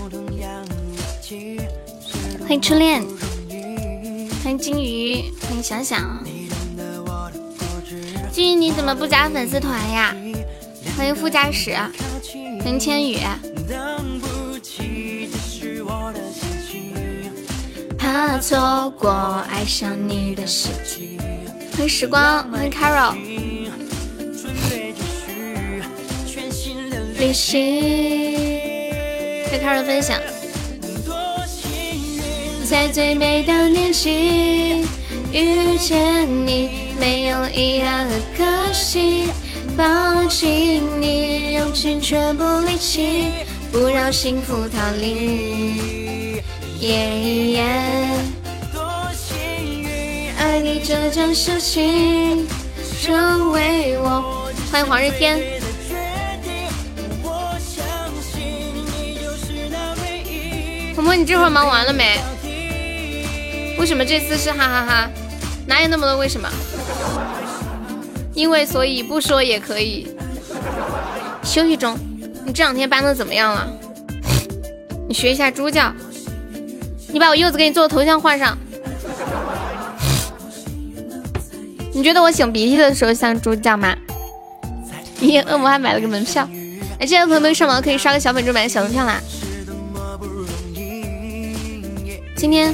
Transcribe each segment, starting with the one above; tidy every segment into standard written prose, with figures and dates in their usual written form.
欢迎初恋，欢迎金鱼，欢迎想想。金鱼你怎么不加粉丝团呀？欢迎副驾驶，欢迎千羽。怕错过爱上你的时机。欢迎时光，欢迎 Carol。旅行，给 Carol 分享。在最美的年纪遇见你，没有遗憾和可惜，抱紧你，用尽全部力气，不让幸福逃离。多幸运，爱你这件事情成为我。欢迎黄日天。萌萌，你这会儿忙完了没？为什么这次是哈哈哈？哪有那么多为什么？因为所以不说也可以。休息中，你这2天搬的怎么样了？你学一下猪叫。你把我柚子给你做的头像换上。你觉得我擤鼻涕的时候像猪叫吗？咦，恶魔还买了个门票。哎，这些朋友们上网可以刷个小粉猪买个小门票啦。今天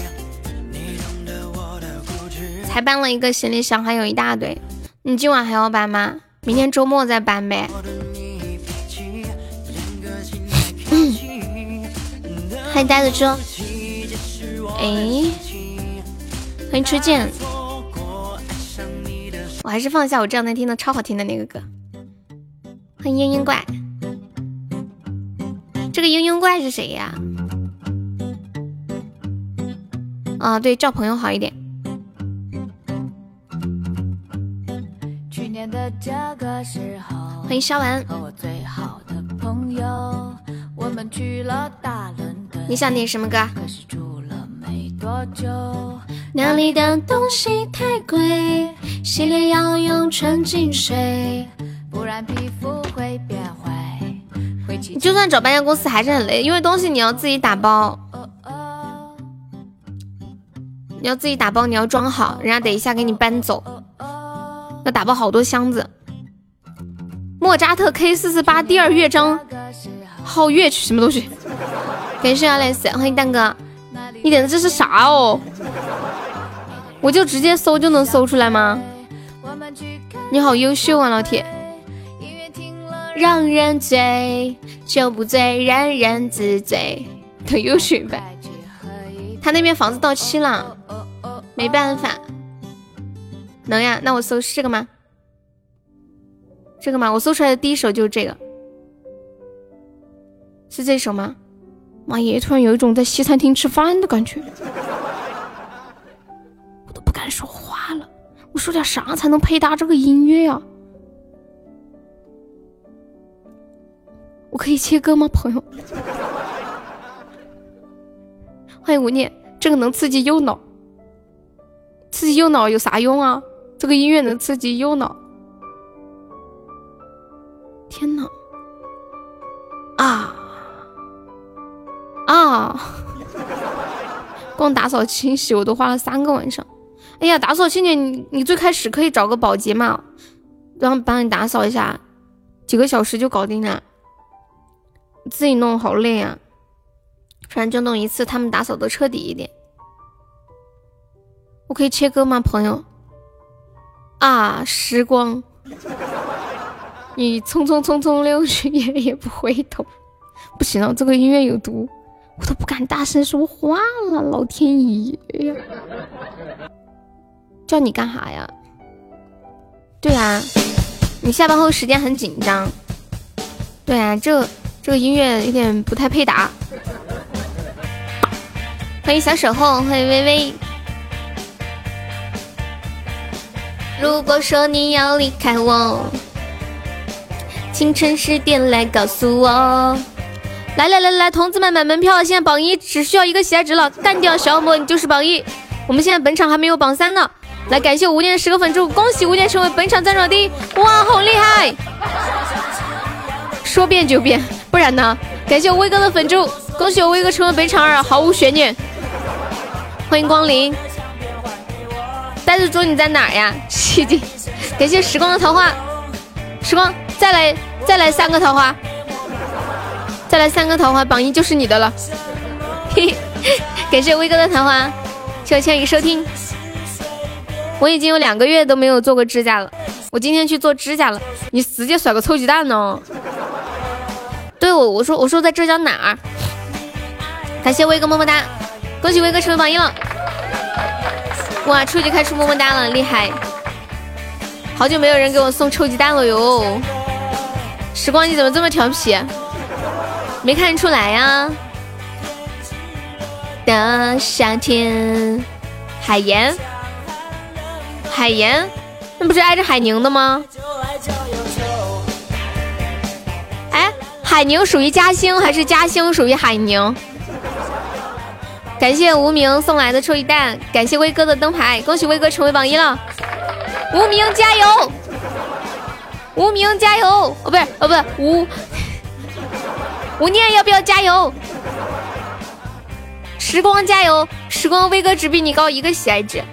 才搬了一个行李箱，还有一大堆。你今晚还要搬吗？明天周末再搬呗。欢迎呆子猪。哎，欢迎初见。我还是放一下我这两天听的超好听的那个歌。欢迎嘤嘤怪。这个嘤嘤怪是谁呀？啊，对，叫朋友好一点。去年的这个时候，欢迎肖文。和我最好的朋友，我们去了大伦敦。你想点什么歌？可是住了没多久，那里的东西太贵，洗脸要用纯净水，不然皮肤会变坏。你就算找搬家公司还是很累，因为东西你要自己打包。你要自己打包，你要装好，人家等一下给你搬走，要打包好多箱子。莫扎特 K448第2乐章好乐曲什么东西？感谢 Alex， 欢迎蛋哥。你点的这是啥哦？我就直接搜就能搜出来吗？你好优秀啊，老铁！让人醉就不醉，人人自醉的优秀版。他那边房子到期了，没办法。能呀？那我搜是这个吗？这个吗？我搜出来的第一首就是这个，是这首吗？妈耶！突然有一种在西餐厅吃饭的感觉，我都不敢说话了。我说点啥才能配搭这个音乐啊？我可以切歌吗，朋友？欢迎无念，这个能刺激右脑，刺激右脑有啥用啊？这个音乐能刺激右脑。天哪！光打扫清洗我都花了3个晚上。哎呀，打扫清洁你最开始可以找个保洁嘛，让帮你打扫一下，几个小时就搞定了。自己弄好累啊，不然就弄一次，他们打扫的彻底一点。我可以切歌吗，朋友？时光，你匆匆匆匆溜去，也不回头。不行了，这个音乐有毒，我都不敢大声说话了，老天爷呀！叫你干啥呀？对啊，你下班后时间很紧张。对啊，这个音乐有点不太配搭。欢迎小守候，欢迎微微。如果说你要离开我，请诚实点来告诉我。来，同志们买门票，现在榜1只需要1个喜爱值了，干掉小魔你就是榜1。我们现在本场还没有榜3呢。来，感谢无念的10个粉猪，恭喜无念成为本场赞助第1，哇，好厉害！说变就变，不然呢？感谢威哥的粉猪， 恭喜我威哥成为北场2，毫无悬念。欢迎光临。袋子猪你在哪儿呀？奇迹，感谢时光的桃花。时光，再来3个桃花，再来3个桃花，榜一就是你的了。嘿嘿，感谢威哥的桃花，谢谢千羽收听。我已经有2个月都没有做过指甲了，我今天去做指甲了。你直接甩个臭鸡蛋呢？对，我说在浙江哪儿？感谢威哥么么哒，恭喜威哥成为榜一了。哇，初级开出么么哒了，厉害！好久没有人给我送臭鸡蛋了哟。时光你怎么这么调皮？没看出来呀。的夏天，海盐，海盐，那不是挨着海宁的吗？哎，海宁属于嘉兴还是嘉兴属于海宁？感谢无名送来的臭鸡蛋，感谢威哥的灯牌，恭喜威哥成为榜一了。无名加油，无名加油！哦，不是无念要不要加油？时光加油！时光威哥只比你高1个喜爱值。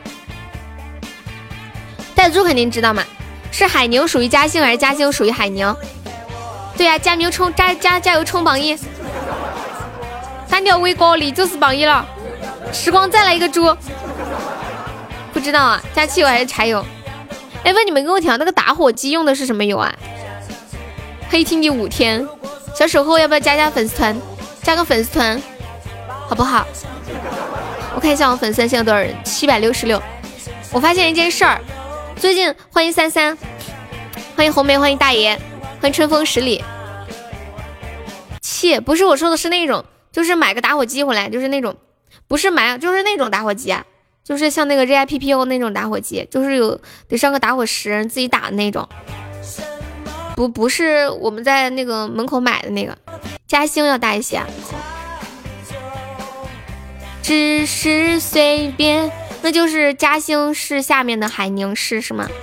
袋子猪肯定知道嘛？是海宁属于嘉兴还是嘉兴属于海宁？对呀、加油冲加油冲榜一！干掉威哥，你就是榜一了。时光再来一个猪，不知道啊，加汽油还是柴油？哎，问你们跟我讲，那个打火机用的是什么油啊？黑听你5天，小守候要不要加粉丝团？加个粉丝团好不好？我看一下我粉丝团现在多少人，766。我发现一件事儿，最近欢迎33，欢迎红梅，欢迎大爷，欢迎春风十里。切，不是我说的是那种，就是买个打火机回来，就是那种，不是买，就是那种打火机啊。就是像那个 JIPPO 那种打火机，就是有得上个打火石自己打的那种，不是我们在那个门口买的那个。嘉兴要大一些啊。只是随便，那就是嘉兴市下面的海宁市是吗？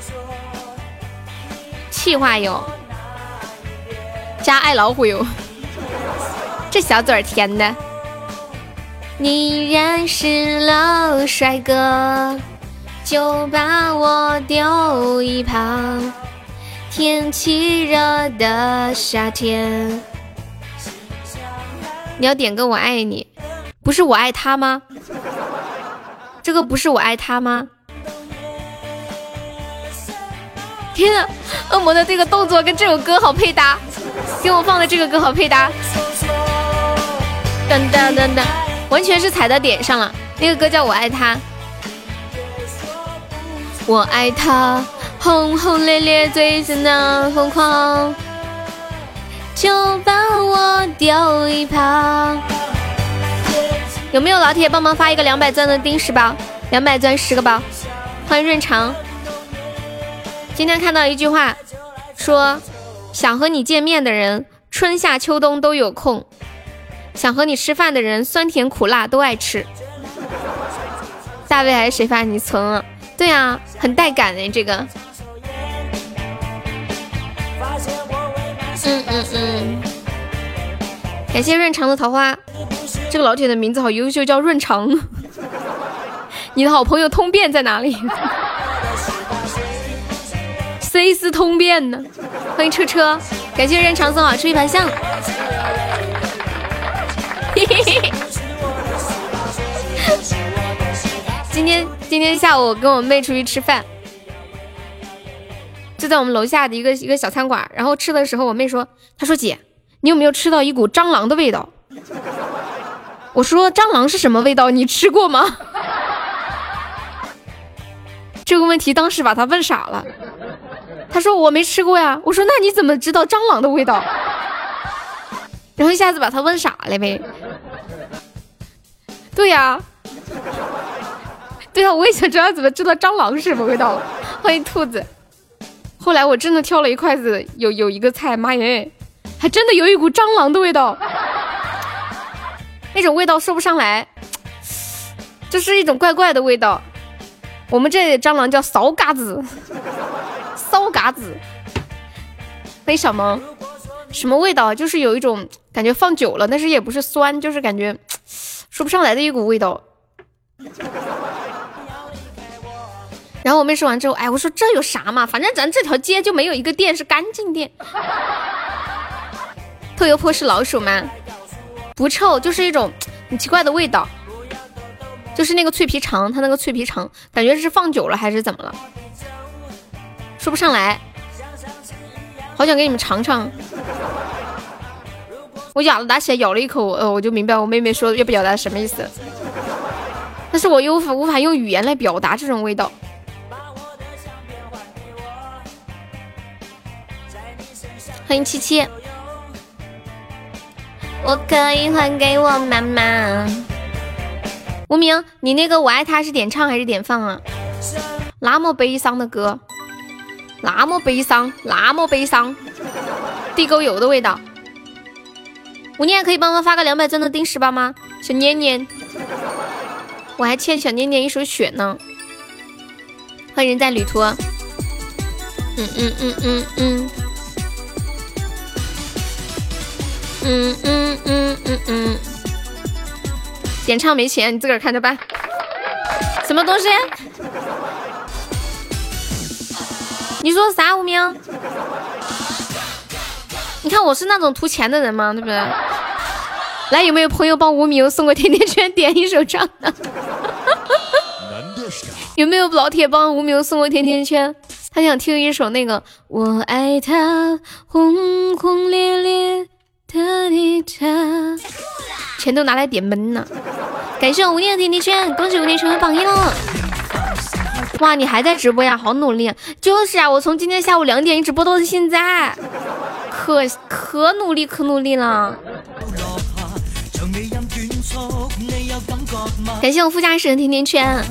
气化油加爱老虎油，这小嘴甜的。你认识了帅哥，就把我丢一旁。天气热的夏天，你要点个我爱你，不是我爱他吗？这个不是我爱他吗？天啊，恶魔的这个动作跟这首歌好配搭，跟我放的这个歌好配搭。噔噔噔噔。完全是踩到点上了，那个歌叫我爱他，我爱他，轰轰烈烈，最真的疯狂，就把我丢一旁。有没有老铁帮忙发一个200钻的定时包？200钻10个包。欢迎润长。今天看到一句话，说想和你见面的人，春夏秋冬都有空。想和你吃饭的人，酸甜苦辣都爱吃。大卫还是谁发你存了？对啊，很带感哎，这个。感谢润长的桃花，这个老铁的名字好优秀，叫润长。你的好朋友通便在哪里？谁是通便呢？欢迎车车，感谢润长送好出一盘香。今天下午我跟我妹出去吃饭，就在我们楼下的一个小餐馆，然后吃的时候我妹说，她说姐，你有没有吃到一股蟑螂的味道？我说蟑螂是什么味道？你吃过吗？这个问题当时把她问傻了。她说我没吃过呀。我说那你怎么知道蟑螂的味道？然后一下子把他问傻了呗。对呀，对呀，我也想知道怎么知道蟑螂是什么味道了。欢迎兔子。后来我真的挑了一筷子，有一个菜，妈耶，还真的有一股蟑螂的味道，那种味道说不上来，就是一种怪怪的味道。我们这里蟑螂叫骚嘎子，骚嘎子。为什么？ 什么味道？就是有一种感觉放久了，但是也不是酸，就是感觉说不上来的一股味道。然后我妹说完之后，哎，我说这有啥嘛？反正咱这条街就没有一个店是干净店。特油泼是老鼠吗？不臭，就是一种很奇怪的味道。就是那个脆皮肠，它那个脆皮肠，感觉是放久了还是怎么了？说不上来，好想给你们尝尝。我咬了拿起来咬了一口，我就明白我妹妹说要表达什么意思。但是我又无法用语言来表达这种味道。欢迎七七，我可以还给我妈妈。无名，你那个我爱他是点唱还是点放啊？那么悲伤的歌，那么悲伤，那么悲伤，地沟油的味道。吴念可以帮忙发个200钻的定时包吗？小念念，我还欠小念念一首雪呢。欢迎人在旅途。点唱没钱，你自个儿看着办。什么东西？你说啥？无名？你看我是那种图钱的人吗？对不对？来，有没有朋友帮无名送个甜甜圈点一首唱的？有没有老铁帮无名送个甜甜圈？他想听一首那个我爱他轰轰烈烈的你他，钱都拿来点闷呢。感谢我无念的甜甜圈，恭喜无念成为榜一了。哇，你还在直播呀？好努力。就是啊，我从今天下午2点一直播到现在，可努力了。感谢我副驾驶的甜甜圈。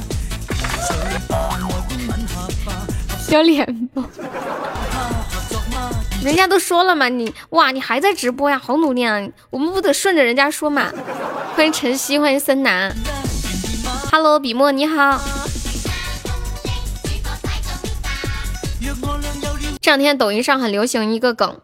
小脸包，人家都说了嘛，你还在直播呀，好努力啊！我们不得顺着人家说嘛。欢迎晨曦，欢迎森南 ，Hello， 笔墨你好。这两天抖音上很流行一个梗，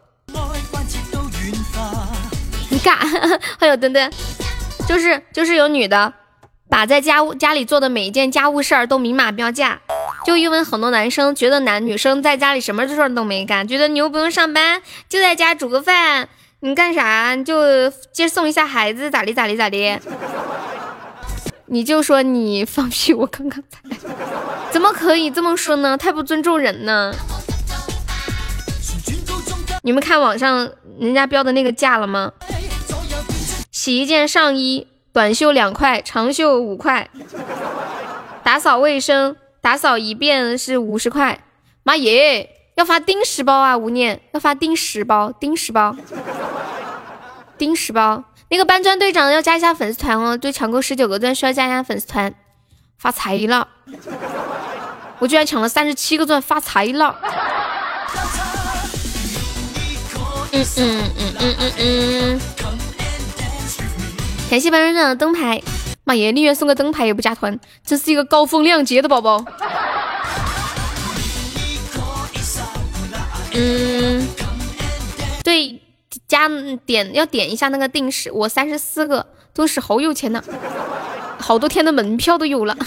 尬，还有等等，就是有女的把在家里做的每一件家务事儿都明码标价。就因为很多男生觉得女生在家里什么事儿都没干，觉得你又不用上班，就在家煮个饭，你干啥？你就接送一下孩子，咋地？你就说你放屁，我刚刚才，怎么可以这么说呢？太不尊重人呢！你们看网上人家标的那个价了吗？洗一件上衣，短袖2块，长袖5块，打扫卫生。打扫一遍是50块，妈耶！要发定时包啊，无念要发定时包。那个搬砖队长要加一下粉丝团哦，对，抢够19个钻需要加一下粉丝团，发财了！我居然抢了37个钻，发财了！感谢搬砖队长的灯牌。妈耶，宁愿送个灯牌也不加团，真是一个高风亮节的宝宝。对，要点一下那个定时，我34个都是好有钱的，好多天的门票都有了。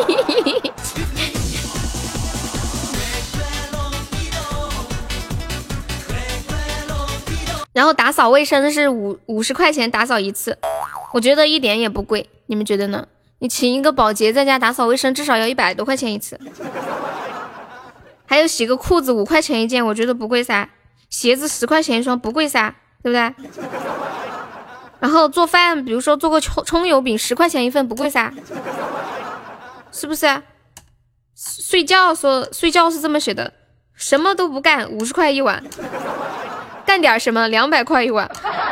然后打扫卫生是50块钱打扫一次，我觉得一点也不贵，你们觉得呢？你请一个保洁在家打扫卫生至少要100多块钱一次，还有洗个裤子5块钱一件，我觉得不贵噻。鞋子10块钱一双不贵噻，对不对？然后做饭，比如说做个葱油饼10块钱一份不贵噻，是不是？睡觉是这么写的，什么都不干50块一碗，干点什么200块一碗，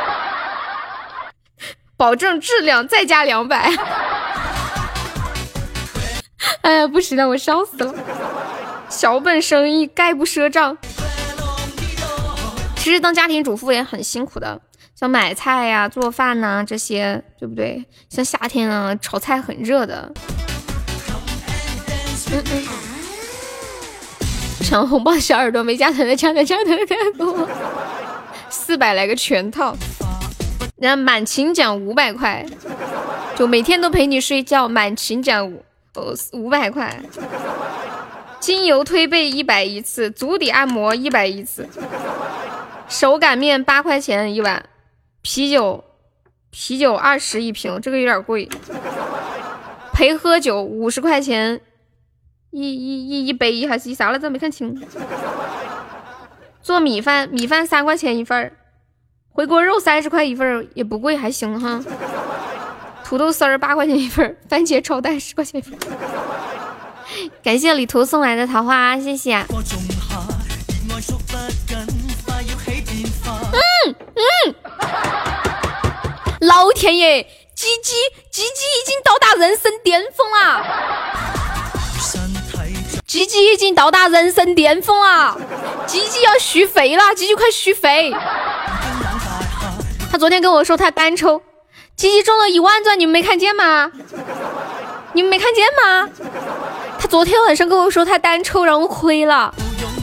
保证质量再加200。哎呀，不行了，我烧死了。小本生意概不赊账。其实当家庭主妇也很辛苦的，像买菜呀、做饭呐、这些，对不对？像夏天啊，炒菜很热的。抢红包小耳朵没加团的加团看过。 400来个全套，然后满勤奖500块，就每天都陪你睡觉，满勤奖500块。精油推背100一次，足底按摩100一次，手擀面8块钱一碗，啤酒20一瓶，这个有点贵。陪喝酒50块钱一杯还是一啥来着？没看清。做米饭3块钱一份，回锅肉30块一份，也不贵，还行哈。土豆丝儿8块钱一份，番茄炒蛋10块钱一份。感谢李图送来的桃花，谢谢。老天爷，鸡鸡已经到达人生巅峰了，鸡鸡已经到达人生巅峰了，鸡鸡要续费了，鸡鸡快续费。他昨天跟我说他单抽，鸡鸡中了1万钻，你们没看见吗？你们没看见吗？他昨天晚上跟我说他单抽然后亏了，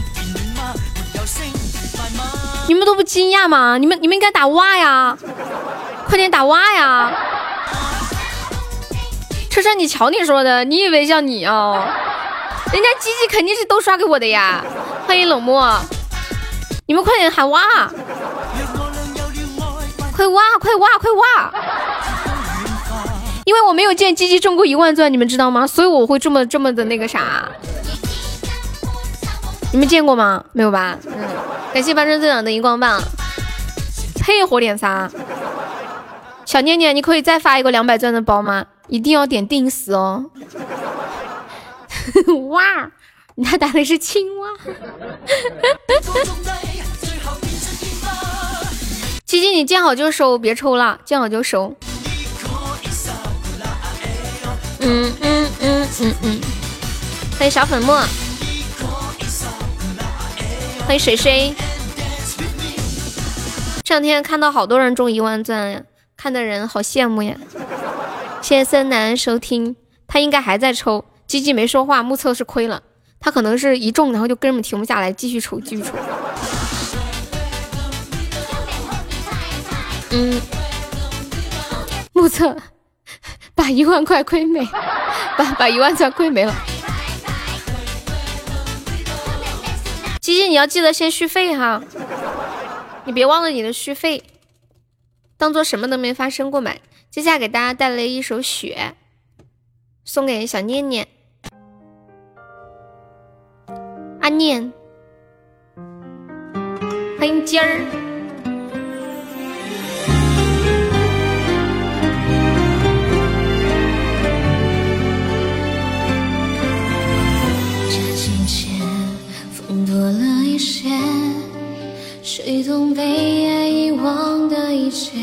你们都不惊讶吗？你们应该打哇呀，快点打哇呀！车车，你瞧你说的，你以为像你哦？人家鸡鸡肯定是都刷给我的呀！欢迎冷漠，你们快点喊哇！快哇快哇快哇！因为我没有见鸡鸡中过1万钻，你们知道吗？所以我会这么的那个啥。你们见过吗？没有吧？感谢半生队长的荧光棒，配火点啥？小念念，你可以再发一个200钻的包吗？一定要点定时哦。哇，他打的是青蛙。鸡鸡，你见好就收，别抽了，见好就收。欢迎小粉末，欢迎水水。这两天看到好多人中1万钻呀，看的人好羡慕呀。谢谢森南收听，他应该还在抽。鸡鸡没说话，目测是亏了，他可能是一中然后就根本停不下来，继续抽继续抽。目测把1万块亏没，把1万钻亏没了。鸡鸡你要记得先续费哈，你别忘了你的续费，当做什么都没发生过买。接下来给大家带来一首雪，送给小念念。阿念，欢迎今儿。 这季节风多了一些，谁懂被爱遗忘的一切，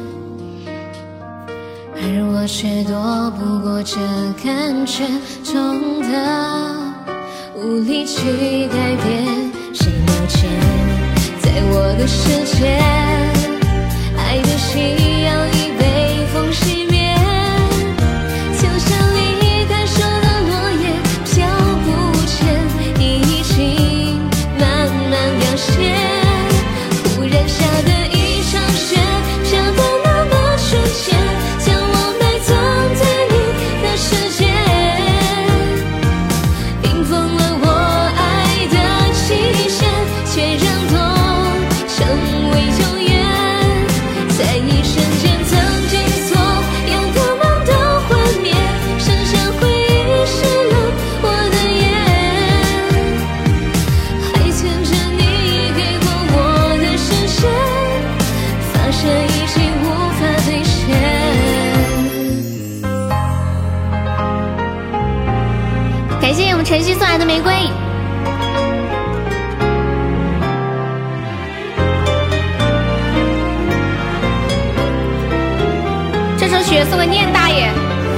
而我却躲不过这感觉，痛的无力去改变。谁了解在我的世界，爱的夕阳已被风熄灭，就像离开手的落叶飘不见，已经慢慢凋谢。忽然下的一场雪，飘得那么纯洁，将我埋葬在你的世界，冰封了我爱的期限，却让痛成为永远。在一瞬间，曾经所有的梦都幻灭，剩下回忆湿了我的眼，还牵着你给过我的视线，发现已经无法兑现。 感谢我们晨曦送来的玫瑰。这首雪送给念大爷。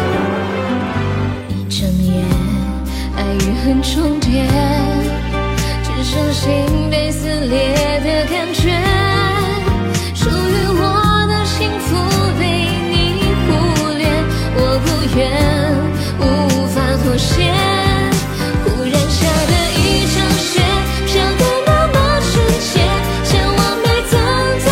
一整夜，爱与恨重叠，只剩心被撕裂的感觉。属于我的幸福被你忽略，我不愿，无法妥协。忽然下的一场雪，飘得那么纯洁，将我埋葬在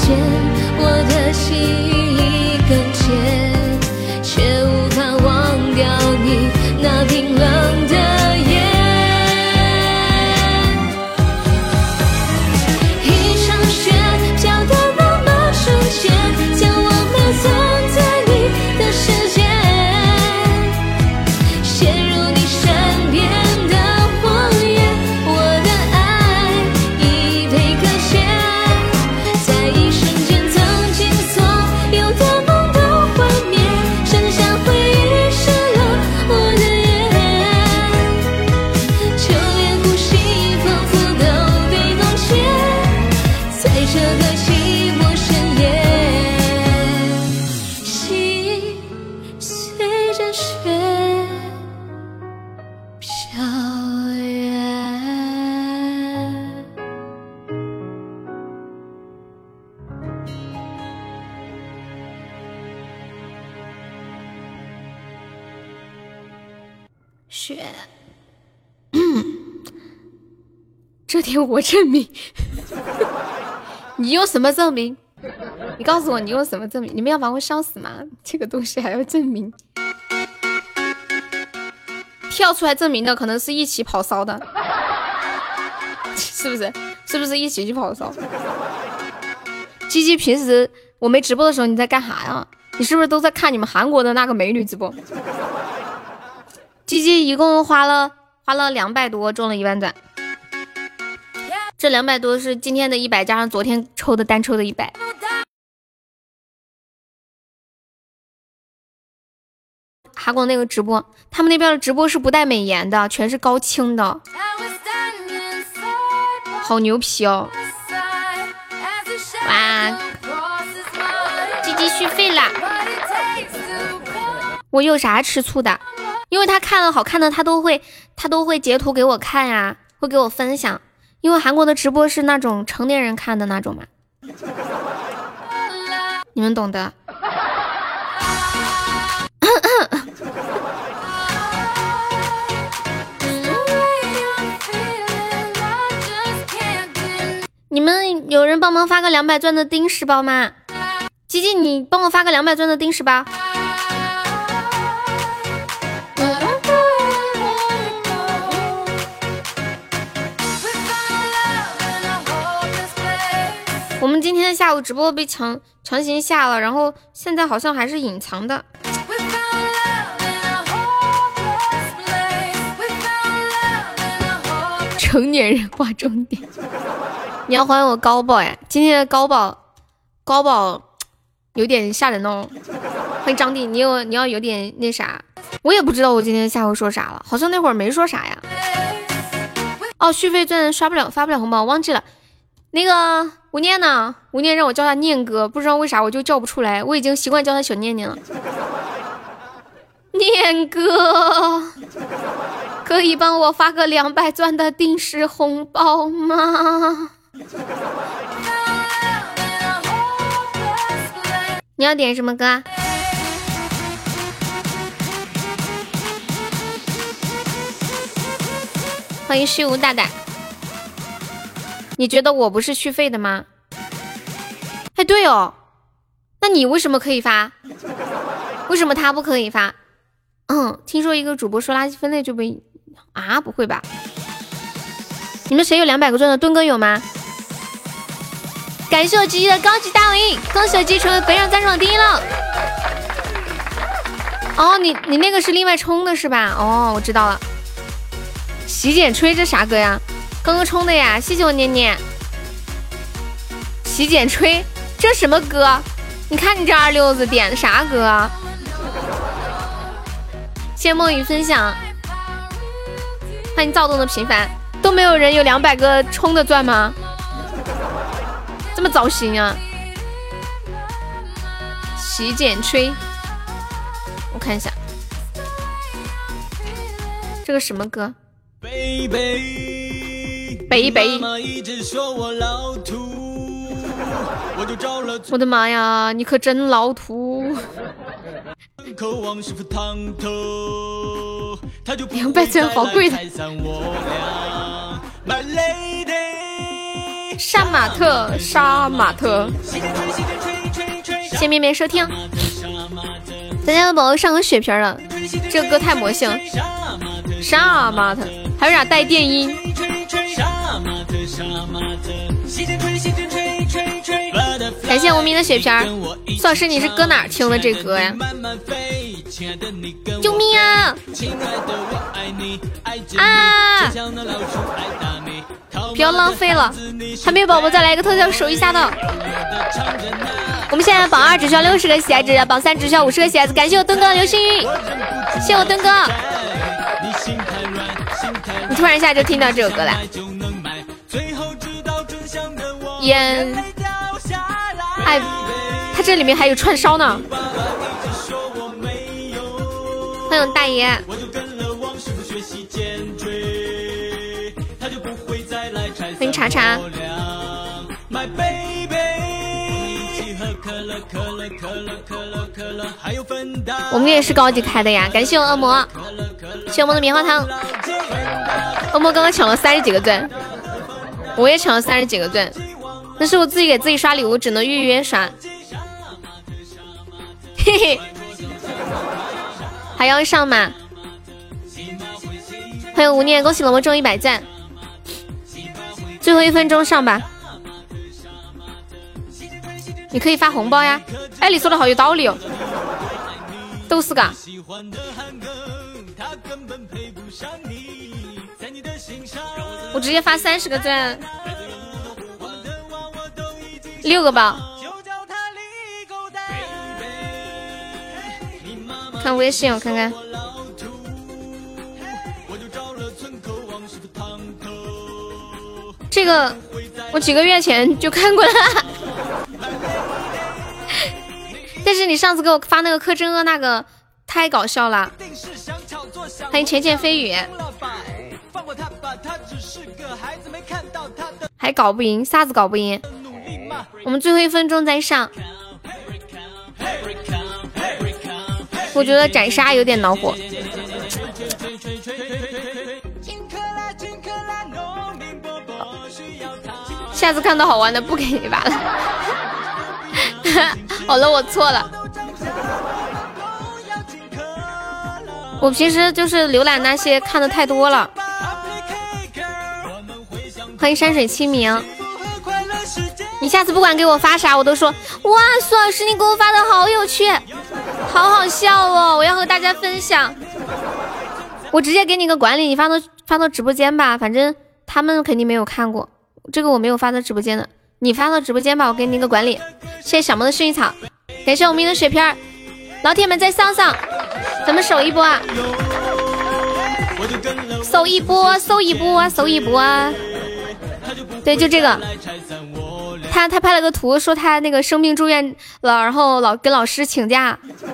间，我的心已更浅，却无法忘掉你那冰冷的眼。一场雪飘到那么瞬间，将我埋葬在你的世界，陷入你身边的谎言，我的爱已被搁浅，在一瞬间曾经所有的梦都幻灭，剩下回忆湿了我的眼，就连呼吸仿佛都被冻结，在这个寂寞深夜，心随着雪飘远。 雪，这点我证明。你用什么证明？你告诉我你用什么证明？你们要把我烧死吗？这个东西还要证明？跳出来证明的可能是一起跑骚的，是不是？是不是一起去跑骚？鸡鸡，平时我没直播的时候你在干啥呀？你是不是都在看你们韩国的那个美女直播？鸡鸡一共花了200多，中了1万钻。这200多是今天的100加上昨天抽的单抽的100。韩国那个直播，他们那边的直播是不带美颜的，全是高清的，好牛皮哦！哇，鸡鸡续费啦！我有啥吃醋的？因为他看了好看的，他都会截图给我看呀，会给我分享。因为韩国的直播是那种成年人看的那种嘛，你们懂的。你们有人帮忙发个200钻的丁石包吗？吉吉，你帮我发个200钻的丁石包。我们今天下午直播被强行下了，然后现在好像还是隐藏的。成年人划重点。你要还我高宝呀？今天的高宝有点吓人哦。欢迎张弟，你要有点那啥，我也不知道我今天下午说啥了，好像那会儿没说啥呀。哦，续费钻刷不了，发不了红包，忘记了。那个吴念呢？吴念让我叫他念哥，不知道为啥我就叫不出来，我已经习惯叫他小念念了。念哥，可以帮我发个200钻的定时红包吗？你要点什么歌？欢迎虚无大大。你觉得我不是续费的吗？哎，对哦，那你为什么可以发？为什么他不可以发？听说一个主播说垃圾分类就被啊？不会吧？你们谁有200个钻的？墩哥有吗？感谢我吉吉的高级大回应，恭喜我吉吉成为本场赞赏第一了。哦，你那个是另外充的是吧？哦，我知道了。洗剪吹这啥歌呀？刚刚充的呀，谢谢我念念。洗剪吹这什么歌？你看你这26子点的啥歌啊？谢谢梦雨分享，欢迎躁动的平凡。都没有人有200个充的钻吗？这么糟心啊！洗剪吹，我看一下，这个什么歌？北北，我的妈呀，你可真老土！200钻好贵的。 杀马特，杀马特。谢谢面面收听。咱家的宝宝上个血瓶了，这个歌太魔性了。杀马特，还有点带电音。感谢无名的血瓶。苏老师，你是搁哪儿听的这歌呀？救命啊！啊！不要浪费了，还没有宝宝再来一个特效守一下的。我们现在榜2只需要60个喜爱值，榜3只需要50个喜爱值。感谢我墩哥的流星雨，谢谢我墩哥。你突然一下就听到这首歌了。烟，哎，它这里面还有串烧呢。欢迎大爷。欢迎查查。我们也是高级开的呀，感谢我恶魔，谢谢我们的棉花糖。恶魔刚刚抢了30几个钻，我也抢了30几个钻，但是我自己给自己刷礼物只能预约刷，嘿嘿，还要上吗？欢迎无念，恭喜龙魔中100赞，最后1分钟上吧。你可以发红包呀！哎，你说的好有道理哦，都是嘎。我直接发30个钻，6个包。看微信，我看看。这个我几个月前就看过了。但是你上次给我发那个柯震恶那个太搞笑了。欢迎浅浅飞雨。还搞不赢，啥子搞不赢？我们最后1分钟再上。我觉得斩杀有点恼火。下次看到好玩的不给你吧了。好了，我错了。我平时就是浏览那些看的太多了。欢迎山水清明。你下次不管给我发啥，我都说哇，苏老师你给我发的好有趣，好好笑哦，我要和大家分享。我直接给你个管理，你发到直播间吧，反正他们肯定没有看过，这个我没有发到直播间的，你发到直播间吧，我给你个管理。谢谢小萌的薰衣草，感谢我们的血片，老铁们再上上，咱们守一波啊！守一波，守一波，守一波啊！对，就这个，他拍了个图，说他那个生病住院了，然后跟老师请假。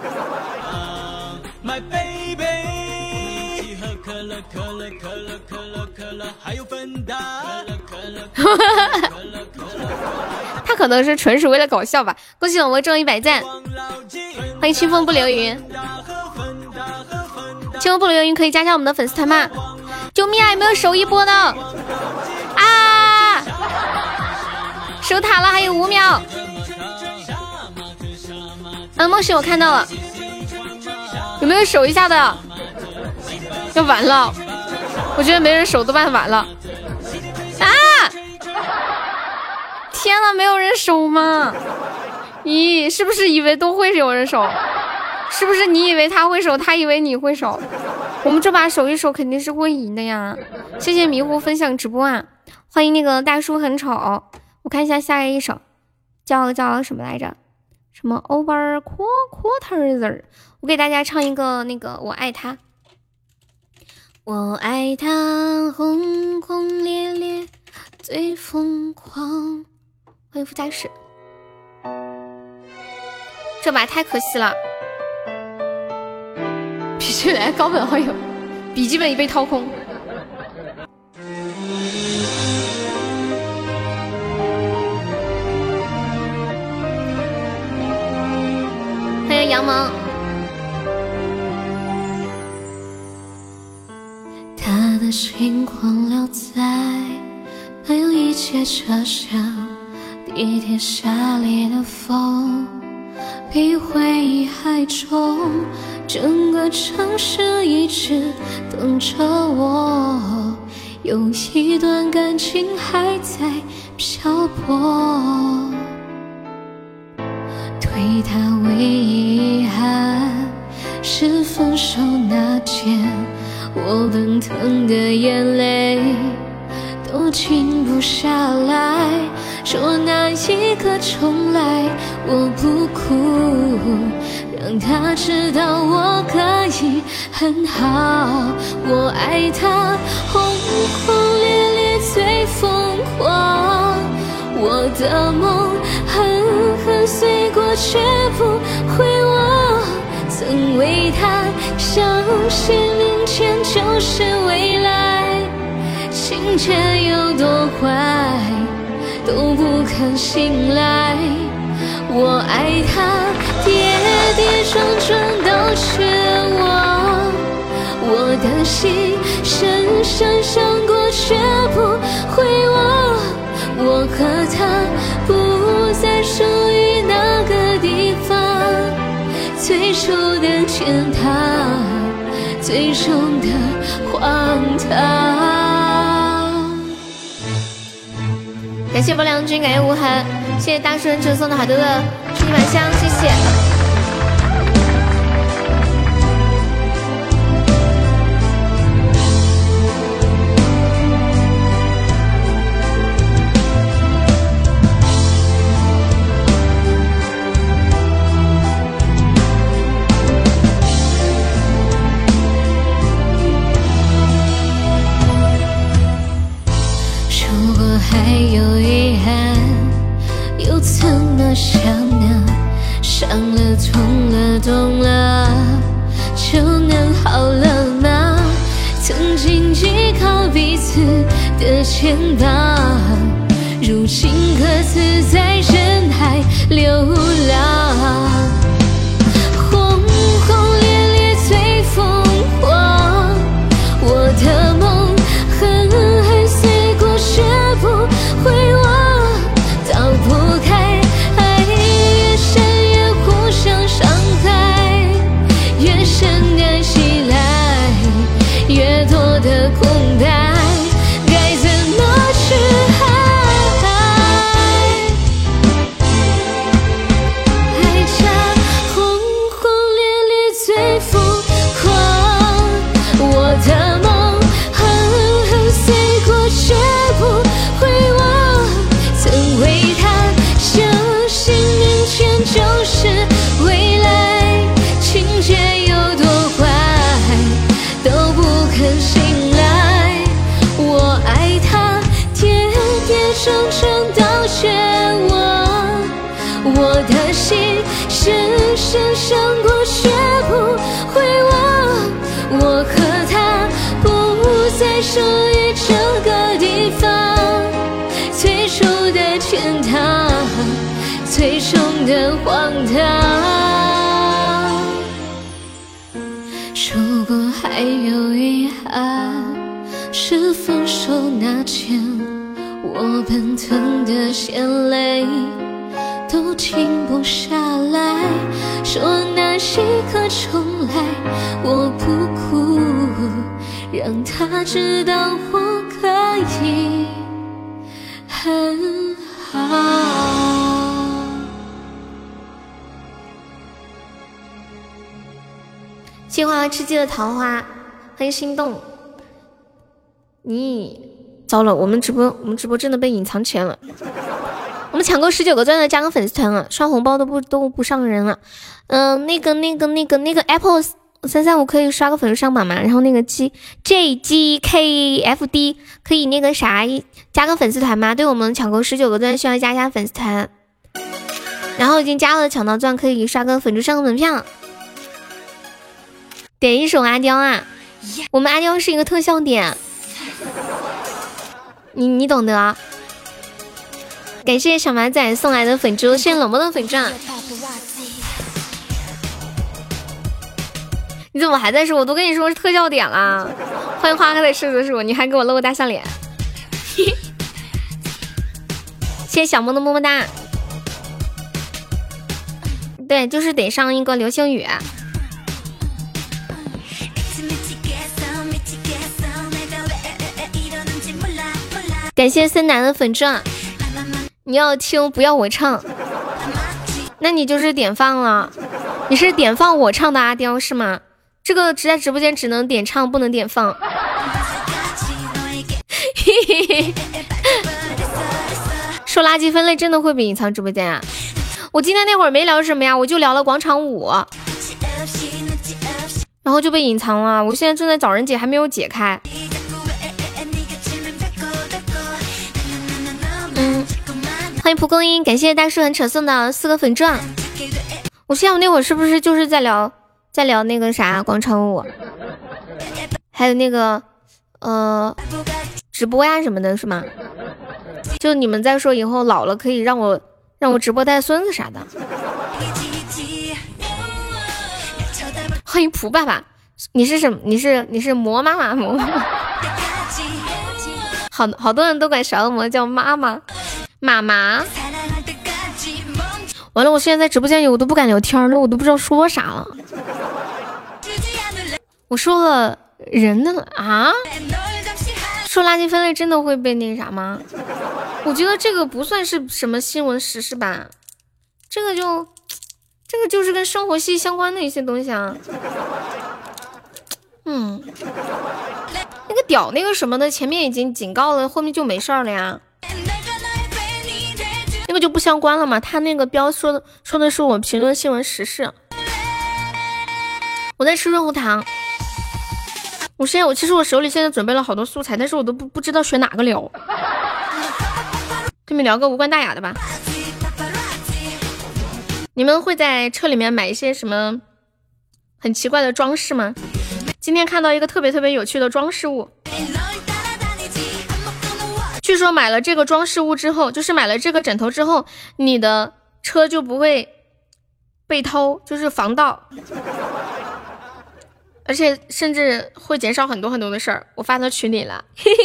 他可能是纯属为了搞笑吧。恭喜我们中100赞，欢迎清风不流云。清风不流云可以加我们的粉丝团吗？救命啊！有没有守一波呢？啊！守塔了，还有5秒。梦许我看到了，有没有守一下的？要完了，我觉得没人守都办完了。啊！天哪，没有人守吗？咦，是不是以为都会有人守？是不是你以为他会守，他以为你会守？我们这把守一守肯定是会赢的呀！谢谢迷糊分享直播啊！欢迎那个大叔很丑，我看一下下一首叫什么来着？什么 over quarters？ 我给大家唱一个那个我爱他。我爱他轰轰烈烈最疯狂。欢迎副驾驶，这把太可惜了。笔记本高本好友，笔记本已被掏空。欢迎杨萌。他的星光留在朋友一节车厢，地铁下里的风比回忆还重，整个城市一直等着我，有一段感情还在漂泊，对他唯一遗憾是分手那天，我奔腾的眼泪都停不下来，说那一刻重来我不哭，让他知道我可以很好，我爱他轰轰烈烈最疯狂，我的梦狠狠碎过却不会忘，曾为他相信明天就是未来，情节有多坏都不肯醒来，我爱他跌跌撞撞到绝望，我的心深深伤过却不会忘，我和他不再属于那个地方，最初的天堂，最终的荒唐。 感谢不良君，感谢无痕，谢谢大树人者送的好多的春晚香，谢谢。 还有遗憾，又怎么想呢？伤了痛了懂了，就能好了吗？曾经依靠彼此的肩膀，如今各自在人海流浪，轰轰烈烈最疯狂，我的梦狠狠碎过却不会忘，逃不开爱，越深越互相伤害，越深感起来越多的空白，该怎么去爱？爱家轰轰烈烈最疯狂，我的梦狠狠碎过却不会忘，曾为他相信明天就是未来，情节有多坏都不肯醒来，我爱他跌跌撞撞到绝望，我的心深深伤过却不会忘，我和他不再属于这个地方，最初的天堂，最终的荒唐。如果还有遗憾，是分手那天，我奔腾的眼泪都停不下来，说那一刻重来我不哭，让他知道我可以很好。 计划吃鸡的桃花，欢迎心动。糟了，我们直播真的被隐藏起来了。我们抢够19个钻的加个粉丝团了，刷红包都不上人了。那个 Apple 335可以刷个粉丝上榜吗？然后那个 JGKFD 可以那个啥加个粉丝团吗？对，我们抢够19个钻需要加一下粉丝团。然后已经加了抢到钻可以刷个粉猪上个门票。点一首阿刁啊，我们阿刁是一个特效点，你懂得。感谢小马仔送来的粉猪，谢谢冷漠的粉钻。你怎么还在说？我都跟你说是特效点了。欢迎花开的狮子树，你还给我露个大笑脸。 谢谢小萌的么么哒。对，就是得上一个流星雨。感谢森南的粉钻。你要听不要我唱，那你就是点放了。你是点放我唱的阿刁是吗？这个在直播间只能点唱不能点放。说垃圾分类真的会被隐藏直播间啊？我今天那会儿没聊什么呀，我就聊了广场舞，然后就被隐藏了。我现在正在找人解，还没有解开。欢迎蒲公英，感谢大叔很扯送的4个粉钻。我下午那会儿是不是就是在聊那个啥广场舞，还有那个直播呀什么的，是吗？就你们在说以后老了可以让我直播带孙子啥的。欢迎蒲爸爸，你是什么？你是魔妈妈魔？好多人都管小恶魔叫妈妈。妈妈，完了！我现在在直播间里，我都不敢聊天了，我都不知道说啥了。我说了人的啊，说垃圾分类真的会被那啥吗？我觉得这个不算是什么新闻时事吧，这个就是跟生活息息相关的一些东西啊。那个屌那个什么的，前面已经警告了，后面就没事了呀。那个就不相关了嘛，他那个标说的是我评论新闻时事。我在吃润喉糖，我其实我手里现在准备了好多素材，但是我都不知道选哪个聊。跟你们聊个无关大雅的吧。你们会在车里面买一些什么很奇怪的装饰吗？今天看到一个特别特别有趣的装饰物，据说买了这个装饰物之后，就是买了这个枕头之后，你的车就不会被偷，就是防盗，而且甚至会减少很多很多的事儿。我发到群里了。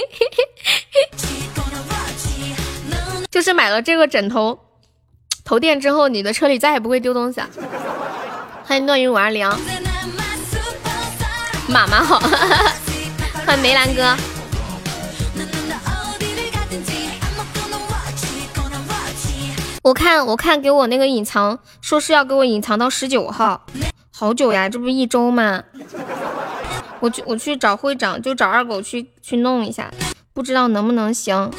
就是买了这个枕头头垫之后，你的车里再也不会丢东西啊。欢迎诺云520，妈妈好。欢迎梅兰哥。我看给我那个隐藏，说是要给我隐藏到19号，好久呀，这不是1周吗？我去找会长，就找二狗去弄一下，不知道能不能行。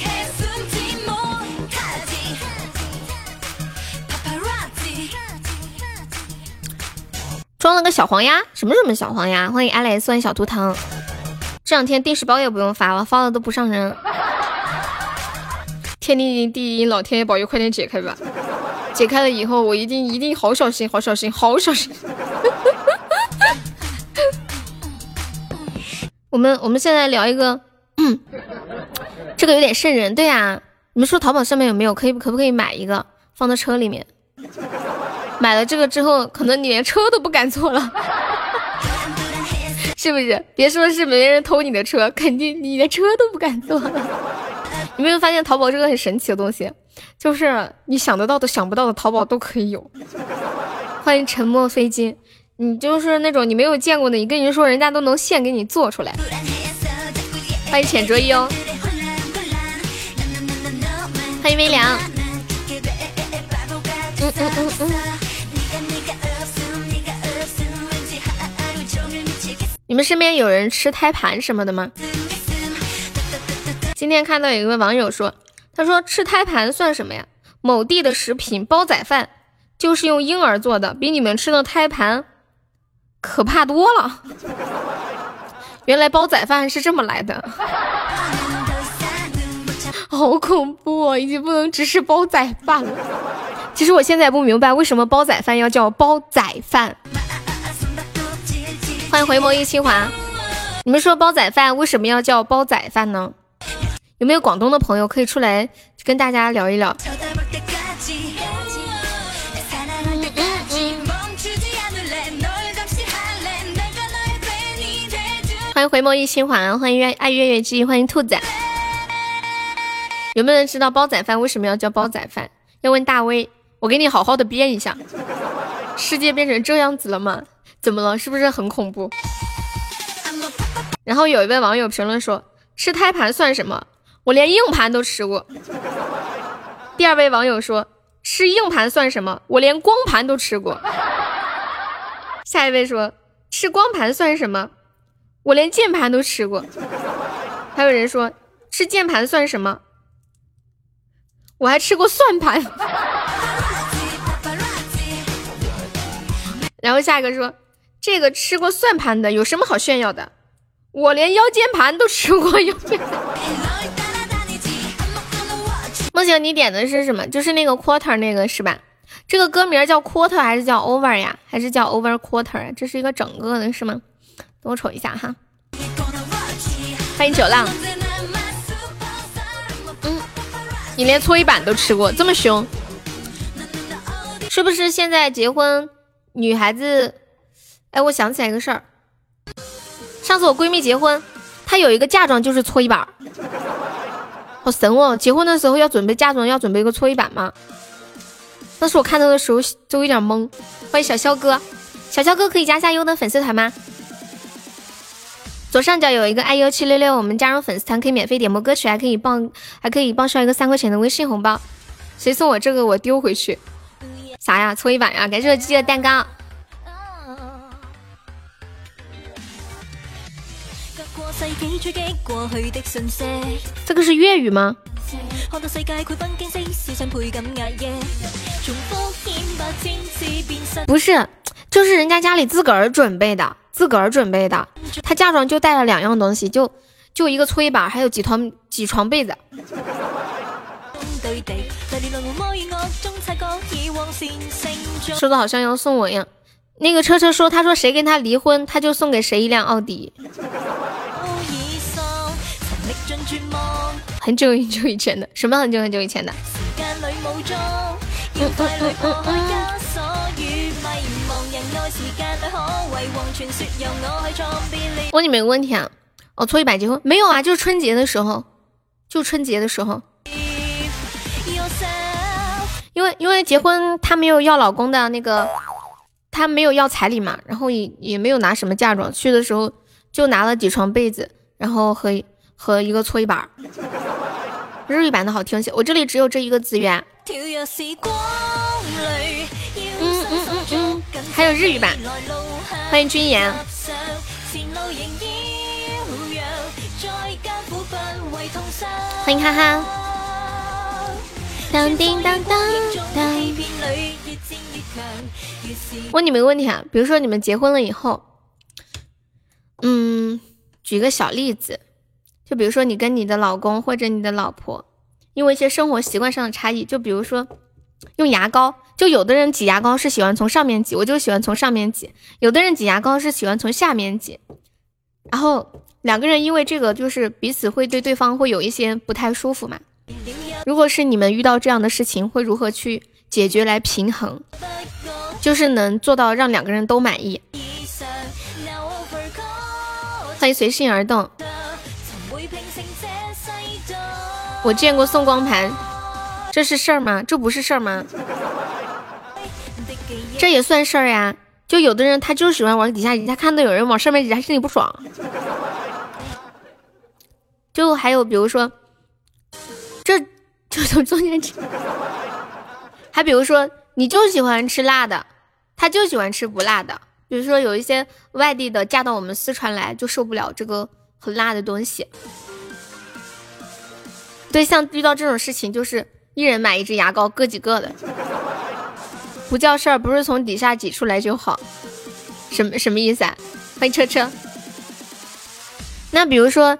装了个小黄鸭，什么小黄鸭？欢迎 Alex， 欢迎小图腾。这2天定时包也不用发了，发了都不上人。天地第一，老天爷保佑，快点解开吧！解开了以后，我一定好小心，好小心，好小心。我们现在聊一个，这个有点瘆人，对啊，你们说淘宝上面有没有可不可以买一个放到车里面？买了这个之后，可能你连车都不敢坐了，是不是？别说是没人偷你的车，肯定你的车都不敢坐了。你没有发现淘宝这个很神奇的东西，就是你想得到的想不到的淘宝都可以有。欢迎沉默飞机，你就是那种你没有见过的，你跟人说人家都能现给你做出来。欢迎浅卓一哦，欢迎微凉。你们身边有人吃胎盘什么的吗？今天看到有一位网友说，他说吃胎盘算什么呀？某地的食品煲仔饭就是用婴儿做的，比你们吃的胎盘可怕多了。原来煲仔饭是这么来的，好恐怖哦，已经不能只是煲仔饭了。其实我现在不明白为什么煲仔饭要叫煲仔饭。欢迎回眸一清华，你们说煲仔饭为什么要叫煲仔饭呢？有没有广东的朋友可以出来跟大家聊一聊？欢迎回眸一清华，欢迎爱月月姬，欢迎兔子。 有没有人知道煲仔饭为什么要叫煲仔饭？要问大威，我给你好好的编一下。世界变成这样子了吗？怎么了？是不是很恐怖？然后有一位网友评论说，吃胎盘算什么？我连硬盘都吃过。第二位网友说，吃硬盘算什么？我连光盘都吃过。下一位说，吃光盘算什么？我连键盘都吃过。还有人说，吃键盘算什么？我还吃过算盘。然后下一个说，这个吃过算盘的有什么好炫耀的？我连腰间盘都吃过。腰间盘。梦醒，你点的是什么？就是那个 quarter 那个是吧？这个歌名叫 quarter 还是叫 over 呀？还是叫 over quarter 啊？这是一个整个的是吗？等我瞅一下哈。欢迎九浪。你连搓衣板都吃过，这么凶？是不是现在结婚女孩子？哎，我想起来一个事儿。上次我闺蜜结婚，她有一个嫁妆就是搓衣板。好神哦！结婚的时候要准备嫁妆，要准备一个搓衣板吗？当时我看到的时候就有点懵。欢迎小肖哥，小肖哥可以加下优的粉丝团吗？左上角有一个IU766，我们加入粉丝团可以免费点播歌曲，还可以报销一个3块钱的微信红包。谁送我这个我丢回去。啥呀？搓衣板呀！感谢我鸡的蛋糕。这个是粤语吗？不是，就是人家家里自个儿准备的。他嫁妆就带了2样东西，就一个搓衣板，还有几床被子。说的好像要送我一样。那个车说，他说谁跟他离婚，他就送给谁一辆奥迪。很久以前的，什么很久以前的？问你们个问题啊，搓衣板结婚没有啊？就是春节的时候，因为结婚她没有要老公的那个，她没有要彩礼嘛，然后也没有拿什么嫁妆，去的时候就拿了几床被子，然后和一个搓衣板。日语版的好听些，我这里只有这一个资源。还有日语版。欢迎君言。欢迎哈哈。当叮当当当。问你们个问题啊，比如说你们结婚了以后，举个小例子，就比如说你跟你的老公或者你的老婆，因为一些生活习惯上的差异，就比如说用牙膏，就有的人挤牙膏是喜欢从上面挤，我就喜欢从上面挤；有的人挤牙膏是喜欢从下面挤。然后两个人因为这个就是彼此会对对方会有一些不太舒服嘛。如果是你们遇到这样的事情，会如何去解决来平衡，就是能做到让两个人都满意。欢迎随性而动。我见过送光盘，这是事儿吗？这不是事儿吗？这也算事儿呀。就有的人他就喜欢往底下挤，他看到有人往上面挤，他心里不爽。就还有比如说，这就从中间挤。还比如说，你就喜欢吃辣的，他就喜欢吃不辣的。比如说有一些外地的嫁到我们四川来，就受不了这个很辣的东西。对，像遇到这种事情，就是一人买一支牙膏，各挤各的，不叫事儿，不是从底下挤出来就好。什么意思啊？欢迎车车。那比如说，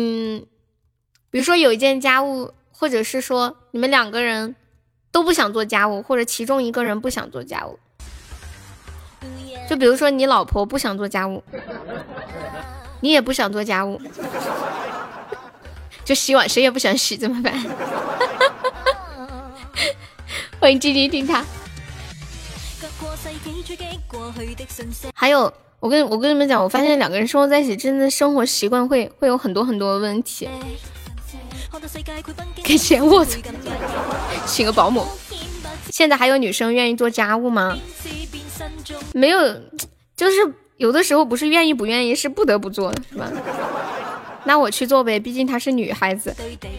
有一件家务，或者是说你们两个人都不想做家务，或者其中一个人不想做家务。就比如说你老婆不想做家务，你也不想做家务，就洗碗谁也不想洗，怎么办？欢迎滴滴听他。还有我跟你们讲，我发现两个人生活在一起，真的生活习惯会有很多问题。 给钱我操，请个保姆。现在还有女生愿意做家务吗？没有，就是有的时候不是愿意不愿意，是不得不做的，是吧？那我去做呗，毕竟她是女孩子。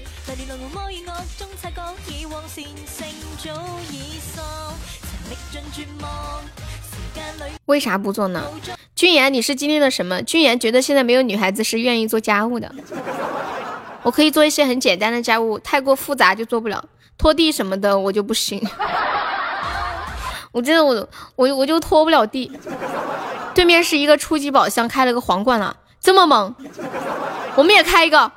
为啥不做呢？君言，你是经历了什么？君言觉得现在没有女孩子是愿意做家务的。我可以做一些很简单的家务，太过复杂就做不了，拖地什么的我就不行。我真的我就拖不了地。对面是一个初级宝箱开了个皇冠了，这么猛，我们也开一个。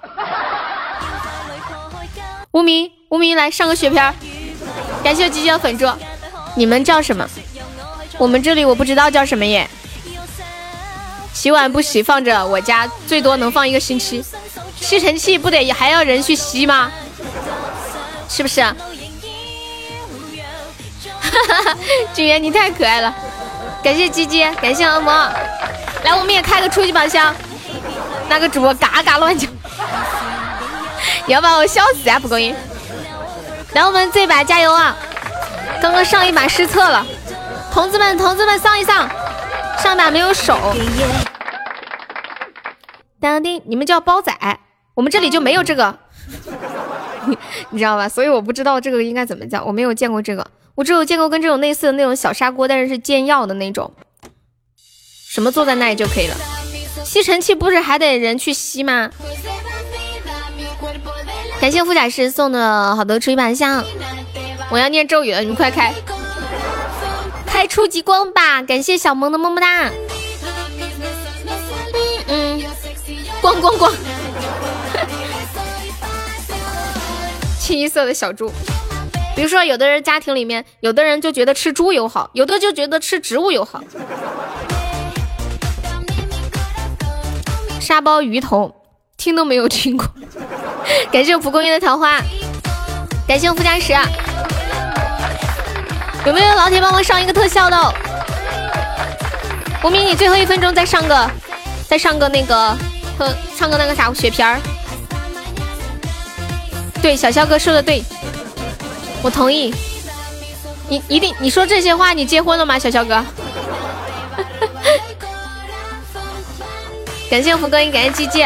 无名来上个血片，感谢吉吉的粉猪。你们叫什么？我们这里我不知道叫什么耶。洗碗不洗放着，我家最多能放1个星期。吸尘器不得还要人去吸吗？是不是？君言你太可爱了，感谢鸡鸡，感谢恶魔。来，我们也开个初级宝箱。那个主播嘎嘎乱叫，你要把我笑死啊！蒲公英，来，我们这把加油啊！刚刚上一把失策了，同志们上一上，上把没有手。当丁，你们叫煲仔，我们这里就没有这个，你知道吧？所以我不知道这个应该怎么叫，我没有见过这个，我只有见过跟这种类似的那种小砂锅，但是是煎药的那种，什么坐在那里就可以了。吸尘器不是还得人去吸吗？感谢副甲师送的好多初级宝箱，我要念咒语了，你们快开初级光吧！感谢小萌的么么哒。光，清一色的小猪。比如说，有的人家庭里面，有的人就觉得吃猪油好，有的就觉得吃植物油好。沙包鱼头，听都没有听过。感谢蒲公英的桃花，感谢副驾驶。有没有老铁帮我上一个特效的？无名，你最后1分钟再上个那个。唱个那个啥血片儿，对，小肖哥说的对，我同意。你一定你说这些话，你结婚了吗，小肖哥？感谢蒲公英，感谢鸡鸡。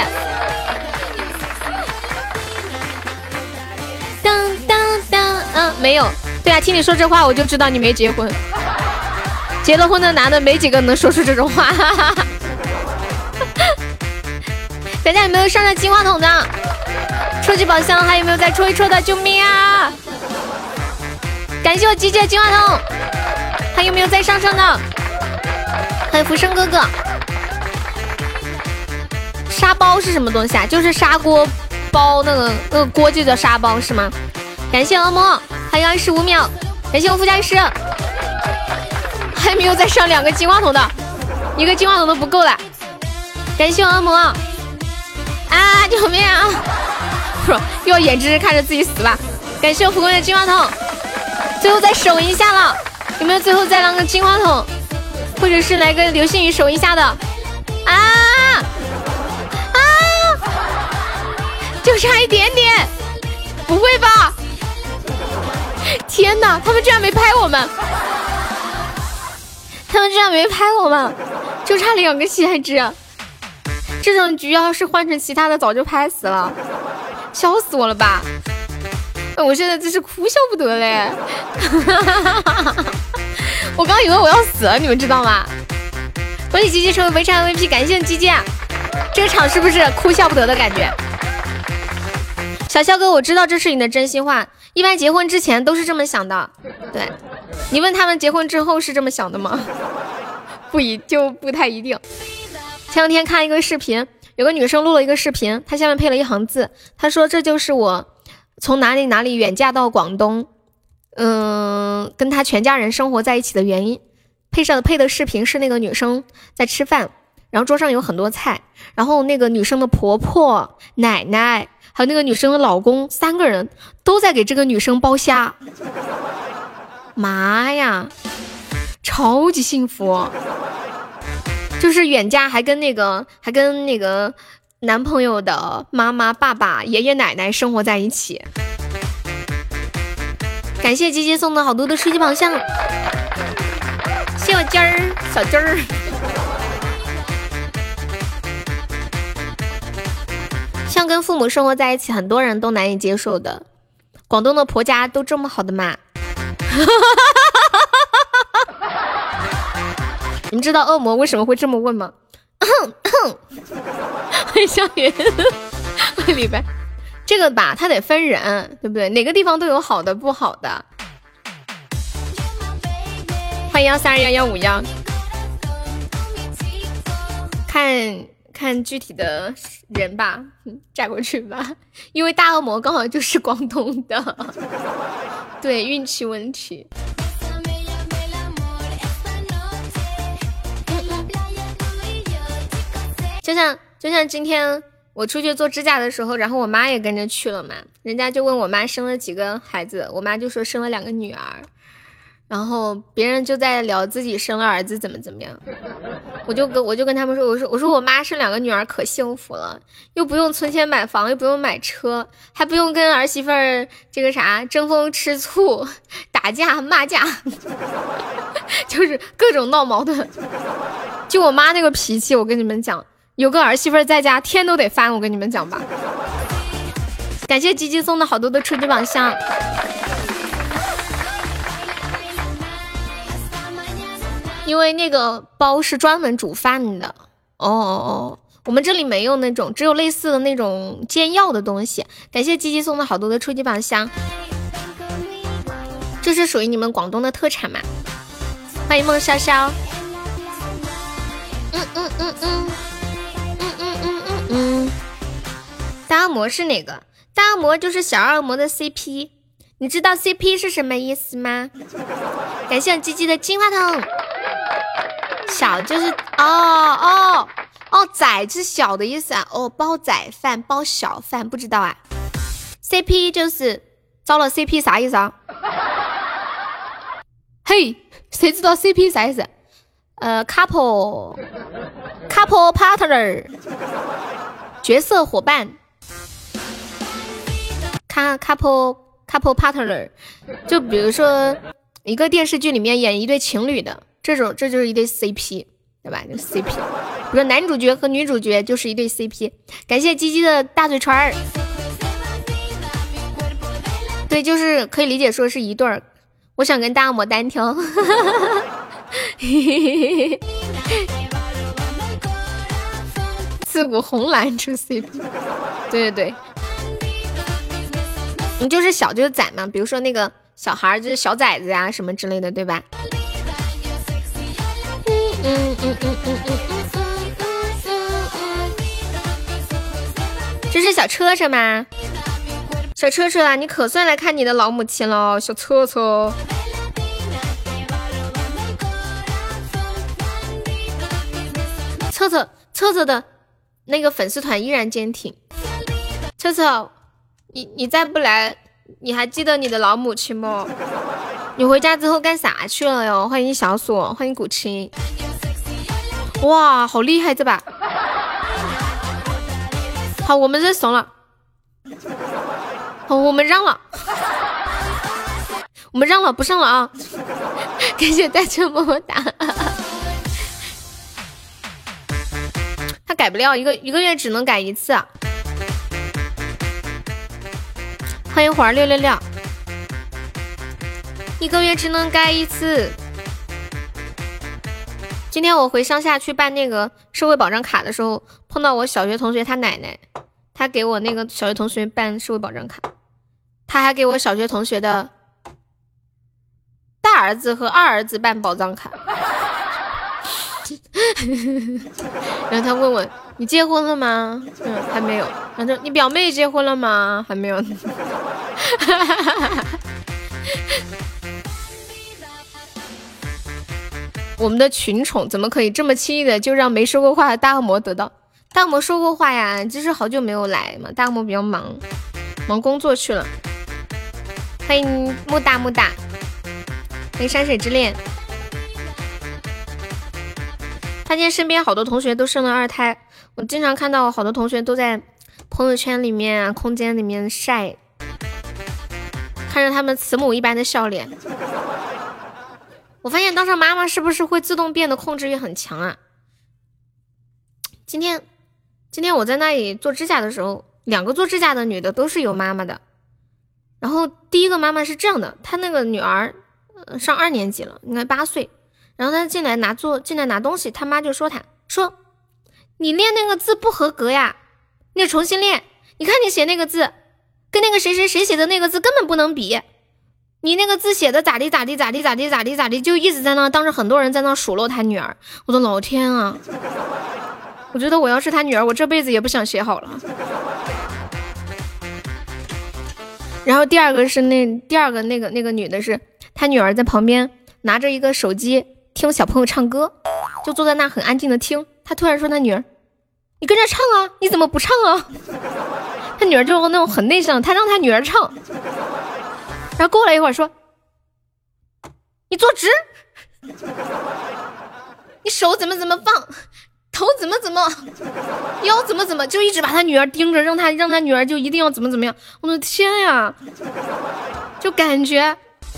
当当当，没有。对啊，听你说这话，我就知道你没结婚。结了婚的男的没几个能说出这种话。大家有没有上金话筒的？初级宝箱还有没有再戳一戳的？救命啊！感谢我鸡姐金话筒，还有没有再上的？还有浮生哥哥。沙包是什么东西啊？就是砂锅包那个锅就叫沙包是吗？感谢恶魔，还有25秒。感谢我副驾驶，还有没有再上2个金话筒的？1个金话筒都不够了。感谢我恶魔。啊！救命啊！不是，又要眼睁睁看着自己死吧？感谢我蒲公英的金话筒，最后再守一下了，有没有最后再来个金话筒，或者是来个流星雨守一下的？啊！就差一点点，不会吧？天哪，他们居然没拍我们！就差2个血值。这种局要是换成其他的，早就拍死了，笑死我了吧！我现在真是哭笑不得嘞！我刚以为我要死了，你们知道吗？恭喜吉吉成为围场 MVP， 感谢吉吉！这个场是不是哭笑不得的感觉？小肖哥，我知道这是你的真心话，一般结婚之前都是这么想的。对，你问他们结婚之后是这么想的吗？不太一定。前两天看一个视频，有个女生录了一个视频，她下面配了一行字，她说这就是我从哪里远嫁到广东，跟她全家人生活在一起的原因。配的视频是那个女生在吃饭，然后桌上有很多菜，然后那个女生的婆婆、奶奶还有那个女生的老公3个人都在给这个女生剥虾。妈呀，超级幸福！就是远嫁还跟那个男朋友的妈妈、爸爸、爷爷奶奶生活在一起。感谢鸡鸡送的好多的吃鸡榜项，谢我鸡儿小鸡儿。像跟父母生活在一起，很多人都难以接受的。广东的婆家都这么好的吗？你们知道恶魔为什么会这么问吗？小云，李白，这个吧，它得分人，对不对？哪个地方都有好的，不好的。欢迎1321151，看具体的人吧，嫁过去吧，因为大恶魔刚好就是广东的，对，运气问题。就像今天我出去做指甲的时候，然后我妈也跟着去了嘛，人家就问我妈生了几个孩子，我妈就说生了2个女儿，然后别人就在聊自己生了儿子怎么样，我就跟他们说，我说我妈生2个女儿可幸福了，又不用存钱买房，又不用买车，还不用跟儿媳妇儿这个啥争风吃醋、打架骂架，就是各种闹矛盾。就我妈那个脾气，我跟你们讲，有个儿媳妇在家天都得翻，我跟你们讲吧。感谢吉吉送的好多的初级榜项。因为那个包是专门煮饭的。哦，我们这里没有那种，只有类似的那种煎药的东西。感谢吉吉送的好多的初级榜箱，这是属于你们广东的特产嘛？欢迎孟潇潇。大恶魔是哪个？大恶魔就是小恶魔的 CP， 你知道 CP 是什么意思吗？感谢鸡鸡的金话筒。小就是仔是小的意思啊。哦，煲仔饭煲小饭不知道啊。CP 就是招了 CP 啥意思啊？嘿，谁知道 CP 啥意思？couple partner 角色伙伴，couple partner 就比如说一个电视剧里面演一对情侣的，这就是一对 CP， 对吧？就 CP， 比如说男主角和女主角就是一对 CP。感谢鸡鸡的大嘴唇儿，对，就是可以理解说是一对儿。我想跟大恶魔单挑。自古红蓝出 CP， 对，你就是小就是崽嘛，比如说那个小孩就是小崽子呀什么之类的，对吧？这是小车车吗？小车车啊，你可算来看你的老母亲了，小车车。策策的那个粉丝团依然坚挺。策策，你再不来，你还记得你的老母亲吗？你回家之后干啥去了哟？欢迎小锁，欢迎古青。哇，好厉害这把！好，我们认怂了。好，我们让了，我们让了，不上了啊！感谢大车么么哒。他改不了，一个月只能改一次。欢迎环666，一个月只能改一次。今天我回乡下去办那个社会保障卡的时候，碰到我小学同学他奶奶，他给我那个小学同学办社会保障卡，他还给我小学同学的大儿子和二儿子办保障卡。然后他问我你结婚了吗？还没有。然后说你表妹结婚了吗？还没有。我们的群宠怎么可以这么轻易的就让没说过话的大恶魔得到？大恶魔说过话呀，就是好久没有来嘛，大恶魔比较忙工作去了。欢迎木大，欢迎山水之恋。发现身边好多同学都生了2胎， 我经常看到好多同学都在朋友圈里面啊、空间里面晒，看着他们慈母一般的笑脸。我发现当上妈妈是不是会自动变得控制欲很强啊？今天我在那里做指甲的时候，2个做指甲的女的都是有妈妈的。然后第一个妈妈是这样的，她那个女儿上2年级了，应该8岁。然后她进来拿东西，她妈就说你练那个字不合格呀，你重新练。你看你写那个字跟那个谁谁谁写的那个字根本不能比，你那个字写的咋地，就一直在那，当着很多人在那数落他女儿。我的老天啊，我觉得我要是他女儿，我这辈子也不想写好了。然后第二个那个女的是她女儿在旁边拿着一个手机听小朋友唱歌，就坐在那很安静的听。她突然说她女儿，你跟着唱啊，你怎么不唱啊？她女儿就那种很内向，她让她女儿唱。然后过了一会儿说，你坐直，你手怎么放，头怎么腰怎么，就一直把他女儿盯着，让他女儿就一定要怎么样。我的天呀，就感觉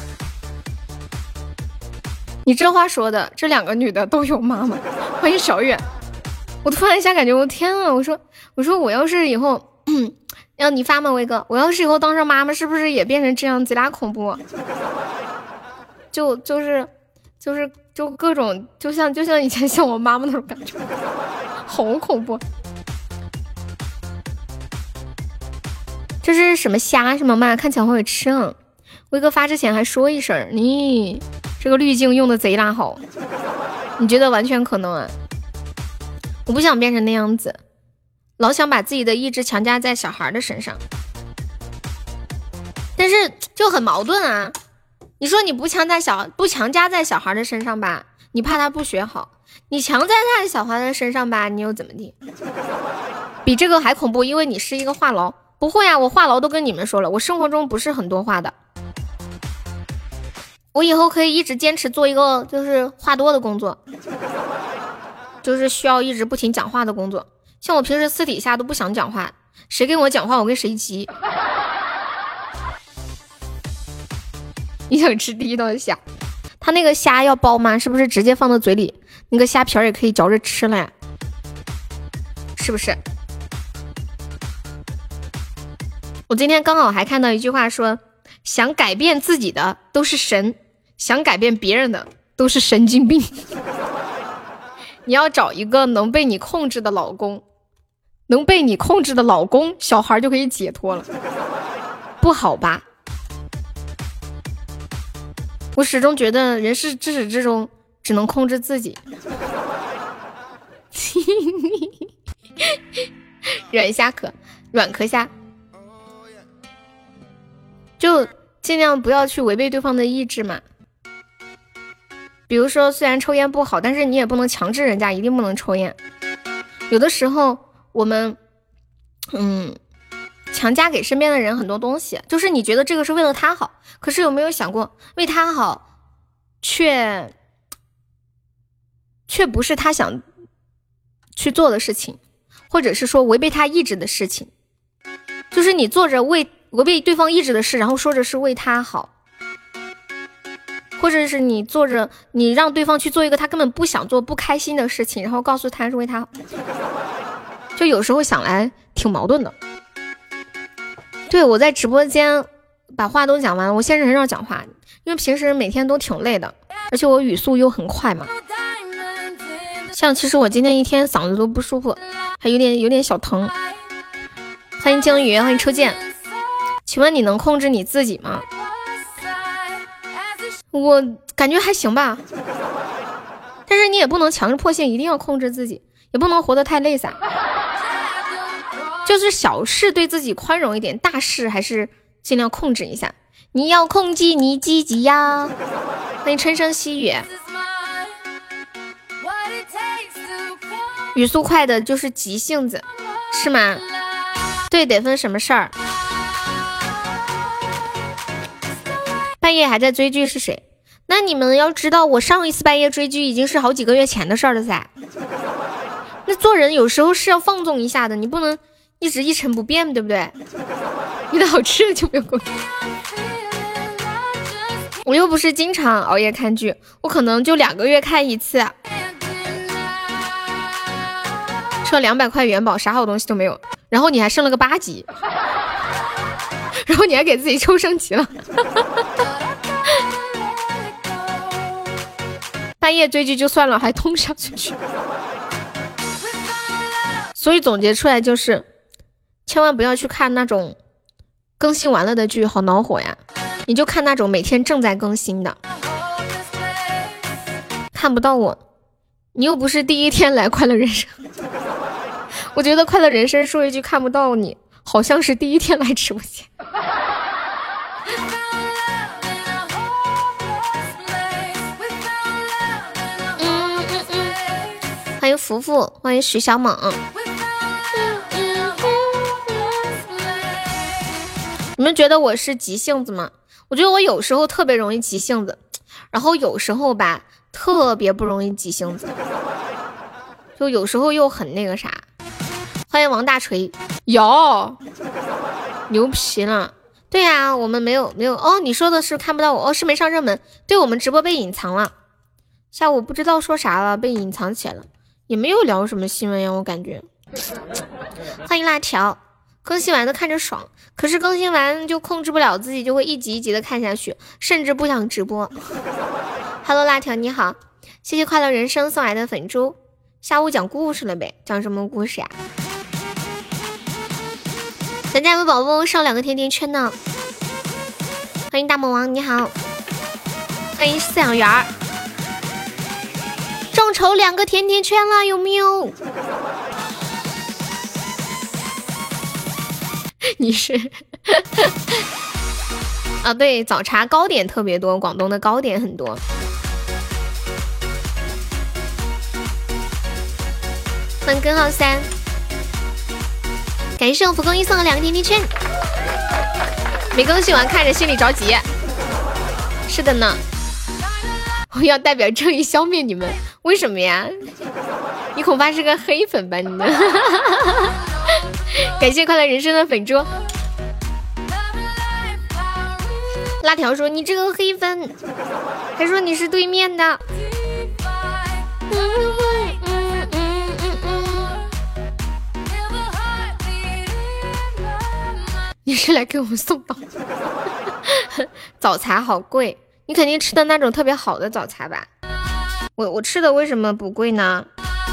你这话说的，这2个女的都有妈妈。欢迎小远，我突然一下感觉我天啊，我说我要是以后要你发吗威哥，我要是以后当上妈妈是不是也变成这样贼拉恐怖？就是各种就像以前像我妈妈那种感觉，好恐怖。这是什么虾是吗？妈看起来好好吃啊！威哥发之前还说一声，你这个滤镜用的贼拉好，你觉得完全可能啊？我不想变成那样子，老想把自己的意志强加在小孩的身上，但是就很矛盾啊。你说你不强加在小孩的身上吧，你怕他不学好；你强在他小孩的身上吧，你又怎么地？比这个还恐怖，因为你是一个话痨。不会啊，我话痨都跟你们说了，我生活中不是很多话的。我以后可以一直坚持做一个就是话多的工作，就是需要一直不停讲话的工作。像我平时私底下都不想讲话，谁跟我讲话我跟谁急。你想吃第一道虾，它那个虾要剥吗？是不是直接放到嘴里，那个虾皮也可以嚼着吃了呀？是不是？我今天刚好还看到一句话说，想改变自己的都是神，想改变别人的都是神经病。你要找一个能被你控制的老公，能被你控制的老公，小孩就可以解脱了，不好吧？我始终觉得人是至始至终只能控制自己。软壳虾，就尽量不要去违背对方的意志嘛。比如说虽然抽烟不好，但是你也不能强制人家一定不能抽烟。有的时候我们强加给身边的人很多东西，就是你觉得这个是为了他好，可是有没有想过为他好却不是他想去做的事情，或者是说违背他意志的事情，就是你做着违背对方意志的事，然后说着是为他好，或者是你做着你让对方去做一个他根本不想做不开心的事情，然后告诉他是为他好，就有时候想来挺矛盾的。对，我在直播间把话都讲完了，我现在很少讲话，因为平时每天都挺累的，而且我语速又很快嘛。像其实我今天一天嗓子都不舒服，还有点小疼。欢迎鲸鱼，欢迎初见。请问你能控制你自己吗？我感觉还行吧，但是你也不能强迫性一定要控制自己，也不能活得太累散。就是小事对自己宽容一点，大事还是尽量控制一下。你要控制你自己呀。欢迎春生细雨。语速快的就是急性子，是吗？对，得分什么事儿。半夜还在追剧是谁？那你们要知道，我上一次半夜追剧已经是好几个月前的事儿了噻。 那做人有时候是要放纵一下的，你不能一直一成不变，对不对？遇到好吃的就不用过。我又不是经常熬夜看剧，我可能就2个月看一次。吃了200块元宝，啥好东西都没有，然后你还升了个8级，然后你还给自己抽升级了。半夜追剧就算了，还通宵追剧。所以总结出来就是，千万不要去看那种更新完了的剧，好恼火呀！你就看那种每天正在更新的。看不到我，你又不是第一天来快乐人生。我觉得快乐人生说一句看不到你，好像是第一天来直播间。欢迎福福，欢迎徐小猛。你们觉得我是急性子吗？我觉得我有时候特别容易急性子，然后有时候吧特别不容易急性子，就有时候又很那个啥。欢迎王大锤，有牛皮了。对呀，我们没有哦，你说的是看不到我哦，是没上热门。对，我们直播被隐藏了，下午不知道说啥了，被隐藏起来了，也没有聊什么新闻呀，我感觉。欢迎辣条，更新完的看着爽，可是更新完就控制不了自己，就会一集一集的看下去，甚至不想直播。Hello 辣条你好，谢谢快乐人生送来的粉猪。下午讲故事了呗，讲什么故事呀？咱家有宝宝上2个甜甜圈呢。欢迎大魔王你好，欢迎饲养员儿，众筹2个甜甜圈了，有没有？你是啊，对，早茶糕点特别多，广东的糕点很多。欢迎根号3，感谢我蒲公英送了2个甜甜圈。没更新完看着心里着急。是的呢，我要代表正义消灭你们。为什么呀？你恐怕是个黑粉吧你们。感谢快乐人生的粉猪。辣条说你这个黑粉，还说你是对面的。你是来给我们送到早茶好贵，你肯定吃的那种特别好的早茶吧？我吃的为什么不贵呢？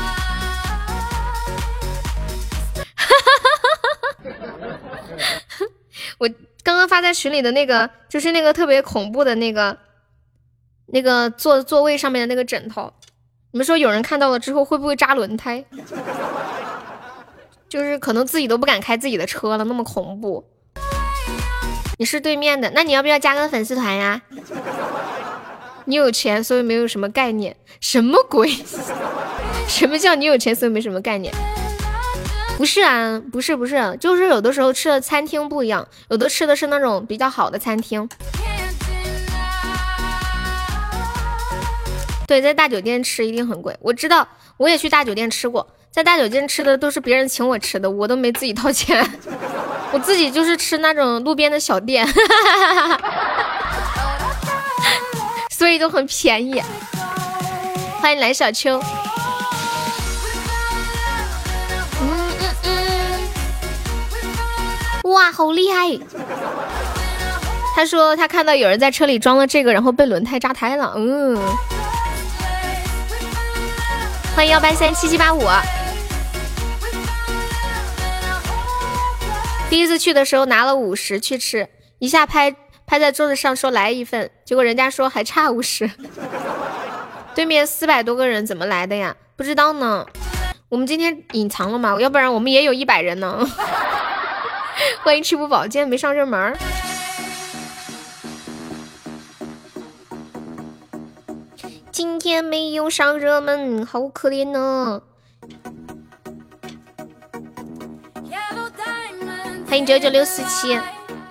我刚刚发在群里的那个，就是那个特别恐怖的那个座位上面的那个枕头，你们说有人看到了之后会不会扎轮胎？就是可能自己都不敢开自己的车了，那么恐怖。你是对面的，那你要不要加个粉丝团呀？你有钱所以没有什么概念，什么鬼？什么叫你有钱所以没什么概念？不是啊，不是，就是有的时候吃的餐厅不一样，有的吃的是那种比较好的餐厅。对，在大酒店吃一定很贵，我知道，我也去大酒店吃过，在大酒店吃的都是别人请我吃的，我都没自己掏钱，我自己就是吃那种路边的小店，所以都很便宜。欢迎来小秋。哇，好厉害！他说他看到有人在车里装了这个，然后被轮胎扎胎了。欢迎1837785。第一次去的时候拿了50去吃，一下拍在桌子上说来一份，结果人家说还差50。对面400多个人怎么来的呀？不知道呢。我们今天隐藏了吗？要不然我们也有100人呢。欢迎吃不饱，今天没上热门。今天没有上热门，好可怜呢。欢迎99647。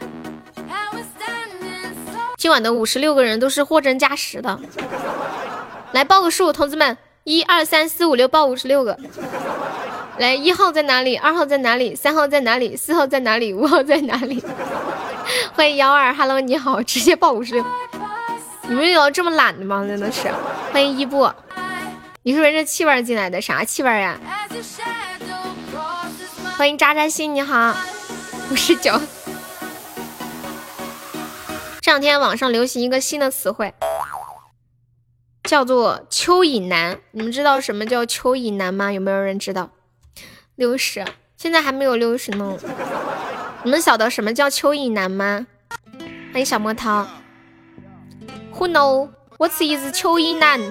今晚的56个人都是货真价实的，来报个数，同志们，1、2、3、4、5、6，报56个。 来，1号在哪里？2号在哪里？3号在哪里？4号在哪里？5号在哪里？欢迎12，Hello， 你好，直接报56。你们有这么懒的吗？真的是。欢迎伊布，你是闻着气味进来的？啥气味呀？欢迎渣渣心，你好，59。这两天网上流行一个新的词汇，叫做蚯蚓男。你们知道什么叫蚯蚓男吗？有没有人知道？60，现在还没有60呢。你们晓得什么叫蚯蚓男吗？欢迎小魔涛。Who know what is 蚯蚓男？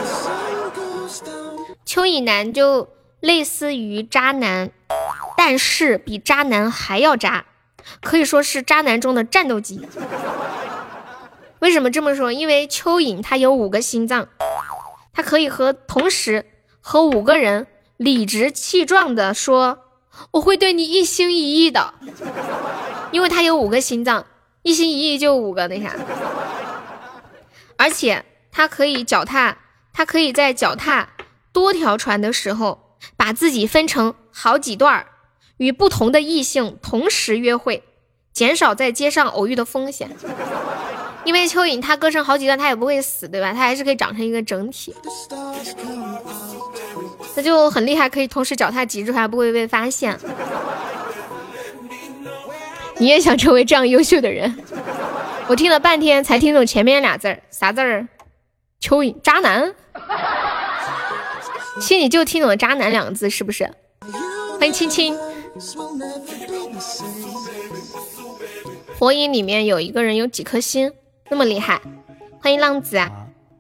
蚯蚓男就类似于渣男，但是比渣男还要渣，可以说是渣男中的战斗机。为什么这么说？因为蚯蚓它有5个心脏，它可以同时和5个人理直气壮的说我会对你一心一意的，因为它有5个心脏，一心一意就5个那啥。而且它可以在脚踏多条船的时候，把自己分成好几段，与不同的异性同时约会，减少在街上偶遇的风险。因为蚯蚓它割成好几段，它也不会死，对吧？它还是可以长成一个整体，那就很厉害，可以同时脚踏几只船，不会被发现。你也想成为这样优秀的人？我听了半天才听懂前面俩字儿，啥字儿？蚯蚓，渣男。心里就听懂了渣男2个字，是不是？欢迎青青。火影里面有一个人有几颗心，那么厉害。欢迎浪子啊。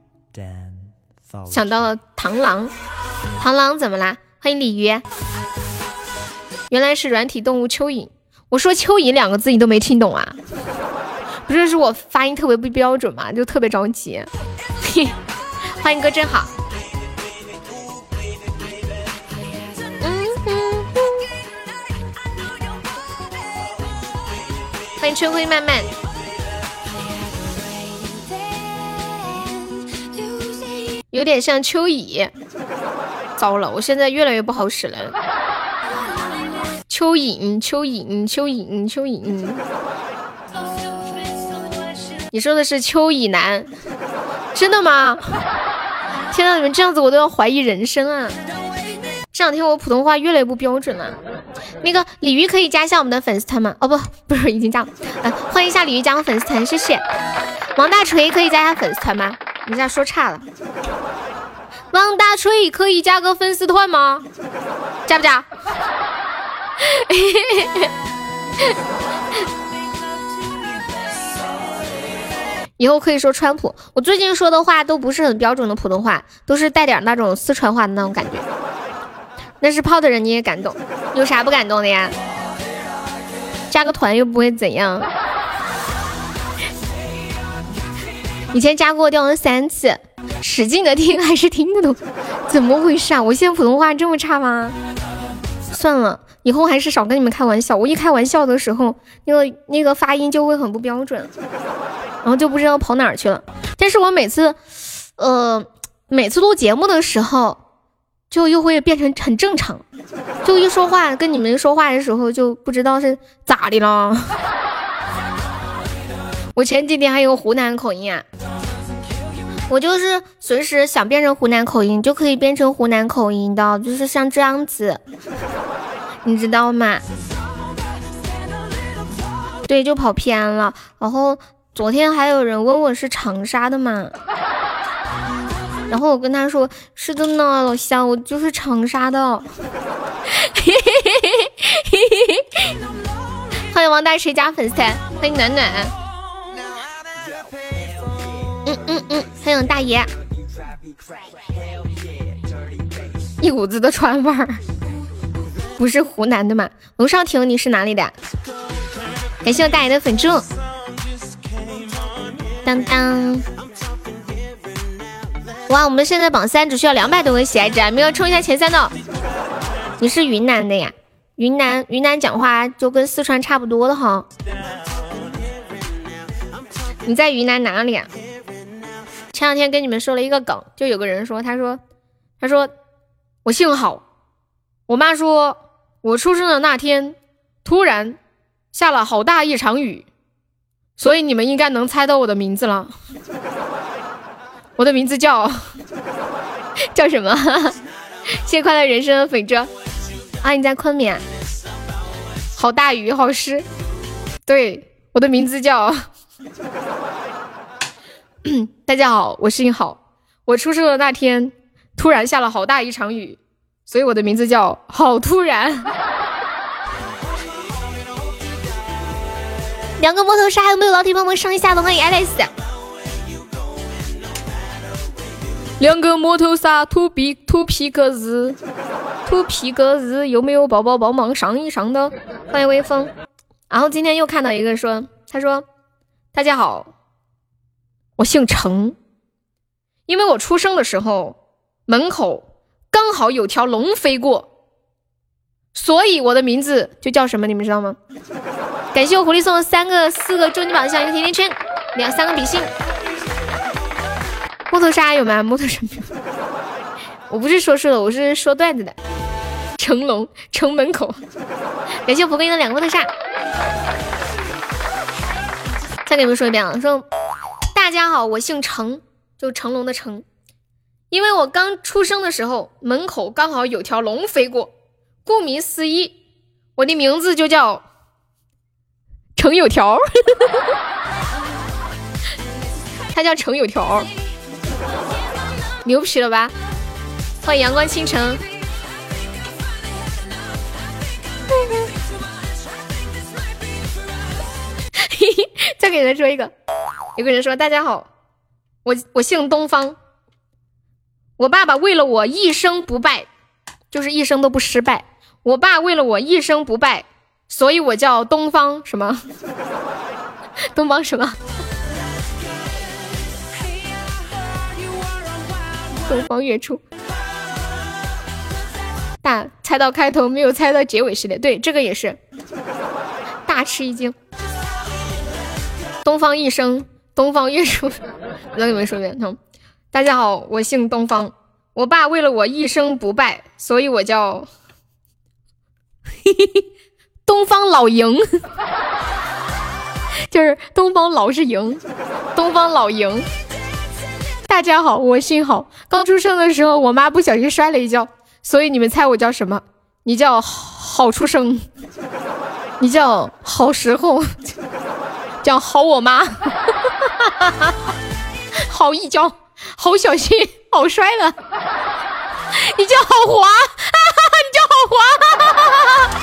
想到了螳螂，螳螂怎么啦？欢迎鲤鱼。原来是软体动物蚯蚓。我说蚯蚓2个字你都没听懂啊？不是我发音特别不标准嘛，就特别着急。欢迎哥真好。欢迎春晖漫漫。有点像蚯蚓。糟了，我现在越来越不好使了。蚯蚓，蚯蚓，蚯蚓，蚯蚓。你说的是蚯蚓男？真的吗？天哪，你们这样子我都要怀疑人生啊！这两天我普通话越来越不标准了。那个鲤鱼可以加一下我们的粉丝团吗？哦不是，已经加了。欢迎一下鲤鱼加我粉丝团，谢谢。王大锤可以加一下粉丝团吗？你这说差了。王大锤可以加个粉丝团吗？加不加？以后可以说川普。我最近说的话都不是很标准的普通话，都是带点那种四川话的那种感觉。那是泡的人你也敢懂，有啥不敢懂的呀？加个团又不会怎样。以前加过掉了3次，使劲的听还是听得懂，怎么回事啊？我现在普通话这么差吗？算了，以后还是少跟你们开玩笑。我一开玩笑的时候，那个发音就会很不标准，然后就不知道跑哪儿去了。但是我每次录节目的时候，就又会变成很正常，就一说话跟你们说话的时候，就不知道是咋的了。我前几天还有湖南口音啊，我就是随时想变成湖南口音就可以变成湖南口音的，就是像这样子，你知道吗？对，就跑偏了。然后昨天还有人问我是长沙的嘛，然后我跟他说是的呢，老乡，我就是长沙的。欢迎王大锤加粉丝团，欢迎暖暖。欢迎大爷，一股子的川味儿。不是湖南的吗？龙少婷你是哪里的？感谢我大爷的粉猪。当当，哇，我们现在榜3只需要200多个喜爱值，没有冲一下前3的。你是云南的呀？云南讲话就跟四川差不多的哈。你在云南哪里啊？前两天跟你们说了一个梗，就有个人说，他说我姓郝， 我妈说我出生的那天突然下了好大一场雨，所以你们应该能猜到我的名字了。我的名字叫什么？谢谢快乐人生的粉遮啊！你在昆明？好大雨，好湿。对，我的名字叫大家好，我是英好。我出生的那天突然下了好大一场雨，所以我的名字叫好突然。2个摩头杀，还有没有老铁帮忙上一下的？欢迎 Alice。2个摩头杀，秃皮个子，有没有宝宝帮忙上一上的？欢迎微风。然后今天又看到一个说，他说大家好，我姓程，因为我出生的时候门口刚好有条龙飞过，所以我的名字就叫什么，你们知道吗？感谢我狐狸送了4个终极宝箱，一个甜甜圈，3个比心。摩托沙有吗？摩托什么？我不是说书的，我是说段子的。成龙城门口，感谢蒲公英的2个摩托沙。再给你们说一遍啊，说大家好，我姓程，就成龙的成。因为我刚出生的时候，门口刚好有条龙飞过，顾名思义，我的名字就叫程有条。他叫程有条。牛皮了吧？欢迎阳光倾城。再给人说一个，有个人说大家好，我姓东方，我爸爸为了我一生不败，就是一生都不失败，我爸为了我一生不败，所以我叫东方什么？东方什么？东方月初。大猜到开头没有猜到结尾是的，对，这个也是大吃一惊。东方一生，东方月初。我再给你们说一遍，大家好，我姓东方，我爸为了我一生不败，所以我叫东方老赢。就是东方老是赢，东方老赢。大家好，我姓郝，刚出生的时候我妈不小心摔了一跤，所以你们猜我叫什么？你叫好出生，你叫好时候，叫好我妈。好一跤，好小心，好摔了。你叫好滑，你叫好滑。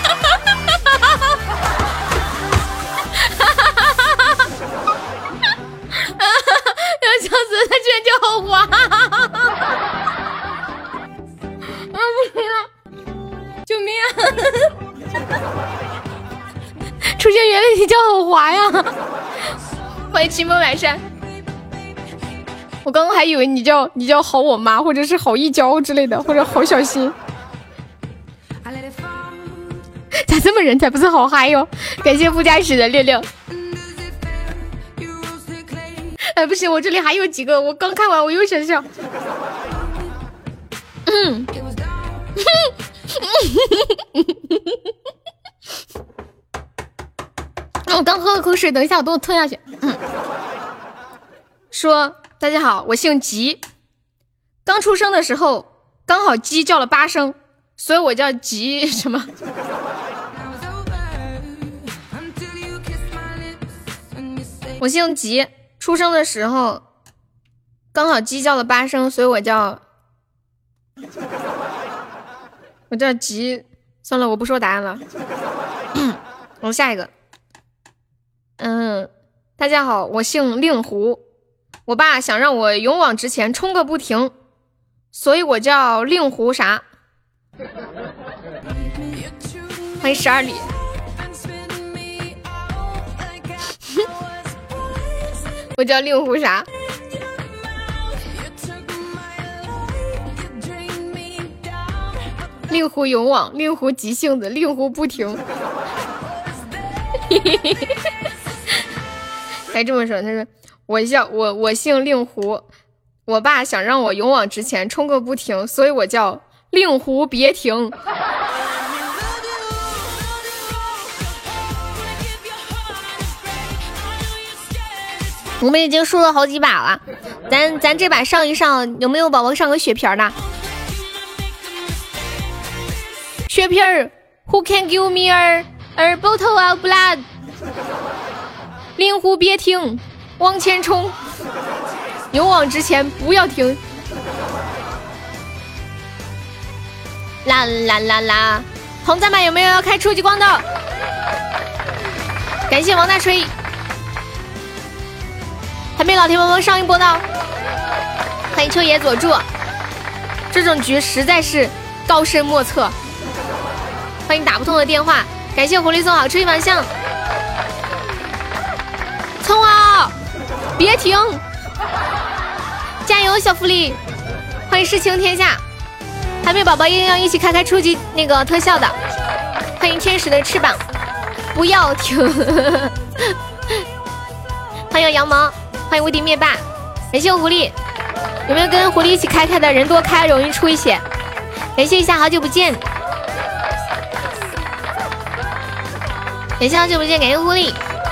要笑死，他居然叫好滑。不行了，救命啊！出现原来你叫好滑呀！欢迎清风来山。我刚刚还以为你叫好我妈，或者是好一跤之类的，或者好小心。咋这么人才不是好嗨哟！感谢副驾驶的66。哎，不行，我这里还有几个，我刚看完我又想笑。我刚喝了口水，等一下我都吞下去。说大家好，我姓吉，刚出生的时候刚好鸡叫了8声，所以我叫吉什么？我姓吉，出生的时候刚好鸡叫了8声，所以我叫吉。算了，我不说答案了。我下一个。大家好，我姓令狐，我爸想让我勇往直前，冲个不停，所以我叫令狐啥。欢迎12里。我叫令狐啥？令狐勇往，令狐急性子，令狐不停。还这么说，他说我姓令狐，我爸想让我勇往直前，冲个不停，所以我叫令狐别停。 我们已经输了好几把了，咱这把上一上，有没有宝宝上个血瓶的？血瓶儿 ，Who can give me a bottle of blood？ 令狐别停，往前冲，勇往直前，不要停！啦啦啦啦！同志们，有没有要开初级光的？感谢王大锤。还没老铁们上一波的，欢迎秋野佐助。这种局实在是高深莫测。欢迎打不通的电话，感谢狐狸送好吃一碗香。冲啊！别停！加油，小福利！欢迎世情天下。还没宝宝要一起开初级那个特效的，欢迎天使的翅膀。不要停！欢迎羊毛。欢迎无敌灭霸，感谢我狐狸，有没有跟狐狸一起开的？人多开容易出一些。感谢一下，好久不见，感谢好久不见，感谢狐狸，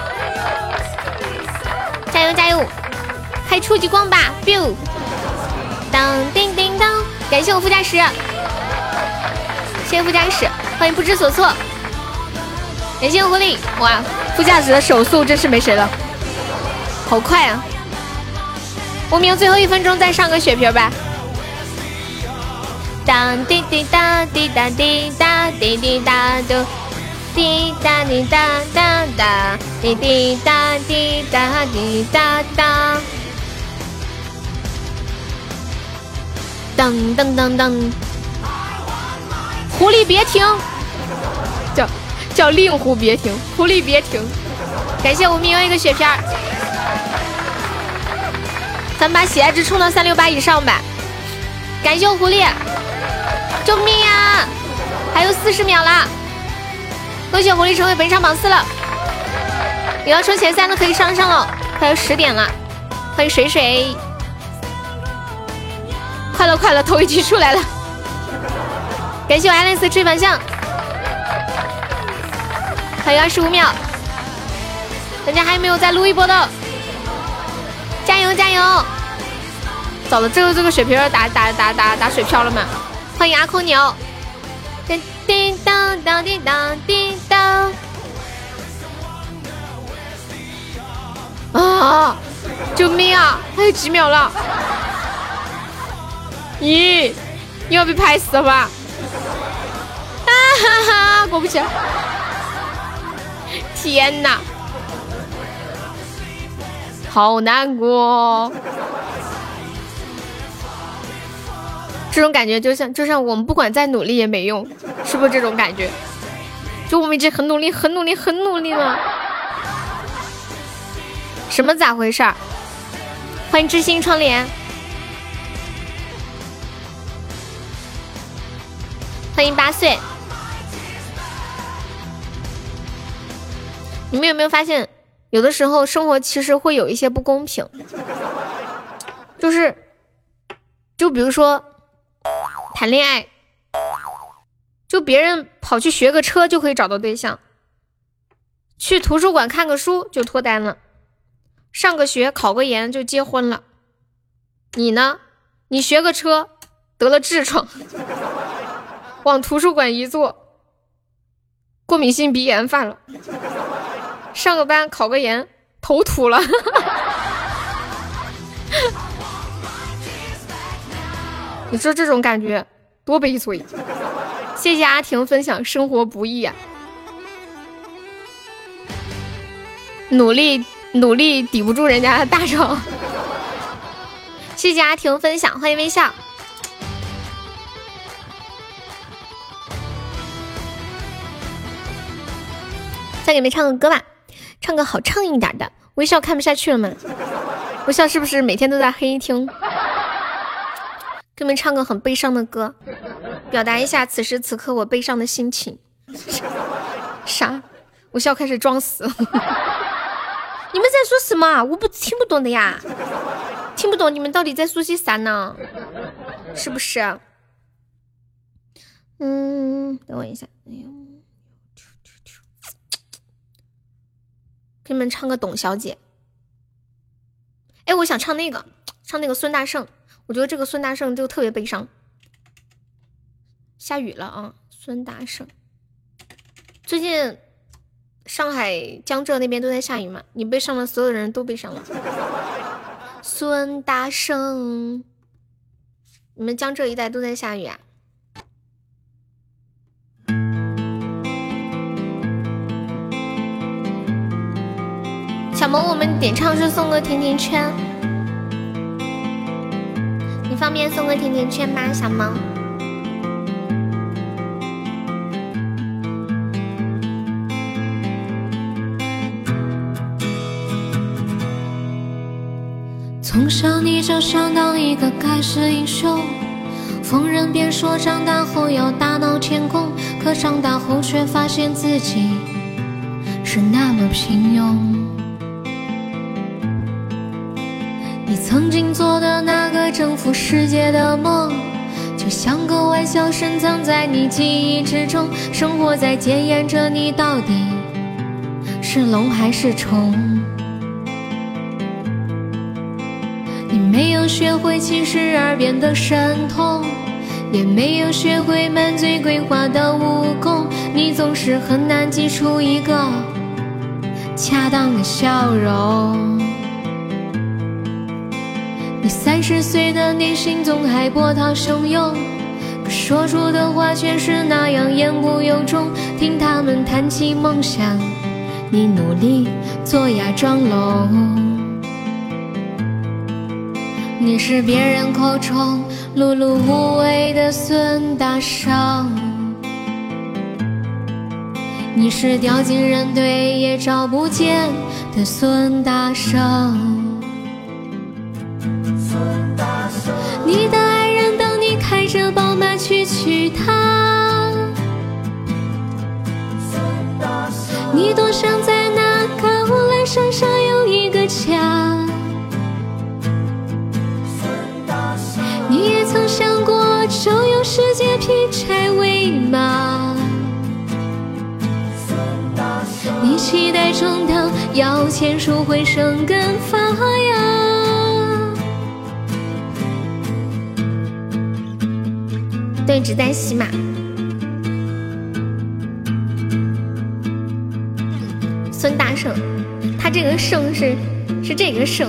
加油加油，开初级光吧 ，biu， 当叮叮当，感谢我副驾驶，谢谢副驾驶，欢迎不知所措，感谢我狐狸，哇，副驾驶的手速真是没谁了。好快啊！无名最后1分钟再上个血瓶吧。当滴滴答滴答滴答滴滴答嘟，滴答滴答答答滴滴答滴答滴答答。噔噔噔噔，狐狸别停，叫令狐别停，狐狸别停。感谢无名一个血瓶。咱把喜爱值冲到368以上吧！感谢我狐狸，救命呀！还有40秒了，恭喜狐狸成为本场榜4了。有要冲前3的可以上了，快要10点了。欢迎水水，快了，头已经出来了。感谢我爱丽丝追反向，还有25秒，大家还没有再撸一波的。加油加油！早了，这个水瓶打水漂了吗？欢迎阿空牛，叮叮当当叮当叮当啊！救命啊！还有几秒了？咦，你要被拍死了吧？啊哈哈！过不去！天哪！好难过，这种感觉就像我们不管再努力也没用，是不是这种感觉？就我们已经很努力了，什么咋回事？欢迎知心窗帘，欢迎8岁。你们有没有发现？有的时候生活其实会有一些不公平，就比如说谈恋爱，就别人跑去学个车就可以找到对象，去图书馆看个书就脱单了，上个学考个研就结婚了。你呢？你学个车得了痔疮，往图书馆一坐，过敏性鼻炎犯了。上个班考个研头秃了。你说这种感觉多悲催。谢谢阿婷分享生活不易啊，努力抵不住人家的大招。谢谢阿婷分享，欢迎微笑。再给你们唱个歌吧，唱个好唱一点的。微笑看不下去了吗？微笑是不是每天都在黑听？给你们唱个很悲伤的歌，表达一下此时此刻我悲伤的心情。啥？微笑开始装死。你们在说什么？我听不懂的呀，听不懂你们到底在说些啥呢？是不是？等我一下。哎呦，给你们唱个董小姐。 哎，我想唱那个孙大圣，我觉得这个孙大圣就特别悲伤。下雨了啊，孙大圣。最近上海、江浙那边都在下雨嘛，你悲伤了，所有人都悲伤了。孙大圣，你们江浙一带都在下雨啊？小萌，我们点唱是送个甜甜圈，你方便送个甜甜圈吗？小萌。 从小你就想当一个盖世英雄，逢人便说长大后要大闹天宫，可长大后却发现自己是那么平庸。你曾经做的那个征服世界的梦，就像个玩笑深藏在你记忆之中，生活在检验着你到底是龙还是虫。你没有学会七十二变的神通，也没有学会满嘴鬼话的武功，你总是很难挤出一个恰当的笑容。你30岁的内心总还波涛汹涌，可说出的话却是那样言不由衷。听他们谈起梦想，你努力做哑妆龙。你是别人口中碌碌无为的孙大圣，你是掉进人堆也找不见的孙大圣。你的爱人等你开着宝马去娶她，你多想在那高栏山上有一个家。你也曾想过周游世界劈柴为马，你期待中的摇钱树会生根发芽。 对，只在喜马。孙大圣，他这个圣是这个圣。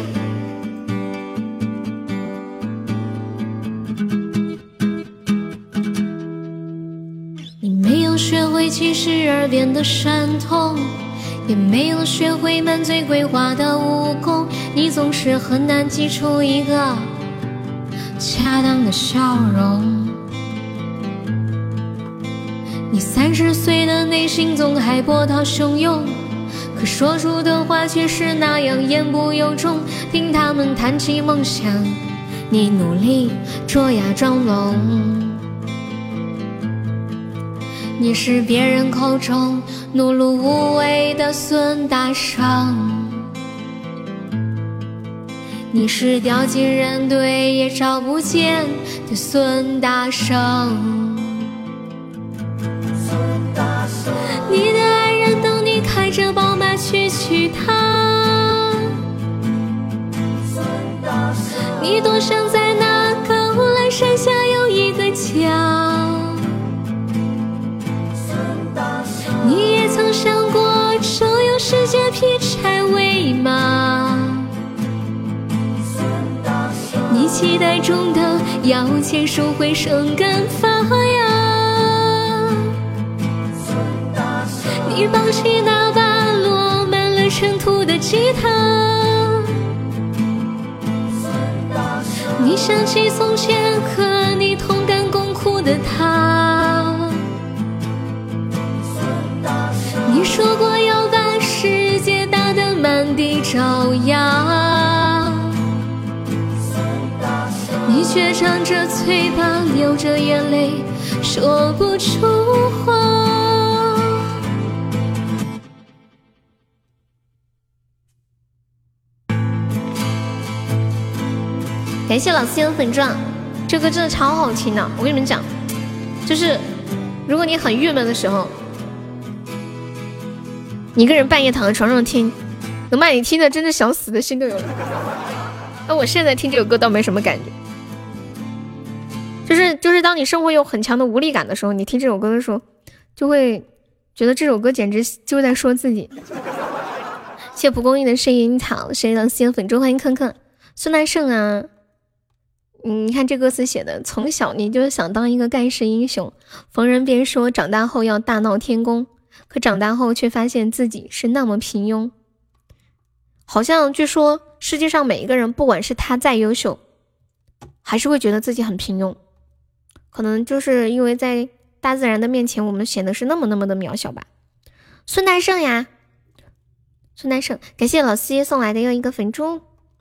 你没有学会72变的神通，也没有学会满嘴鬼话的武功，你总是很难挤出一个恰当的笑容。你30岁的内心总还波涛汹涌，可说出的话却是那样言不由衷。听他们谈起梦想，你努力做哑妆龙。你是别人口中碌碌无为的孙大圣，你是掉进人堆也找不见的孙大圣。你的爱人等你开着宝马去娶她，你多想在那高栏山下有一个家。你也曾想过周游世界劈柴为马，你期待中的摇钱树会生根发芽。你抱起那把落满了尘土的吉他，你想起从前和你同甘共苦的他，你说过要把世界打得满地找牙，你却张着嘴巴流着眼泪说不出话。 感谢老四的粉钻，这歌真的超好听的。我跟你们讲，就是如果你很郁闷的时候，你一个人半夜躺在床上听，能把你听的真的想死的心都有了。 那我现在听这首歌倒没什么感觉，就是当你生活有很强的无力感的时候，你听这首歌的时候，就会觉得这首歌简直就在说自己。谢蒲公英的声音草，谁能吸粉中？欢迎坑坑孙大圣啊！你看这歌词写的，从小你就想当一个盖世英雄，逢人便说长大后要大闹天宫，可长大后却发现自己是那么平庸。好像据说世界上每一个人，不管是他再优秀，还是会觉得自己很平庸，可能就是因为在大自然的面前，我们显得是那么的渺小吧。孙大圣呀，孙大圣，感谢老师送来的又一个粉猪。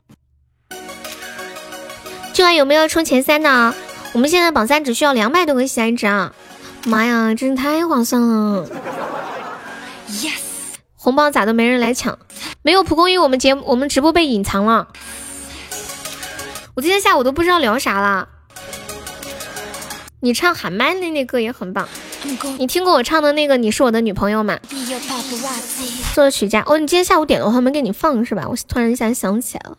今晚有没有冲前3的？我们现在榜3只需要200多个喜爱值啊！妈呀，真是太划算了 ！Yes， 红包咋都没人来抢？没有蒲公英，我们直播被隐藏了。我今天下午都不知道聊啥了。你唱喊麦的那歌也很棒，你听过我唱的那个你是我的女朋友吗？作曲家哦，你今天下午点的我还没给你放是吧？我突然一下想起来了。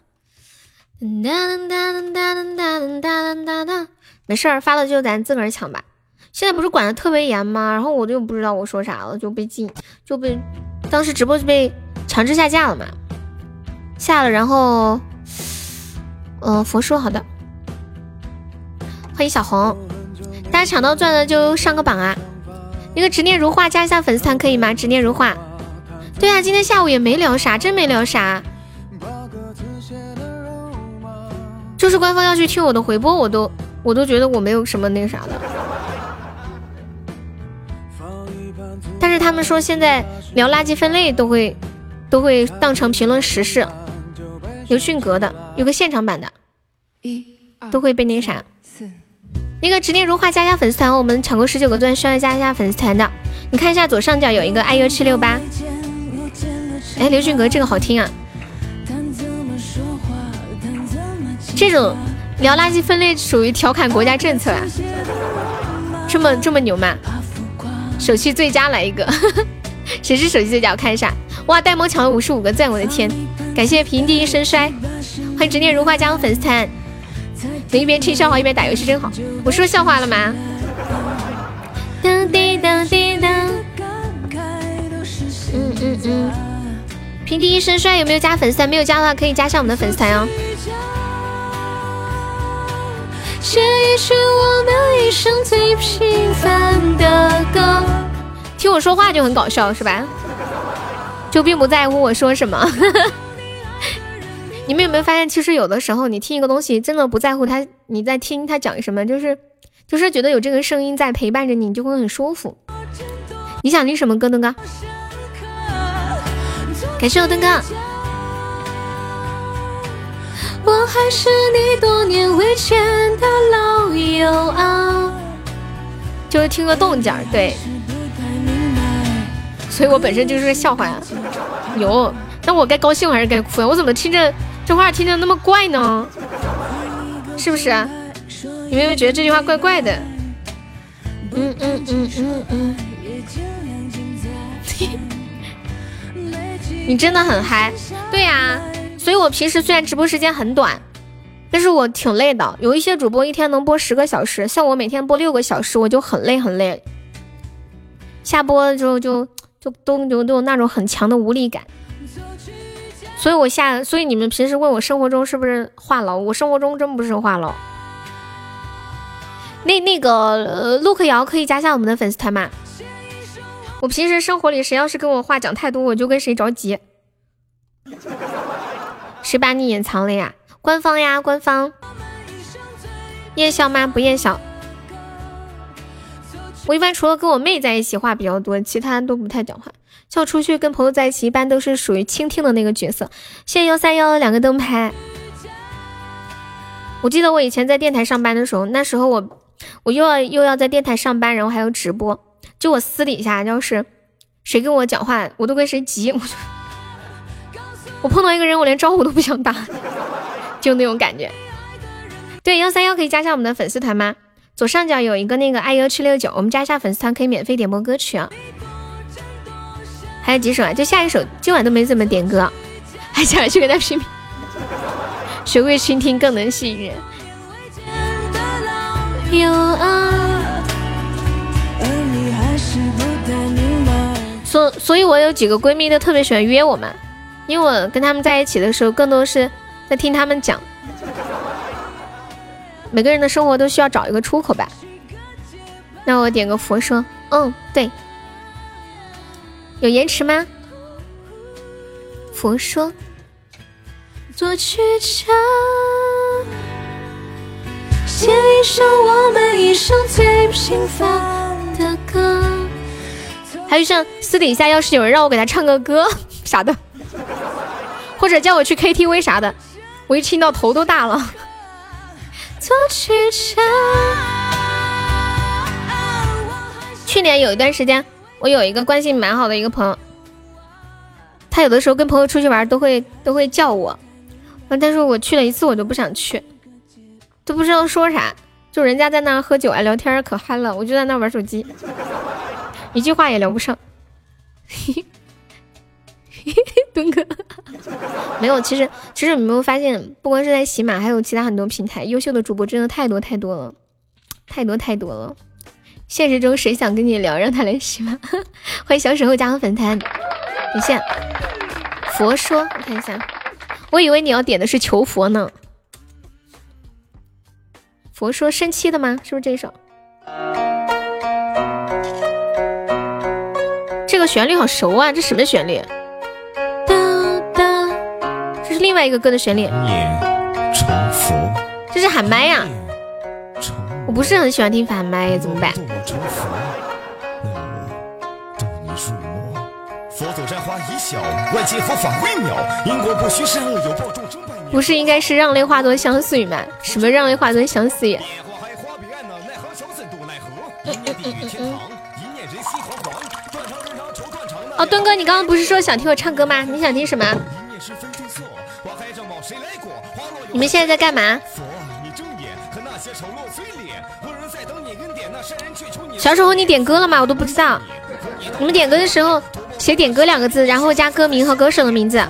没事儿，发了就咱自个儿抢吧。现在不是管的特别严吗？然后我就不知道我说啥了，就被当时直播就被强制下架了嘛，下了，然后佛说好的，欢迎小红，大家抢到钻的就上个榜啊。那个执念如画加一下粉丝团可以吗？执念如画。对啊，今天下午也没聊啥，真没聊啥。就是官方要去听我的回播，我都觉得我没有什么那啥的。但是他们说现在聊垃圾分类都会当成评论时事，有迅格的，有个现场版的，都会被那啥。那个执念如画加一下粉丝团，我们抢过19个钻，需要加一下粉丝团的。你看一下左上角有一个IU768，哎，刘迅格这个好听啊。这种聊垃圾分类属于调侃国家政策啊，这么牛吗？手气最佳来一个，谁是手气最佳？我看一下，哇，呆萌抢了55个赞，我的天！感谢平地一声衰，欢迎执念如画加入粉丝团。能一边听笑话一边打游戏真好。我说笑话了吗？平地一声衰有没有加粉丝团？没有加的话可以加上我们的粉丝团哦。写一曲我们一生最平凡的歌。听我说话就很搞笑是吧？就并不在乎我说什么。你们有没有发现，其实有的时候你听一个东西，真的不在乎他你在听他讲什么，就是觉得有这个声音在陪伴着你，就会很舒服。你想听什么歌，灯哥？感谢我灯哥。我还是你多年未见的老友啊，就是听个动静儿，对，所以我本身就是个笑话呀。有，那我该高兴还是该哭呀？我怎么听着这话听着那么怪呢？是不是啊？你们有没有觉得这句话怪怪的？你真的很嗨，对呀。所以我平时虽然直播时间很短，但是我挺累的。有一些主播一天能播10个小时，像我每天播6个小时，我就很累。下播之后就都有那种很强的无力感。所以你们平时问我生活中是不是话痨，我生活中真不是话痨。那个陆克瑶可以加下我们的粉丝团吗？我平时生活里谁要是跟我话讲太多，我就跟谁着急。谁把你隐藏了呀？官方呀，官方。夜校吗？不夜校。我一般除了跟我妹在一起话比较多，其他都不太讲话。像出去跟朋友在一起，一般都是属于倾听的那个角色。谢谢131两个灯牌。我记得我以前在电台上班的时候，那时候我又要在电台上班，然后还有直播。就我私底下要是谁跟我讲话，我都跟谁急。我碰到一个人，我连招呼都不想打，就那种感觉。对，131可以加上我们的粉丝团吗？左上角有一个那个IU769，我们加一下粉丝团可以免费点播歌曲啊。还有几首啊？就下一首，今晚都没怎么点歌，还想去跟他拼命。 学会倾听更能吸引人。有啊，所以我有几个闺蜜都特别喜欢约我们，因为我跟他们在一起的时候，更多是在听他们讲。每个人的生活都需要找一个出口吧。那我点个佛说，对。有延迟吗？佛说。作曲家写一首我们一生最平凡的歌。还有像私底下要是有人让我给他唱个歌啥的，或者叫我去 KTV 啥的，我一听到头都大了。作曲家。去年有一段时间，我有一个关系蛮好的一个朋友，他有的时候跟朋友出去玩都会叫我，但是我去了一次我就不想去，都不知道说啥，就人家在那喝酒啊聊天可嗨了，我就在那玩手机，一句话也聊不上。敦哥没有，其实你没有发现，不光是在喜马，还有其他很多平台，优秀的主播真的太多了，太多了。现实中谁想跟你聊，让他来喜马。欢迎小时候加入粉团，等下佛说，我看一下，我以为你要点的是求佛呢。佛说生气的吗？是不是这一首？这个旋律好熟啊，这什么旋律？这是另外一个歌的旋律。这是喊麦呀、我不是很喜欢听喊麦，怎么办？不是应该是让泪化作相思雨吗？什么让泪化作相思雨？哦，敦哥，你刚刚不是说想听我唱歌吗？你想听什么？你们现在在干嘛？小时候你点歌了吗？我都不知道。你们点歌的时候写点歌2个字，然后加歌名和歌手的名字。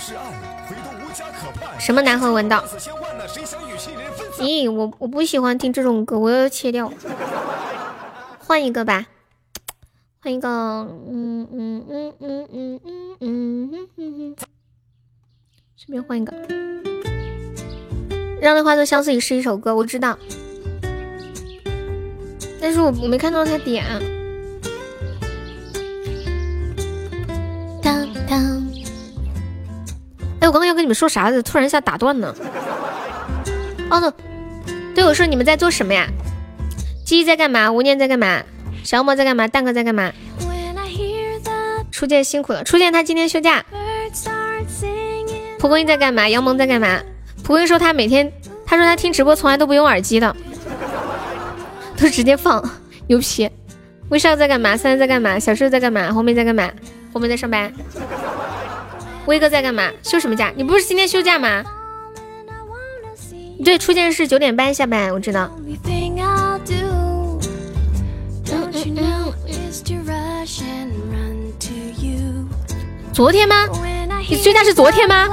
什么南河文道？咦，我不喜欢听这种歌，我要切掉。换一个吧，换一个，随便换一个。让泪化作相思雨是一首歌，我知道，但是我没看到他点。哎，我刚刚要跟你们说啥子，突然一下打断呢。哦，对，我说你们在做什么呀？鸡在干嘛？无念在干嘛？小魔在干嘛？蛋哥在干嘛？初见辛苦了，初见他今天休假。蒲公英在干嘛？杨萌在干嘛？蒲公英说他每天，他说他听直播从来都不用耳机的，都直接放，牛皮。威少在干嘛？三在干嘛？小瘦在干嘛？红梅在干嘛？红梅在上班。威哥在干嘛？休什么假？你不是今天休假吗？对，初见是9点半下班，我知道。昨天吗？你休假是昨天吗？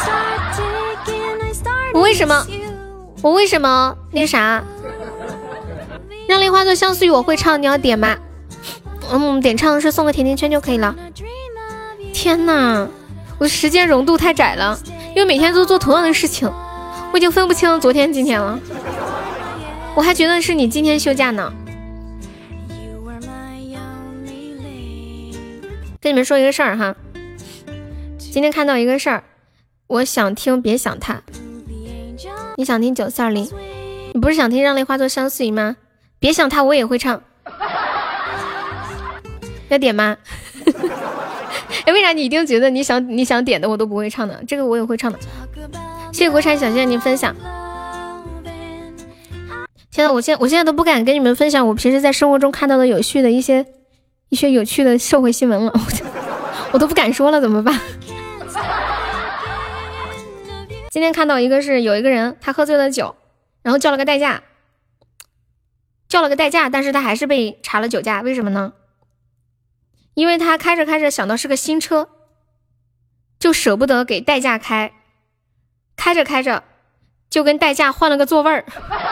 我为什么那啥？让泪化作相思雨我会唱，你要点吗？点唱是送个甜甜圈就可以了。天哪，我的时间容度太窄了，因为每天都做同样的事情，我已经分不清昨天今天了。我还觉得是你今天休假呢。跟你们说一个事儿哈，今天看到一个事儿，我想听别想他。你想听940，你不是想听让泪化作相思雨吗？别想他我也会唱，要点吗？哎，为啥你一定觉得你想点的我都不会唱呢？这个我也会唱的。谢谢国产小仙，您分享。现在我现在都不敢跟你们分享我平时在生活中看到的有趣的一些有趣的社会新闻了，我都不敢说了，怎么办？今天看到一个是有一个人他喝醉了酒，然后叫了个代驾，但是他还是被查了酒驾，为什么呢？因为他开着想到是个新车，就舍不得给代驾开着就跟代驾换了个座位儿。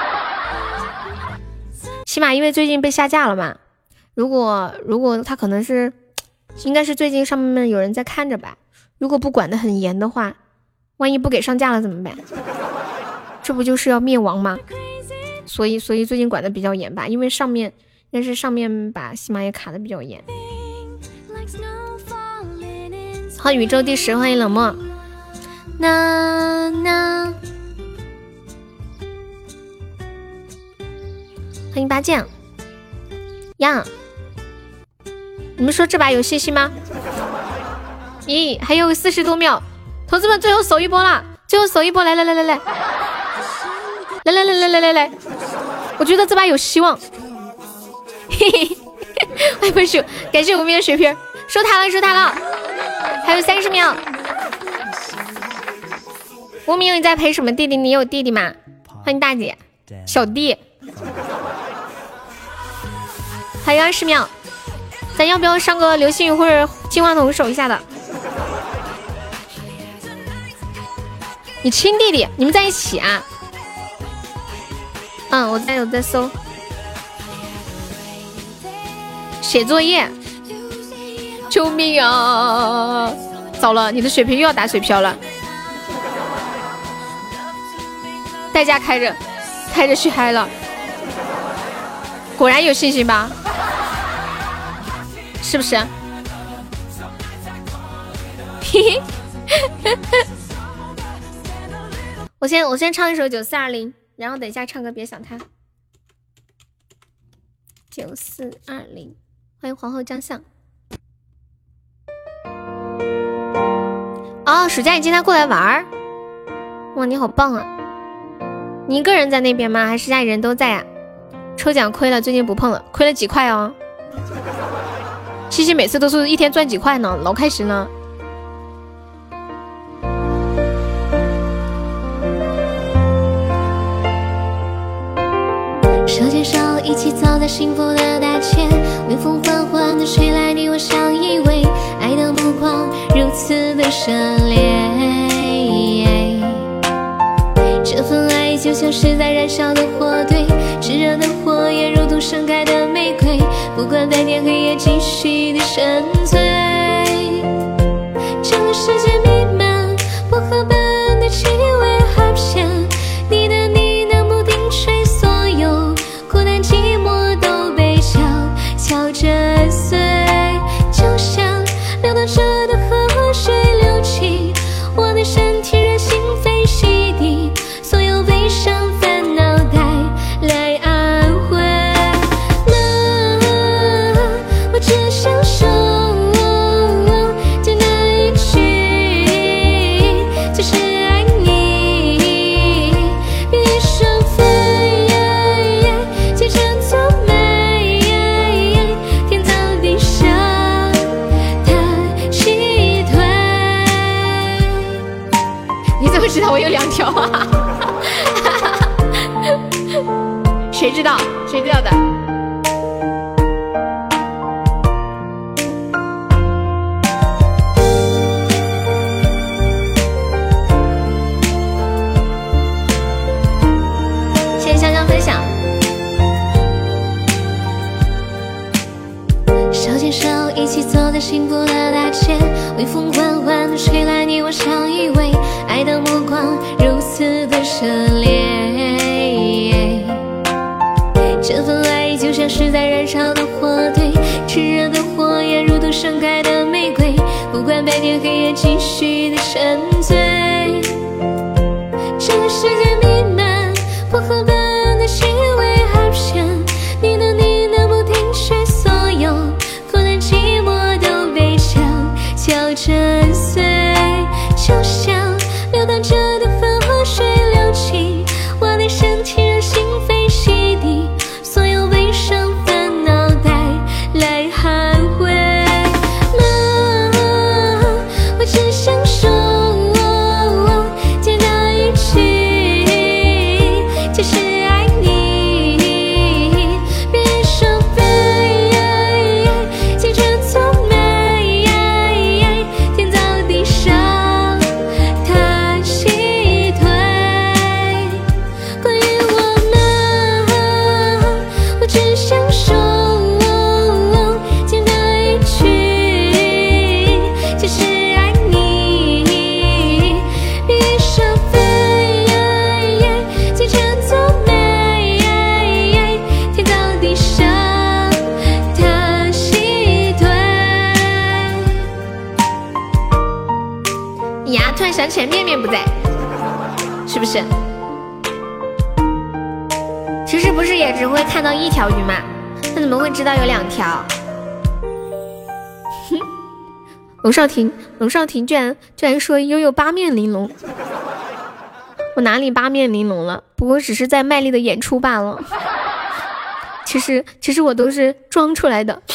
起码因为最近被下架了嘛，如果他可能是应该是最近上面有人在看着吧，如果不管得很严的话，万一不给上架了怎么办？这不就是要灭亡吗？所以最近管得比较严吧，因为上面应该是上面把喜马也卡得比较严。好，宇宙第10，欢迎冷漠。欢迎八剑呀！你们说这把有信心吗？咦，还有40多秒，同志们，最后守一波了，最后守一波，来，我觉得这把有希望。嘿嘿，哎，不是，感谢无名的水瓶，收塔了，还有30秒。无名，你在陪什么弟弟？你有弟弟吗？欢迎大姐，小弟。还有20秒，咱要不要上个流星雨或者金话筒守一下的？你亲弟弟，你们在一起啊？我在搜写作业，救命啊！糟了，你的水瓶又要打水漂了。代驾开着去嗨了，果然有信心吧？是不是？嘿嘿，我先唱一首9420，然后等一下唱歌别想他。9420，欢迎皇后将相。哦，暑假你今天过来玩儿？哇，你好棒啊！你一个人在那边吗？还是家里人都在啊？抽奖亏了，最近不碰了，亏了几块哦。西西每次都是一天赚几块呢，老开心了。 手牵手一起走在幸福的大街，微风缓缓地吹来，你我相依偎，爱的目光如此的热烈。这份爱就像是在燃烧的火堆，炙热的火焰如同盛开的玫瑰，不管白天黑夜继续的沉醉。整个世界弥漫薄荷般的气味，好像你的呢喃不停吹，所有孤单寂寞都被悄悄震碎，就像流动着的河水流进我的身体，让心扉洗涤所有悲伤烦恼，带来安慰。我只想说就那一句，就是爱你，比翼双飞，结成错美，天造地设的气腿。 你怎么知道我有2条啊？谁知道的？谢谢香香分享。 手牵手一起走在幸福的大街，微风缓缓地吹来，你我相依偎，爱的目光如此的热烈。这份爱就像是在燃烧的火堆，炽热的火焰如同盛开的玫瑰，不管白天黑夜继续的沉醉。整个世界弥漫薄荷般的气味，好像你的呢喃不停吹，所有孤单寂寞都被悄悄震碎，就像流淌着的河水流进我的身体，让心扉洗涤所有悲伤烦恼，带来安慰。我只想说就那一句，就是完全面面不在，是不是？其实不是也只会看到一条鱼吗？那怎么会知道有2条？龙少廷居然说拥有8面玲珑，我哪里8面玲珑了？不过只是在卖力的演出罢了。其实我都是装出来的。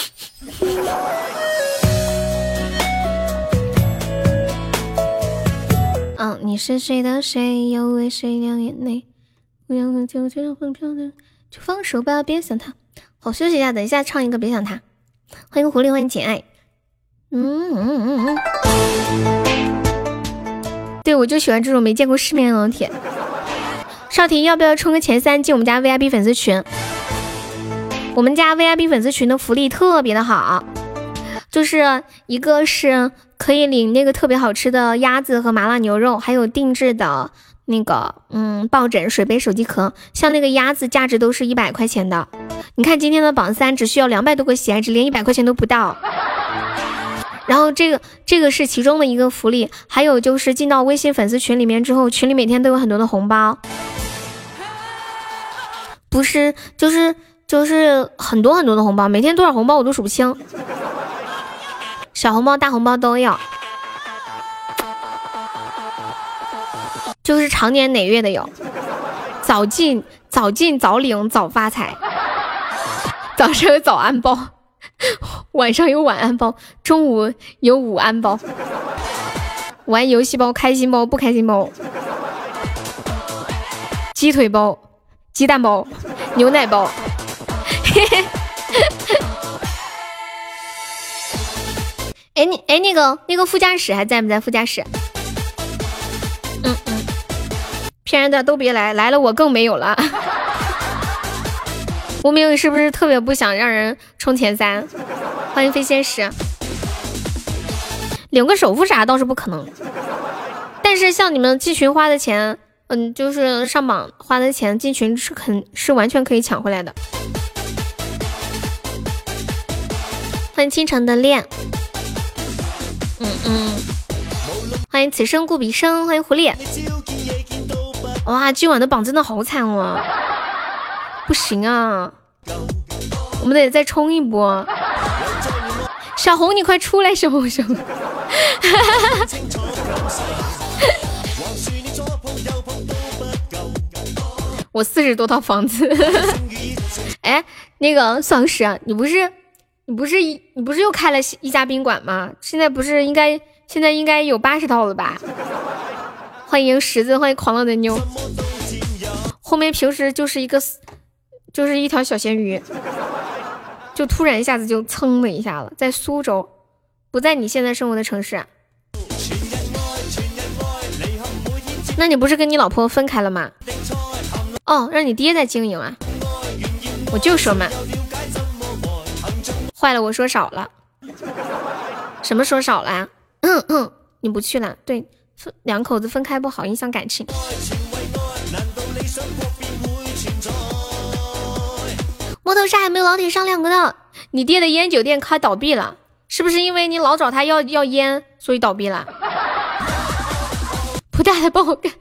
你是谁的谁，又为谁流眼泪？不要就这会飘的，就放手吧，别想他。好，休息一下，等一下唱一个别想他。欢迎狐狸，欢迎简爱。对，我就喜欢这种没见过世面的老铁。少婷要不要冲个前3进我们家 VIP 粉丝群？我们家 VIP 粉丝群的福利特别的好，就是一个是可以领那个特别好吃的鸭子和麻辣牛肉，还有定制的那个抱枕、水杯、手机壳。像那个鸭子价值都是100块钱的，你看今天的榜3只需要200多个喜爱值，连100块钱都不到。然后这个是其中的一个福利，还有就是进到微信粉丝群里面之后，群里每天都有很多的红包，不是就是很多很多的红包，每天多少红包我都数不清，小红包大红包都有，就是常年哪月的有，早进早领早发财，早上有早安包，晚上有晚安包，中午有午安包，玩游戏包、开心包、不开心包，鸡腿包、鸡蛋包、牛奶包。那个副驾驶还在不在？副驾驶，骗人的都别来，来了我更没有了。无名是不是特别不想让人冲前3？欢迎飞仙使，领个首付啥倒是不可能，但是像你们进群花的钱，就是上榜花的钱，进群是完全可以抢回来的。欢迎倾城的恋，欢迎此生故彼生，欢迎狐狸。哇，今晚的榜真的好惨哦，不行啊，我们得再冲一波。小红你快出来，小红我40多套房子。哎，那个宋老师，你不是又开了一家宾馆吗？现在应该有80套了吧？欢迎十字，欢迎狂浪的妞。后面平时就是一条小咸鱼，就突然一下子就噌的一下了，在苏州，不在你现在生活的城市。那你不是跟你老婆分开了吗？哦，让你爹在经营啊？我就说嘛，坏了，我说少了。什么说少了呀？你不去了？对，两口子分开不好，影响感情。摩头沙还没有老铁上2个的，你爹的烟酒店快倒闭了，是不是因为你老找他要烟，所以倒闭了？不大的帮我干。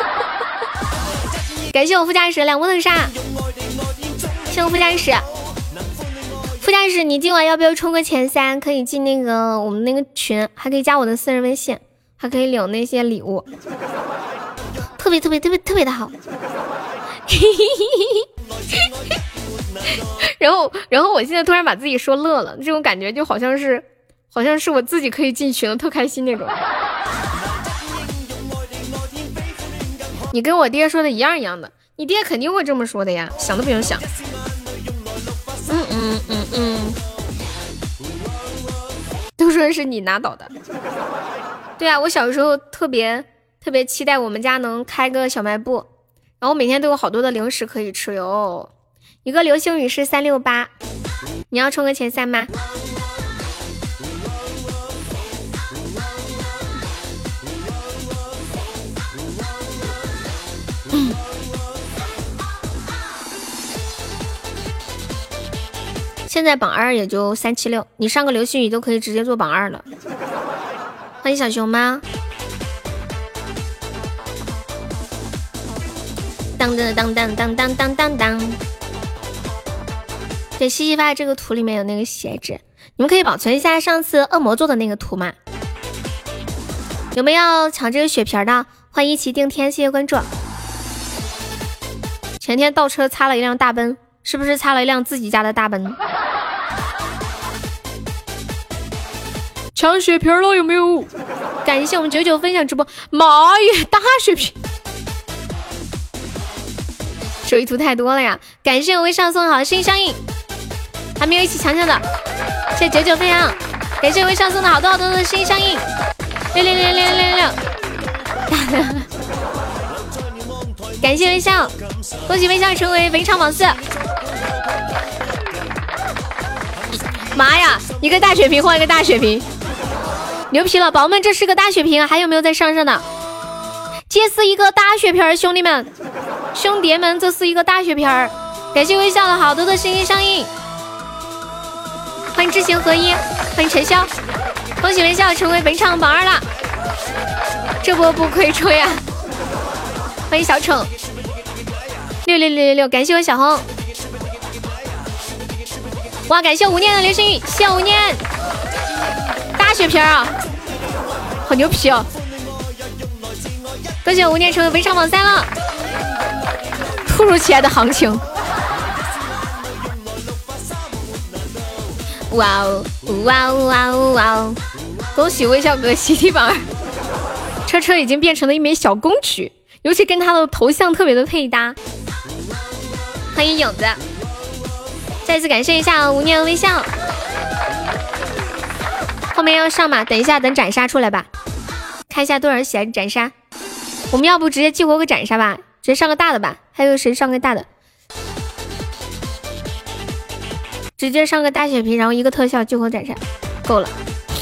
感谢我副驾驶2摩头沙，谢谢我副驾驶。副驾驶，你今晚要不要冲个前3？可以进那个我们那个群，还可以加我的私人微信，还可以领那些礼物，特别的好。然后我现在突然把自己说乐了，这种感觉就好像是我自己可以进群了，特开心那种。你跟我爹说的一样的，你爹肯定会这么说的呀，想都不用想。都说是你拿倒的。对啊，我小时候特别期待我们家能开个小卖部，然后每天都有好多的零食可以吃哟。一个流星雨是368，你要冲个前3吗？现在榜2也就376，你上个流星雨都可以直接做榜2了。欢迎小熊猫。 当当当当当当当当当。对，西西发的这个图里面有那个鞋子，你们可以保存一下上次恶魔做的那个图嘛？有没有要抢这个血瓶的？欢迎一起定天，谢谢关注。前天倒车擦了一辆大奔，是不是擦了一辆自己家的大奔？抢血瓶了有没有？感谢我们99分享直播，妈耶，大血瓶！手艺图太多了呀！感谢我微上送好的声音相应，还没有一起抢抢的，谢谢99分享，感谢我微上送的好多的声音相应，6666666，感谢微笑，恭喜微笑成为本场榜4。妈呀，一个大血瓶换一个大血瓶，牛皮了，宝宝们，这是个大血瓶啊！还有没有在上的？这是一个大血瓶，兄弟们，兄弟们，这是一个大血瓶。感谢微笑了好多的声音相应，欢迎知行合一，欢迎陈潇，恭喜微笑成为本场榜2了，这波不亏抽呀！欢迎小丑，66666，感谢我小红，哇，感谢无念的流星雨，谢谢无念，大血瓶啊，好牛皮哦！恭喜我无念成为本场榜3了，突如其来的行情，哇哦哇哦哇哦哇哦！恭喜微笑哥喜提榜2，车已经变成了一枚小公举，尤其跟他的头像特别的配搭。欢迎影子，再次感谢一下无念微笑。后面要上马，等一下等斩杀出来吧，看一下多少人喜爱斩杀。我们要不直接激活个斩杀吧，直接上个大的吧。还有谁上个大的？直接上个大血瓶，然后一个特效激活斩杀，够了。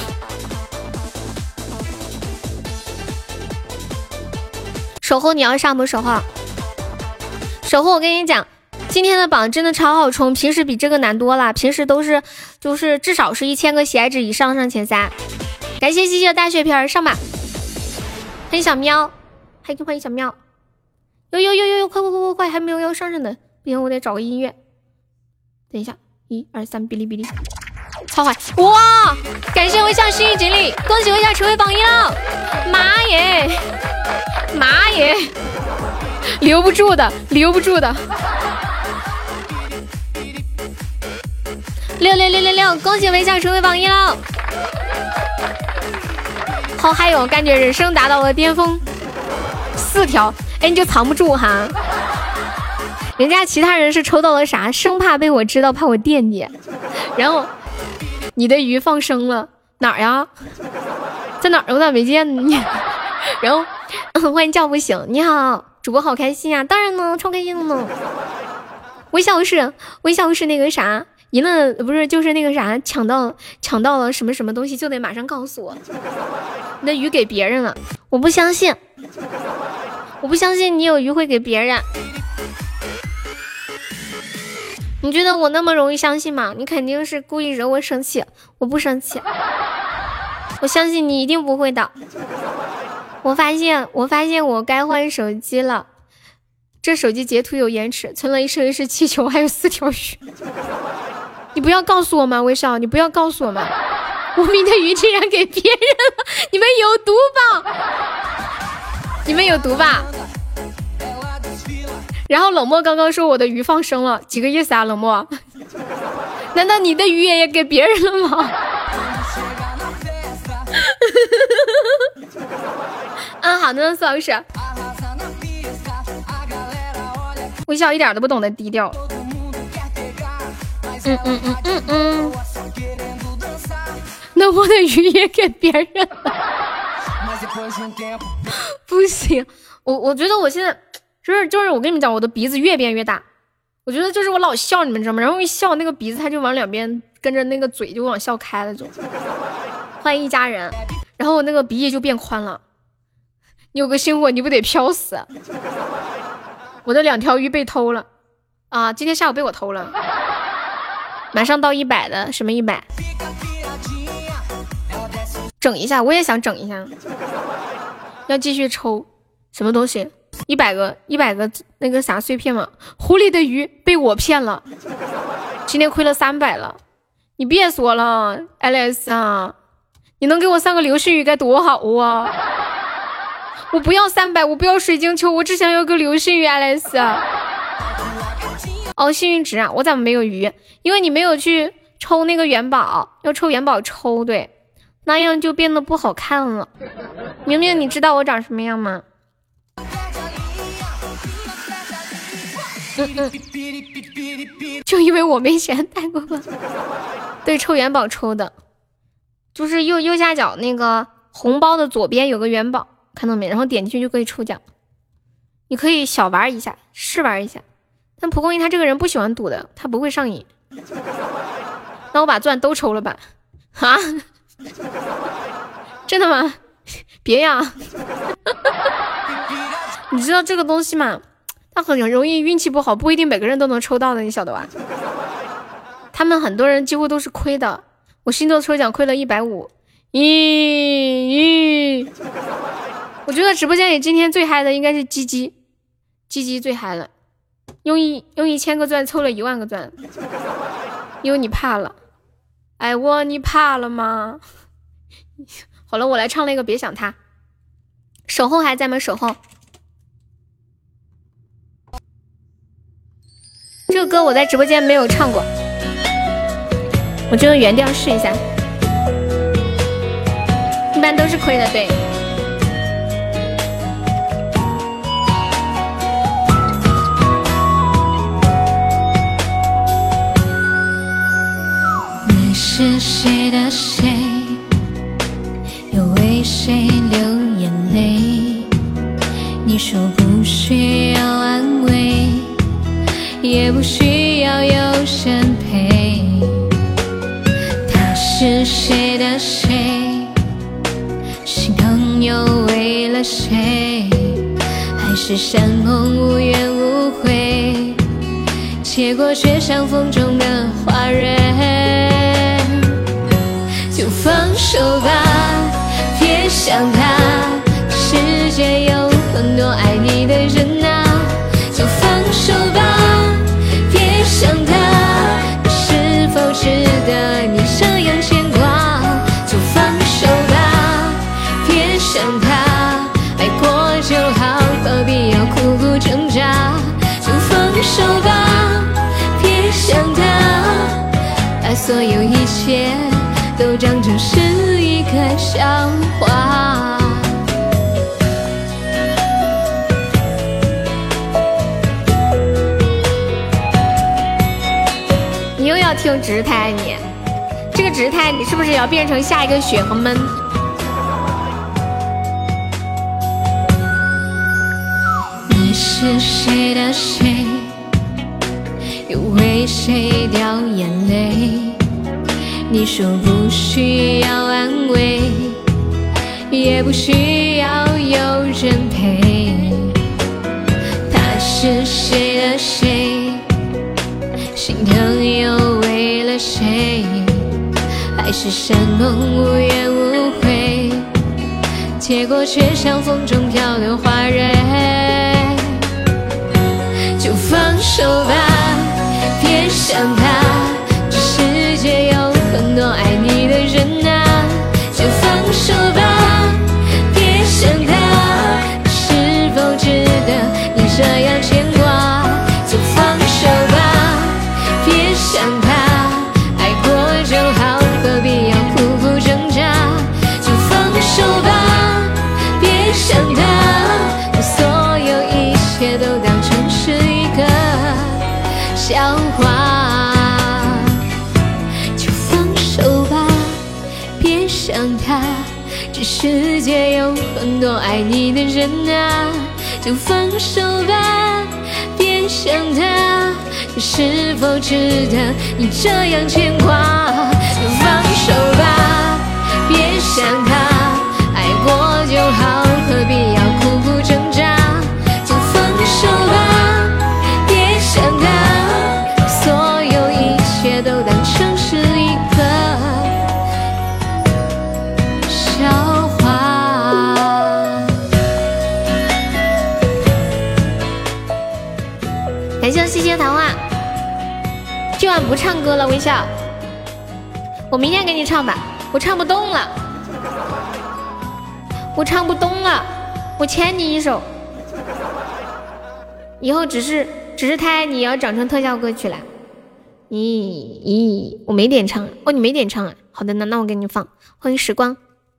守候你要上不守候？守候我跟你讲，今天的榜真的超好冲，平时比这个难多了，平时都是就是至少是1000个喜爱值以上上前3。感谢西西的大血瓶上吧。欢迎小喵，还欢迎小喵。哟，快，还没有要上的，不行，我得找个音乐。等一下，1、2、3，哔哩哔哩，超坏！哇，感谢微笑心意锦鲤，恭喜微笑成为榜1了！妈耶，妈耶，留不住的！66666，恭喜微笑成为榜1了！好嗨哟，感觉人生达到了巅峰。4条，哎，你就藏不住哈。人家其他人是抽到了啥，生怕被我知道，怕我惦记。然后你的鱼放生了哪儿呀？在哪儿？我咋没见你？然后欢迎叫不醒，你好，主播好开心啊！当然呢，超开心的呢。微笑是那个啥。赢了不是就是那个啥，抢到了什么什么东西就得马上告诉我。你的鱼给别人了，我不相信你有鱼会给别人。你觉得我那么容易相信吗？你肯定是故意惹我生气，我不生气，我相信你一定不会的。我发现我该换手机了，这手机截图有延迟，存了一生一世气球，还有4条鱼。你不要告诉我吗？微笑，你不要告诉我吗？我们的鱼竟然给别人了，你们有毒吧？你们有毒吧？然后冷漠刚刚说我的鱼放生了，几个意思啊？冷漠，难道你的鱼也给别人了吗？嗯，好的，苏老师。微笑一点都不懂得低调。那我的鱼也给别人了，不行，我觉得我现在就是我跟你们讲，我的鼻子越变越大，我觉得就是我老笑，你们知道吗？然后一笑那个鼻子它就往两边跟着那个嘴就往笑开了，就欢迎一家人，然后我那个鼻翼就变宽了。你有个星火你不得飘死？我的2条鱼被偷了啊！今天下午被我偷了。马上到100的，什么100？整一下，我也想整一下。要继续抽什么东西？ 100个那个啥碎片嘛。湖里的鱼被我骗了，今天亏了300了。你别说了 ，Alex 啊，你能给我3个流星雨该多好啊！我不要300，我不要水晶球，我只想要个流星雨 ，Alex。哦，幸运值啊，我怎么没有鱼？因为你没有去抽那个元宝，要抽元宝抽，对，那样就变得不好看了。明明你知道我长什么样吗？就因为我没钱太过分。对，抽元宝抽的，就是右下角那个红包的左边有个元宝，看到没？然后点进去就可以抽奖。你可以小玩一下，试玩一下。但蒲公英他这个人不喜欢赌的，他不会上瘾。那我把钻都抽了吧？啊？真的吗？别呀！你知道这个东西吗？它很容易运气不好，不一定每个人都能抽到的，你晓得吧？他们很多人几乎都是亏的。我星座抽奖亏了150。我觉得直播间里今天最嗨的应该是鸡鸡最嗨了，用1000个钻抽了1万个钻。因为你怕了，爱我你怕了吗？好了，我来唱那个别想他。守候还在吗？守候。这个歌我在直播间没有唱过，我就用原调试一下。一般都是亏的，对。 你是谁的谁？又为谁流眼泪？你说不需要安慰，也不需要有人陪。他是谁的谁？心疼又为了谁？海誓山盟无怨无悔，结果却像风中的花蕊。就放手吧，别想他，世界有很多爱你的人啊。就放手吧，别想他，是否值得你这样牵挂？就放手吧，别想他，爱过就好，何必要苦苦挣扎？就放手吧，别想他，把所有一切都当成是一个笑话。 你又要听直胎，你这个直胎，你是不是也要变成下一个雪和闷？ 你是谁的谁？又为谁掉眼泪？你说不需要安慰，也不需要有人陪。他是谁的谁？心疼又为了谁？海誓山盟无怨无悔，结果却像风中飘的花蕊。就放手吧，别想他，这世界有很多爱你的人啊。就放手吧，别想他，是否值得你这样牵挂？就放手吧，别想他，爱过就好，何必要苦苦挣扎？就放手吧，别想他，把所有一切都当成是一个笑话。就放手吧，别想他，这世界有很多爱你的人啊。就放手吧，别想他，是否值得你这样牵挂？就放手吧，别想他，爱过就好，何必要苦苦挣扎？就放手吧，别想他，所有一切都当成是一个笑话。 歌了，微笑。我明天给你唱吧，我唱不动了，我唱不动了，我欠你一首。以后只是太爱你要长成特效歌曲了。咦，我没点唱哦，你没点唱啊？好的呢，那我给你放。欢迎时光，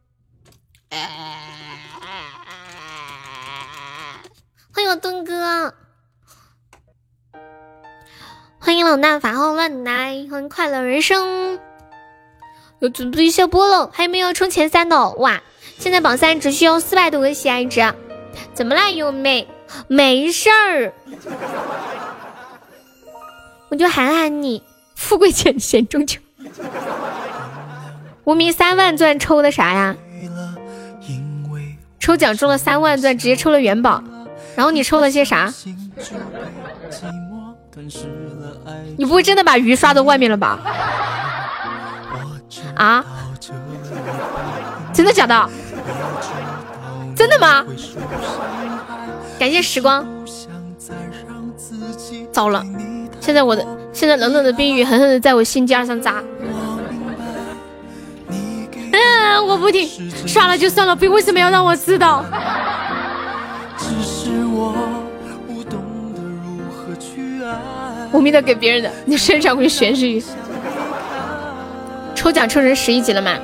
欢迎我墩哥，欢迎老衲法号乱来，欢迎快乐人生。有准备下播了，还有没有冲前3的？哇，现在榜3只需要400多个喜爱值。怎么啦，优妹？没事儿，我就喊喊你，富贵浅嫌中求。无名3万钻抽的啥呀？抽奖中了3万钻，直接抽了元宝。然后你抽了些啥？你不会真的把鱼刷到外面了吧？啊？真的假的？真的吗？感谢时光。糟了，现在冷冷的冰雨狠狠的在我心尖上扎。我不听，刷了就算了，为什么要让我知道？无名的给别人的，你身上会悬虚。抽奖抽成11级了吗？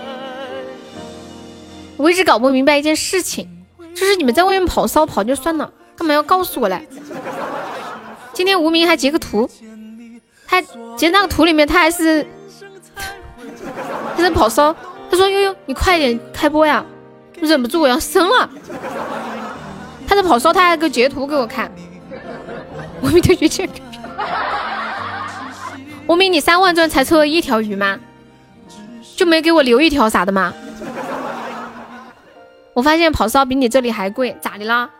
我一直搞不明白一件事情，就是你们在外面跑骚跑就算了，干嘛要告诉我嘞？今天无名还截个图，他截那个图里面他在跑骚，他说悠悠你快点开播呀，我忍不住我要生了。他在跑骚，他还个截图给我看。无名的鱼圈，无名你3万钻才抽了1条鱼吗？就没给我留1条啥的吗？我发现跑骚比你这里还贵，咋的啦？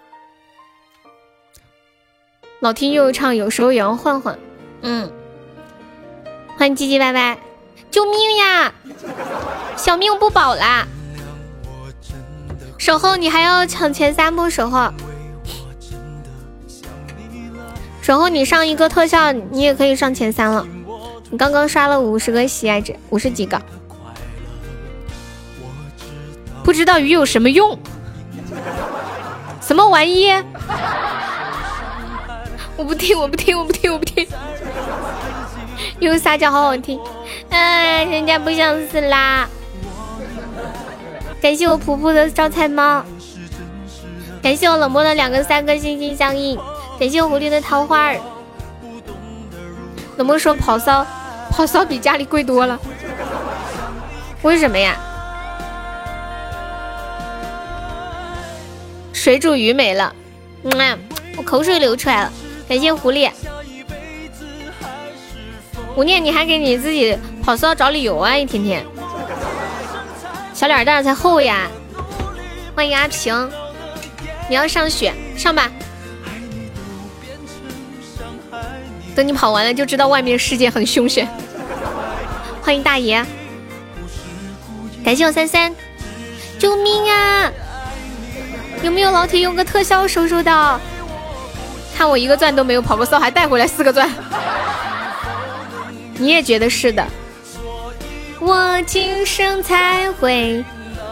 老听悠悠唱，有时候也要换换。欢迎唧唧歪歪，救命呀！小命不保啦！守候你还要抢前3不？守候，守候你上一个特效，你也可以上前3了。你刚刚刷了50个喜爱值，50几个。不知道鱼有什么用？什么玩意？我不听。有撒娇好好听，人家不想死啦。感谢我普普的招财猫，感谢我冷漠的2个3个心心相印，感谢我狐狸的桃花。冷漠说跑骚比家里贵多了，为什么呀？水煮鱼没了，我口水流出来了。感谢狐狸。吴念，你还给你自己跑骚找理由啊！一天天小脸蛋才厚呀。欢迎阿平，你要上学上吧，等你跑完了就知道外面世界很凶险。欢迎大爷，感谢我33，救命啊！有没有老铁用个特效收收到？看我1个钻都没有，跑个骚还带回来4个钻。你也觉得是的？我今生才会。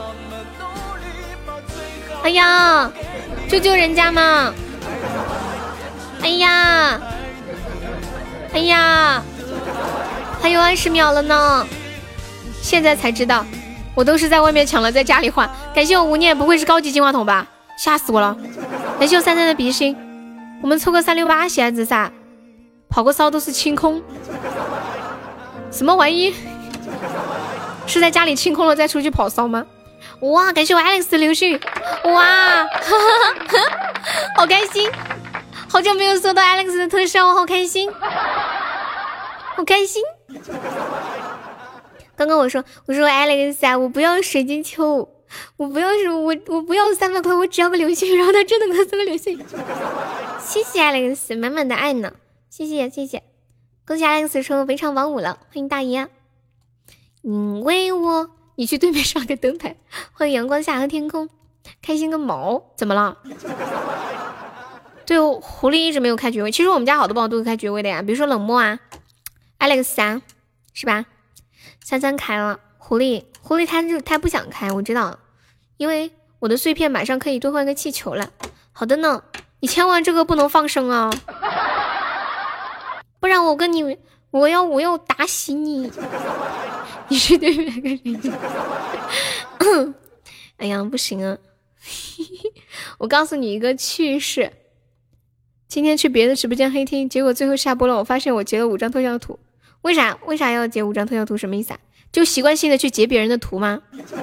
哎呀，救救人家嘛！哎呀，还有20秒了呢。现在才知道，我都是在外面抢了，在家里换。感谢我无念，不会是高级金话筒吧？吓死我了！感谢我33的比心，我们凑个368喜爱值噻，跑个骚都是清空。什么玩意？是在家里清空了再出去跑骚吗？哇，感谢我 Alex 的流星，哇，好开心！好久没有收到 Alex 的特效，我好开心，好开心！刚刚我说 Alex 啊，我不要水晶球，我不要300块，我只要个流星，然后他真的给我送个流星，谢谢 Alex， 满满的爱呢，谢谢。恭喜 Alex 成为非常王5了，欢迎大爷。因为你去对面上个灯牌，欢迎阳光下和天空，开心个毛，怎么了？对，狐狸一直没有开爵位，其实我们家好多宝都是开爵位的呀，比如说冷漠啊， Alex 啊，是吧？33开了，狐狸他不想开，我知道，因为我的碎片马上可以兑换个气球了。好的呢，你千万这个不能放生啊，不然我要打死你！你是对面个人？哎呀，不行啊！我告诉你一个趣事，今天去别的直播间黑听，结果最后下播了，我发现我截了5张特效图。为啥要截5张特效图？什么意思啊？就习惯性的去截别人的图吗？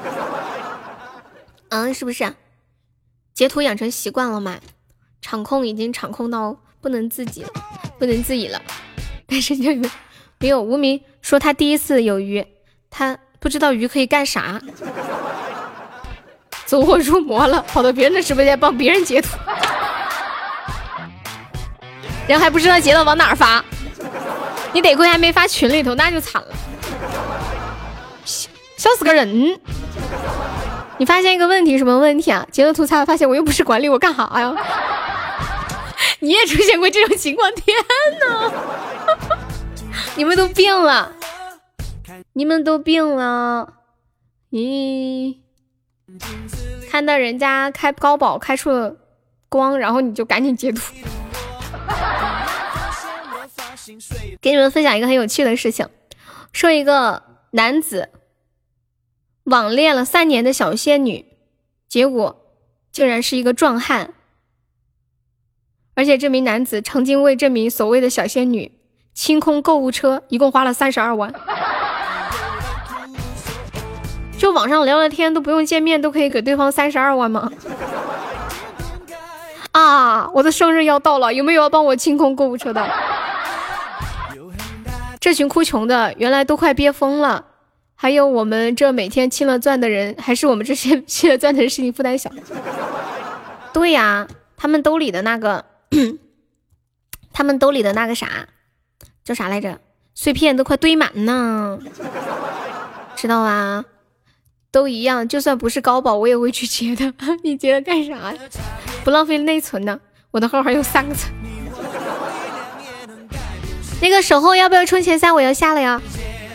是不是？截图养成习惯了嘛？场控已经场控到不能自己了。但是就没有无名说他第一次有鱼，他不知道鱼可以干啥，走火入魔了，跑到别人的直播间帮别人截图，然后还不知道截了往哪儿发。你得亏还没发群里头，那就惨了，笑死个人。你发现一个问题，什么问题啊？截了图才发现我又不是管理，我干啥呀？你也出现过这种情况？天哪！你们都病了，咦，看到人家开高保开出了光，然后你就赶紧截图。给你们分享一个很有趣的事情，说一个男子网恋了3年的小仙女，结果竟然是一个壮汉，而且这名男子曾经为这名所谓的小仙女清空购物车，一共花了32万。就网上聊聊天都不用见面，都可以给对方32万吗？啊，我的生日要到了，有没有要帮我清空购物车的？这群哭穷的原来都快憋疯了，还有我们这每天清了钻的人，还是我们这些清了钻的人事情负担小。对呀，他们兜里的那个啥叫啥来着，碎片都快堆满呢，知道吧？都一样，就算不是高保我也会去截的。你截了干啥呀？不浪费内存呢，我的号还有3个存。那个守候要不要冲前3？我要下了呀。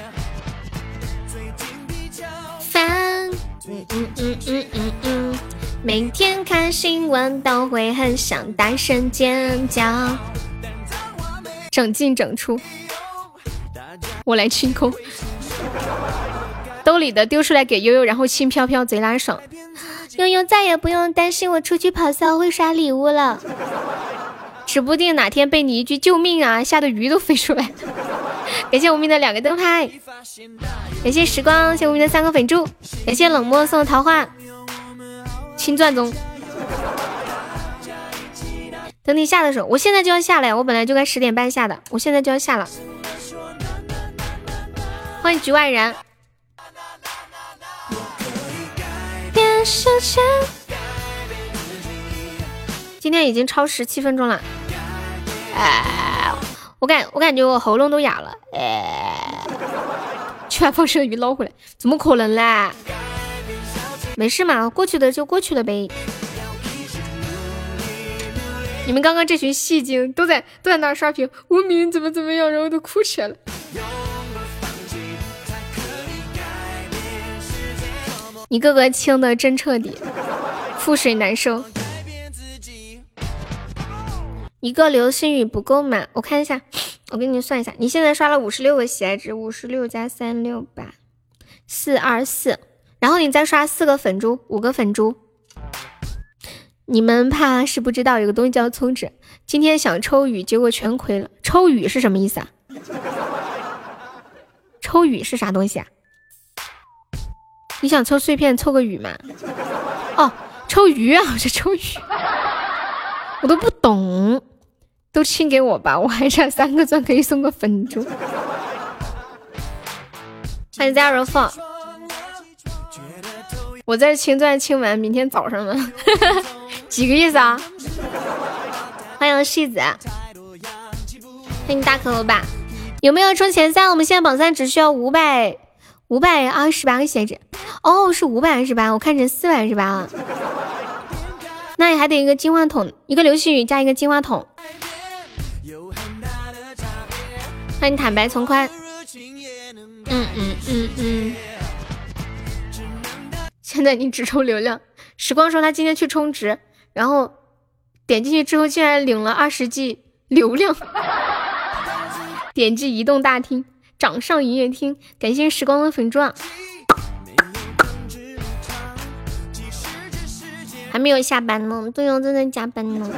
每天看新闻都会很想大声尖叫，整进整出，我来清空。兜里的丢出来给悠悠，然后轻飘飘，贼拉爽。悠悠再也不用担心我出去跑骚会刷礼物了，指不定哪天被你一句救命啊吓得鱼都飞出来了。感谢无名的2个灯牌，感谢时光，谢谢无名的3个粉珠，感谢冷漠送的桃花，清钻中。等你下的时候，我现在就要下来，我本来就该10点半下的，我现在就要下了。欢迎局外人。今天已经超17分钟了，我感觉我喉咙都哑了，去把放生的鱼捞回来，怎么可能啦？没事嘛，过去的就过去了呗。你们刚刚这群戏精都在那儿刷屏，无名怎么样，然后都哭起来了。你哥哥清的真彻底，覆水难收。一个流星雨不够吗？我看一下，我给你算一下，你现在刷了56个喜爱值，56加368 424，然后你再刷4个粉珠，5个粉珠。你们怕是不知道有个东西叫充值，今天想抽雨，结果全亏了。抽雨是什么意思啊？抽雨是啥东西啊？你想抽碎片凑个雨吗？哦，抽鱼啊，这抽鱼我都不懂，都清给我吧，我还差3个钻可以送个粉珠。欢迎加入放，我这清钻清完明天早上了。几个意思啊？欢迎戏子，欢迎大可欧巴。有没有冲前3？我们现在榜3只需要528个喜爱值。哦，是528，我看成428了。那你还得一个金话筒，一个流星雨加一个金话筒。 欢迎坦白从宽。现在你只充流量。时光说他今天去充值，然后点进去之后竟然领了20G 流量。点击移动大厅，掌上营业厅，感谢时光的粉钻。还没有下班呢，对哦，正在加班呢。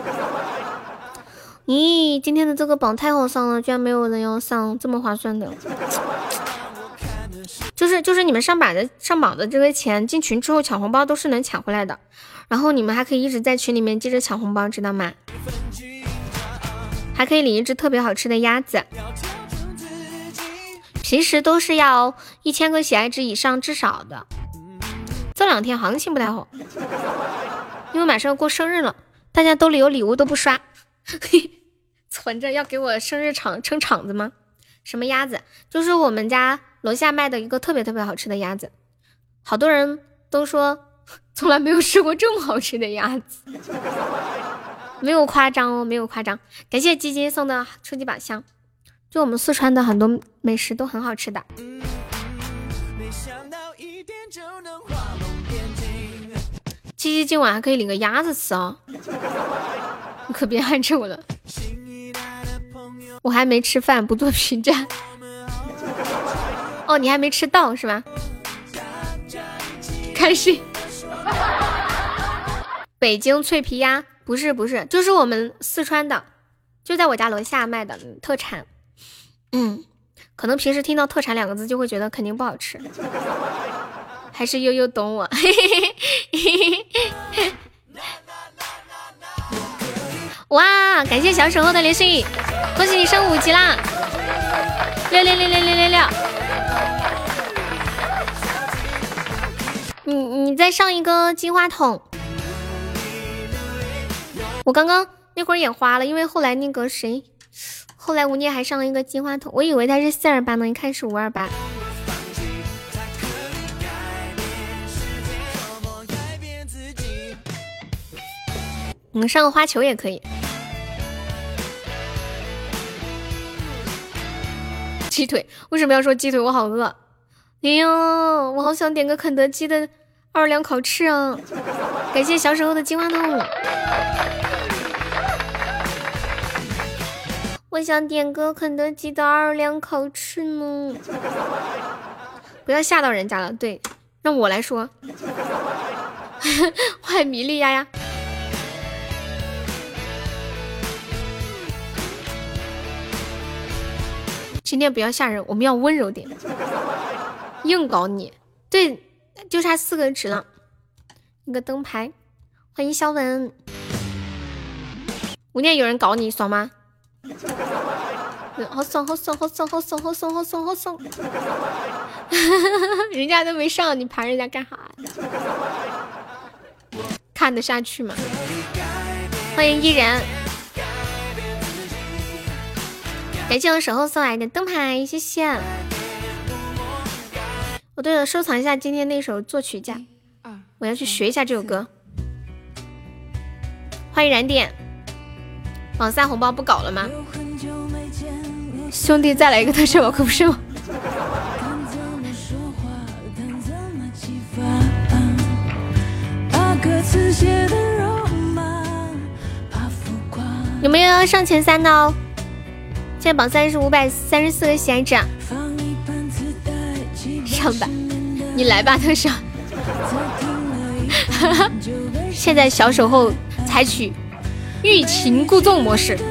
咦，今天的这个榜太好上了，居然没有人要上，这么划算的。就是你们上榜的这个钱进群之后抢红包都是能抢回来的，然后你们还可以一直在群里面接着抢红包，知道吗？还可以领一只特别好吃的鸭子，平时都是要1000个喜爱值以上至少的。这2天行情不太好，因为马上要过生日了，大家都有礼物都不刷，存着要给我生日撑场子吗？什么鸭子？就是我们家楼下卖的一个特别特别好吃的鸭子，好多人都说从来没有吃过这么好吃的鸭子，没有夸张哦，没有夸张。感谢基金送的初级宝箱，就我们四川的很多美食都很好吃的。基基今晚还可以领个鸭子吃哦，你可别害着我了。我还没吃饭，不做评价。哦，你还没吃到是吧？开心。北京脆皮鸭不是，就是我们四川的，就在我家楼下卖的特产。可能平时听到特产2个字就会觉得肯定不好吃，还是悠悠懂我。哇，感谢小守候的连胜宇，恭喜你升5级啦！6666666。你再上一个金话筒。我刚刚那会儿也花了，因为后来那个谁，后来吴念还上了一个金话筒，我以为他是428呢，一看是528。你们上个花球也可以。鸡腿，为什么要说鸡腿？我好饿。哎呦，我好想点个肯德基的奥尔良烤翅啊！感谢小时候的金话筒。我想点个肯德基的奥尔良烤翅呢。不要吓到人家了，对，让我来说。欢迎米莉丫丫。今天不要吓人，我们要温柔点，硬搞你。对，就差4个值了。一个灯牌，欢迎肖文。吴念有人搞你爽吗？好爽好爽好爽好爽好爽好爽好爽。人家都没上，你盘人家干啥呀？看得下去吗？欢迎依然。感谢我守候送来的灯牌，谢谢。哦对了，收藏一下今天那首作曲家，我要去学一下这首歌。欢迎燃点。榜3红包不搞了吗？兄弟再来一个特效，可不是吗？有没有要上前3的哦？现在榜3是534个喜爱值，上吧，你来吧，特效。现在小守候采取欲擒故纵模式，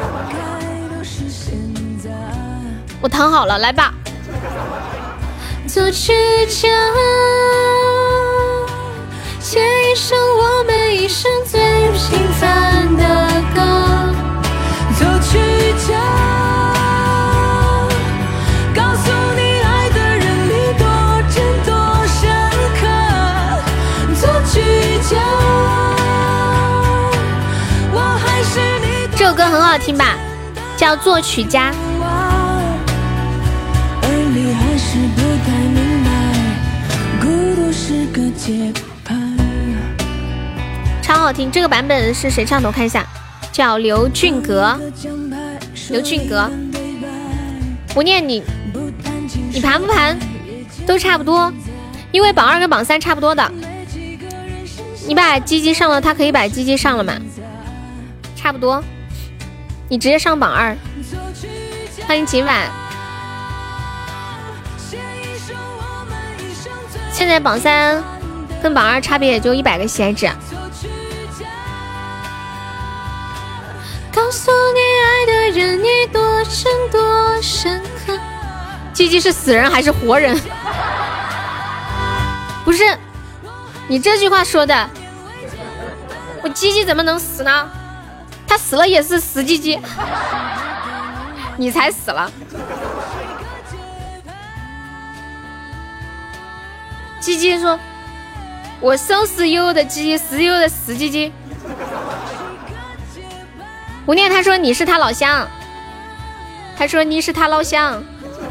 我躺好了，来吧。作曲家写一首我们一生最平凡的歌，作曲家告诉你爱的人你多真多深刻，作曲家我还是你。这首歌很好听吧，叫作曲家。而你还是不太明白，孤独是个节拍。超好听，这个版本是谁唱的？我看一下，叫刘俊格。刘俊格， 不念你盘不盘都差不多，因为榜2跟榜3差不多的。你把鸡鸡上了，他可以把鸡鸡上了嘛，差不多。你直接上榜2。欢迎今晚。现在榜3跟榜2差别也就100个喜爱值。告诉你爱的人你多深多深刻。鸡鸡是死人还是活人？不是，你这句话说的，我鸡鸡怎么能死呢？他死了也是死鸡鸡，你才死了。鸡鸡说：“我生死有的鸡，死有的死鸡鸡。”吴念他说你是他老乡，他说你是他老乡。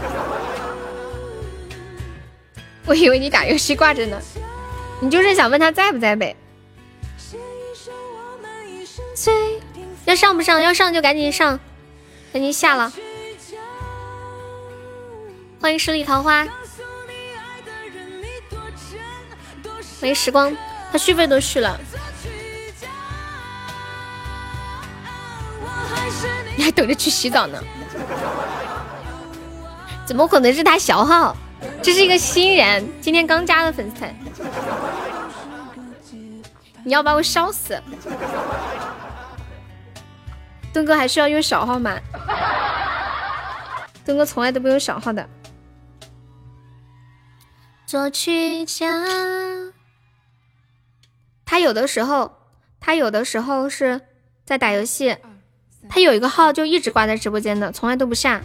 我以为你打游戏挂着呢，你就是想问他在不在呗。要上不上？要上就赶紧上，赶紧下了。欢迎十里桃花，欢迎时光，他续费都续了，你还等着去洗澡呢？怎么可能是他小号？这是一个新人，今天刚加的粉丝团。你要把我烧死！墩哥还需要用小号吗？墩哥从来都不用小号的。作曲家，他有的时候是在打游戏，他有一个号就一直挂在直播间的，从来都不下。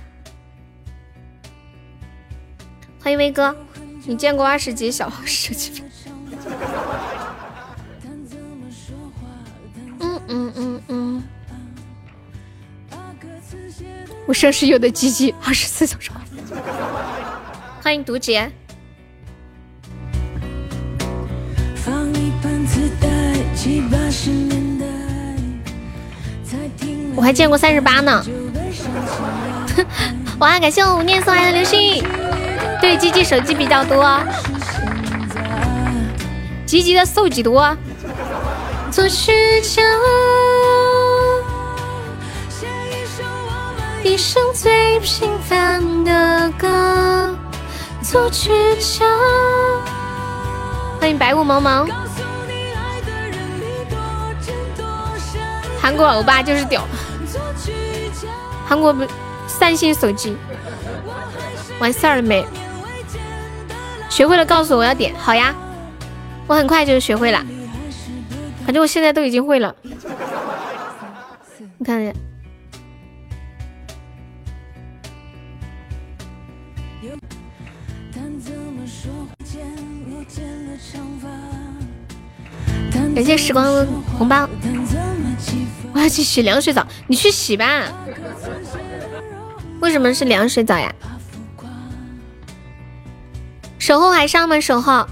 欢迎威哥，你见过20级小号设计吗？我生时有的鸡鸡24小时。欢迎毒姐。我还见过38呢。哇，感谢我无念送来的流星。对，鸡鸡手机比较多，鸡鸡的手机多。作曲家，一生最平凡的歌。作曲家，欢迎白雾茫茫。韩国欧巴就是屌，韩国不3星手机。完事儿了没？学会了告诉我要点。好呀，我很快就学会了，反正我现在都已经会了。你看看，感谢时光的红包。我要去洗凉水澡，你去洗吧。为什么是凉水澡呀？守候还上吗？守候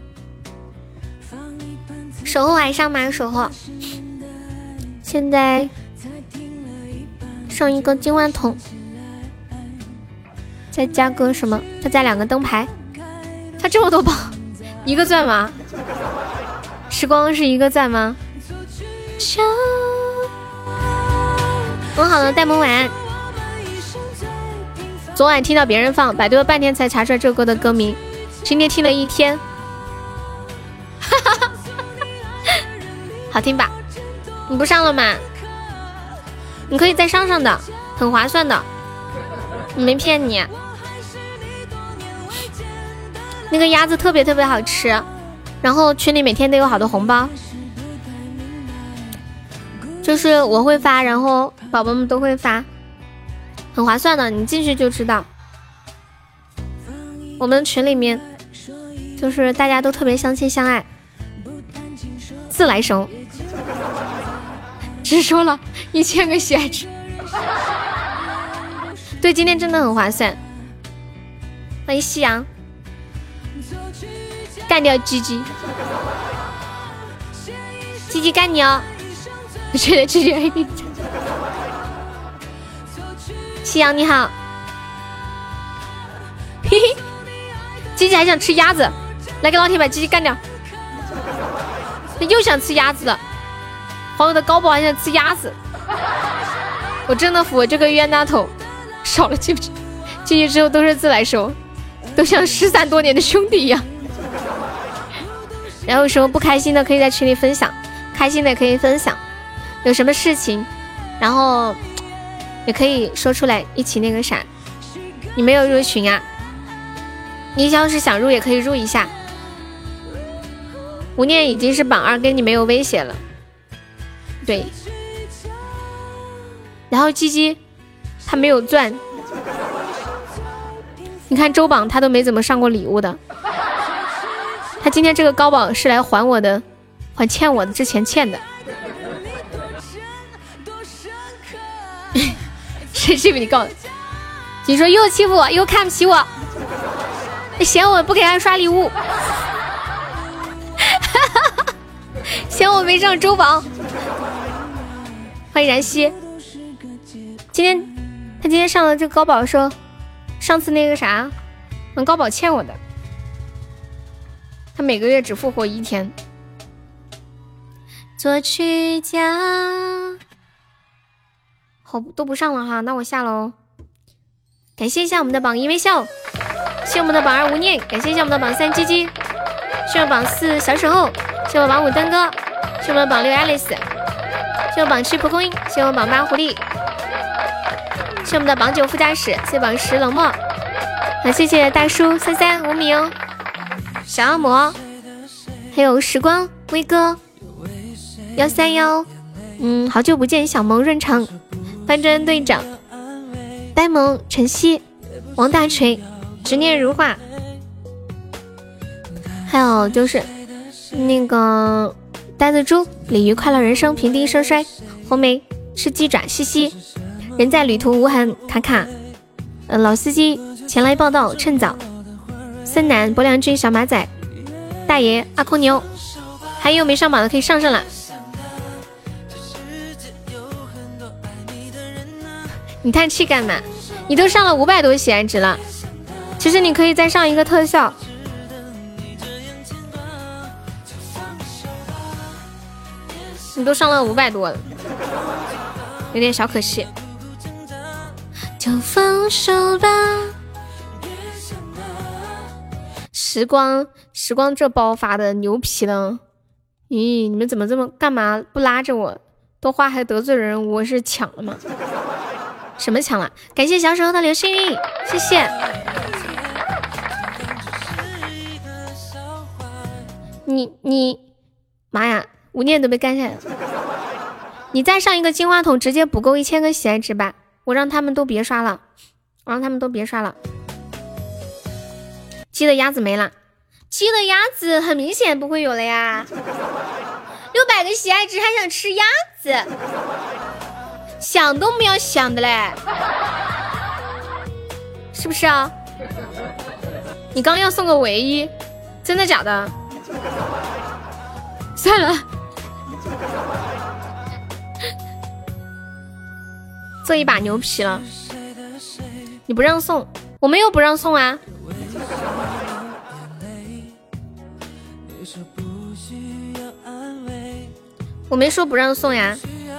还上吗？守候现在上一个金万桶，再加个什么？再加2个灯牌。他这么多宝，一个钻吗？时光是一个钻吗？很好的，戴蒙晚。昨晚听到别人放，百度了半天才查出来这首歌的歌名，今天听了1天。好听吧？你不上了吗？你可以再上的，很划算的，我没骗你。那个鸭子特别特别好吃，然后群里每天都有好多红包，就是我会发，然后宝宝们都会发，很划算的，你进去就知道。我们群里面就是大家都特别相亲相爱，自来熟，只说了1000个喜爱值。对，今天真的很划算。欢迎夕阳，干掉鸡鸡，鸡鸡干你哦！我觉得鸡鸡爱你。夕阳你好， 嘿嘿，鸡鸡还想吃鸭子，来给老铁把鸡鸡干掉。他又想吃鸭子了，黄油的高宝还想吃鸭子。我真的服，这个冤大头少了进去之后都是自来熟，都像失散多年的兄弟一样。然后有什么不开心的可以在群里分享，开心的也可以分享，有什么事情然后也可以说出来一起那个啥。你没有入群啊？你要是想入也可以入一下。无念已经是榜2，跟你没有威胁了。对，然后鸡鸡他没有钻，你看周榜他都没怎么上过礼物的，他今天这个高榜是来还我的，还欠我的之前欠的。谁欺负你告的？你说又欺负我又看不起我，嫌我不给他刷礼物，嫌我没上周榜。欢迎燃希，他今天上了这个高宝，说上次那个啥，高宝欠我的，他每个月只复活1天。作曲家，好都不上了哈，那我下喽。感谢一下我们的榜1微笑，谢我们的榜2无念，感谢一下我们的榜3鸡鸡，谢我榜4小守候，谢我榜5登哥，谢我们榜6 Alice， 谢我榜7蒲公英，谢我榜8狐狸，谢我们的榜9副驾驶，谢榜10冷漠，好谢谢大叔33无名小恶魔，还有时光威哥131，好久不见小萌润成，范真队长，呆萌晨曦，王大锤，执念如画，还有就是那个呆子猪，鲤鱼快乐人生，平地生衰，红梅吃鸡爪西西，人在旅途无痕卡卡，老司机前来报道趁早，森南博良君小马仔，大爷阿空牛，还有没上榜的可以上了。你叹气干嘛？你都上了500多喜爱值了，其实你可以再上一个特效。你都上了500多了，有点小可惜。就放手吧。时光这包发的牛皮了。咦，你们怎么这么干嘛不拉着我？多话还得罪人，我是抢了吗？什么抢了？感谢小手的流星雨，谢谢。你，妈呀，无念都被干下来了。你再上一个金话筒，直接补够1000个喜爱值吧。我让他们都别刷了，鸡的鸭子没了，鸡的鸭子很明显不会有了呀。600个喜爱值还想吃鸭子，想都不要想的嘞，是不是啊？你刚要送个唯一，真的假的？算了，做一把牛皮了。你不让送，我们又不让送啊。我没说不让送呀。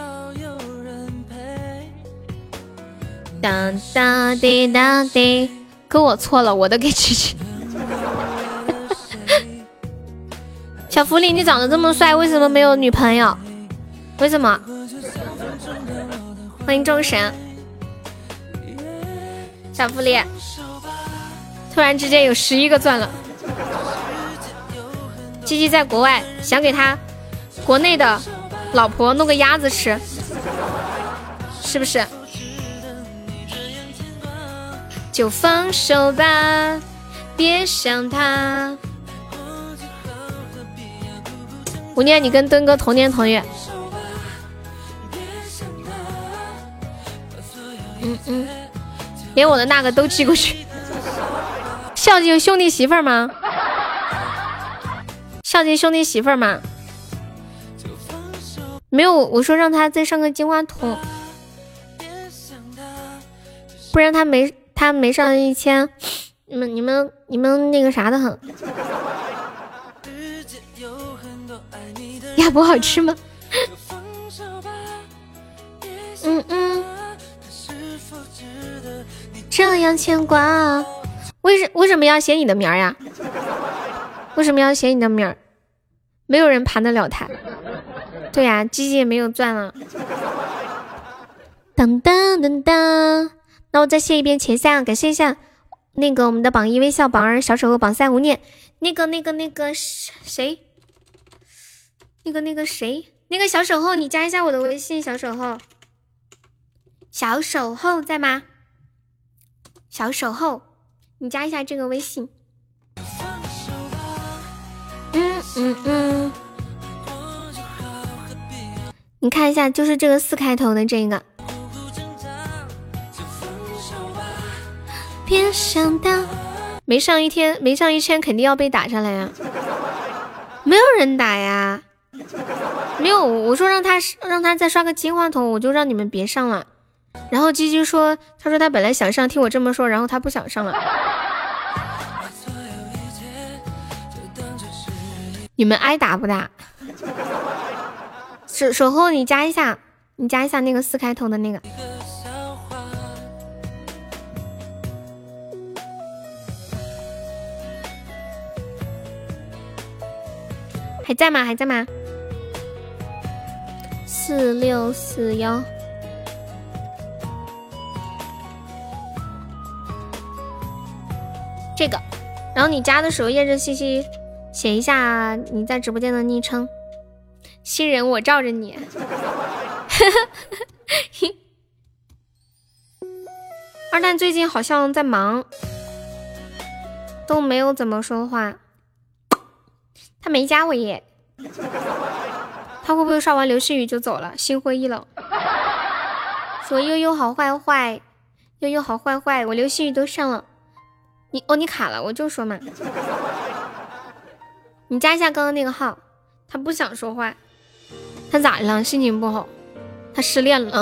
哒哒滴哒滴，可我错了，我的给吃吃。小福利，你长得这么帅，为什么没有女朋友？为什么？欢迎众神，小福利，突然之间有11个钻了。鸡鸡在国外，想给他国内的老婆弄个鸭子吃，是不是？就放手吧，别想他。无念，你跟敦哥同年同月。连我的那个都寄过去。孝敬兄弟媳妇儿吗？孝敬兄弟媳妇儿吗？没有，我说让他再上个金话筒，不然他没上1000， 你们那个啥的很。鸭脖好吃吗？这样牵挂，为什么要写你的名儿呀？为什么要写你的名儿？没有人盘得了他。对呀，鸡鸡也没有钻了。噔噔噔噔，那我再谢一遍前三，感谢一下那个我们的榜一微笑，榜二小守候，榜三无念，那个谁，那个谁，那个小守候，你加一下我的微信，小守候，小守候在吗？小守候，你加一下这个微信。你看一下，就是这个4开头的这个。别想到，没上一圈肯定要被打上来呀。没有人打呀，没有，我说让他再刷个金话筒，我就让你们别上了。然后鸡鸡说，他说他本来想上，听我这么说，然后他不想上了。你们挨打不打？守候你加一下那个4开头的那个。还在吗？4641。这个，然后你加的时候验证信息写一下你在直播间的昵称。新人我罩着你。二蛋最近好像在忙，都没有怎么说话。他没加我耶，他会不会刷完流星雨就走了？心灰意冷。说悠悠好坏坏，悠悠好坏坏，我流星雨都上了。你卡了，我就说嘛。你加一下刚刚那个号，他不想说话。他咋了？心情不好？他失恋了？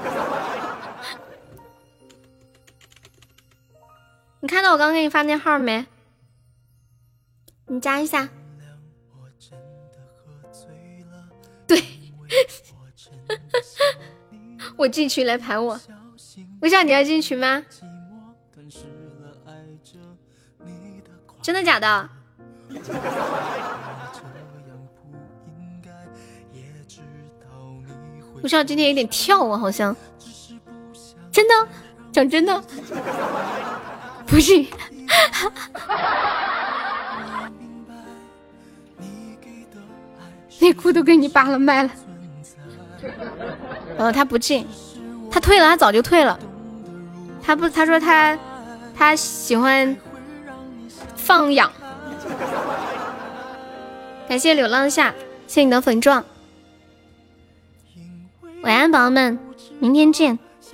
你看到我刚给你发那号没？你加一下。对。我进群来盘我，为啥你要进群吗？真的假的？我知道今天有点跳啊，好像真的，讲真的，不是。内裤都给你扒了麦了。他不进，他退了，他早就退了。他说他喜欢放养。感谢流浪下，谢谢你的粉状。晚安宝宝们，明天见。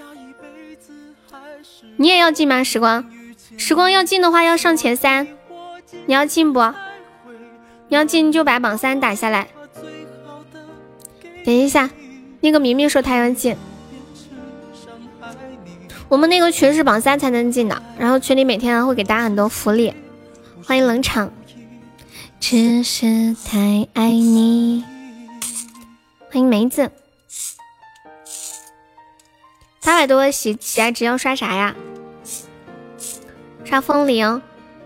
你也要进吗？时光要进的话要上前3，你要进不？你要进就把榜3打下来。等一下，那个明明说他要进，我们那个群是榜3才能进的，然后群里每天会给大家很多福利。欢迎冷场，只是太爱你。欢迎梅子。800多喜爱值要刷啥呀？刷风铃。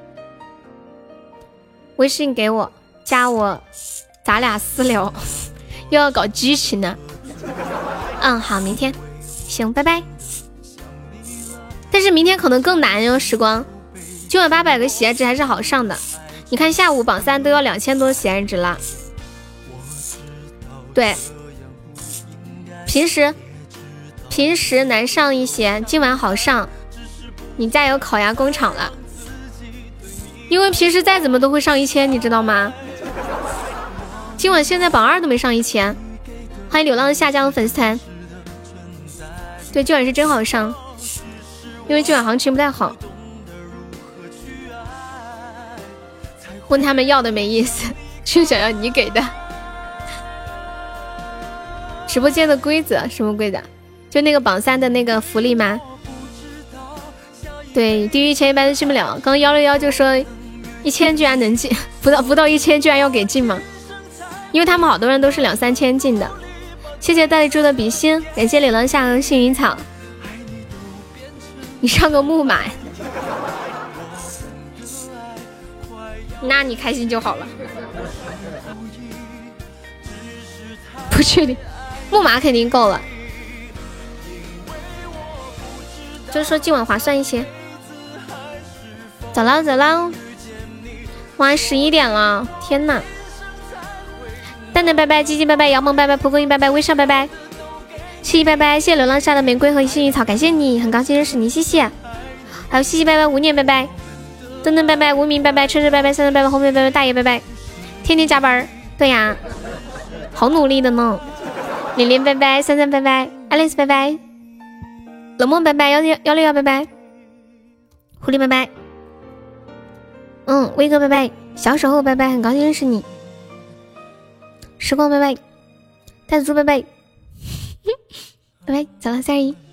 微信给我，加我，咱俩私聊。又要搞激情呢。好，明天行，拜拜。但是明天可能更难哟，时光。今晚800个喜爱值还是好上的。你看下午榜3都要2000多喜爱值了。对，平时难上一些，今晚好上。你加油烤鸭工厂了，因为平时再怎么都会上1000，你知道吗？今晚现在榜2都没上1000。欢迎流浪下降的粉丝团。对，今晚是真好上，因为今晚行情不太好。问他们要的没意思，就想要你给的。直播间的规则什么规则？就那个榜3的那个福利吗？ 对，低于1100都进不了。刚刚161就说1000居然能进，不到1000居然要给进吗？因为他们好多人都是2、3千进的。谢谢大力猪的比心，感谢流浪夏和幸运草。你上个木马，那你开心就好了。不确定，木马肯定够了，就是说今晚划算一些。走了走了，晚11点了，天哪！蛋蛋拜拜，鸡鸡拜拜，姚萌拜拜，蒲公英拜拜，微笑拜拜，西西拜拜，谢谢流浪下的玫瑰和幸运草，感谢你，很高兴认识你，谢谢。还有西西拜拜，无念拜拜，噔噔拜拜，无名拜拜，车车拜拜，三三拜拜，后面拜拜，大爷拜拜，天天加班，对呀，好努力的呢。连连拜拜，三三拜拜， Alice 拜拜，冷梦拜拜，161拜拜，狐狸拜拜，威哥拜拜，小守候拜拜，很高兴认识你。时光拜拜，袋子猪拜拜，拜拜，走了321。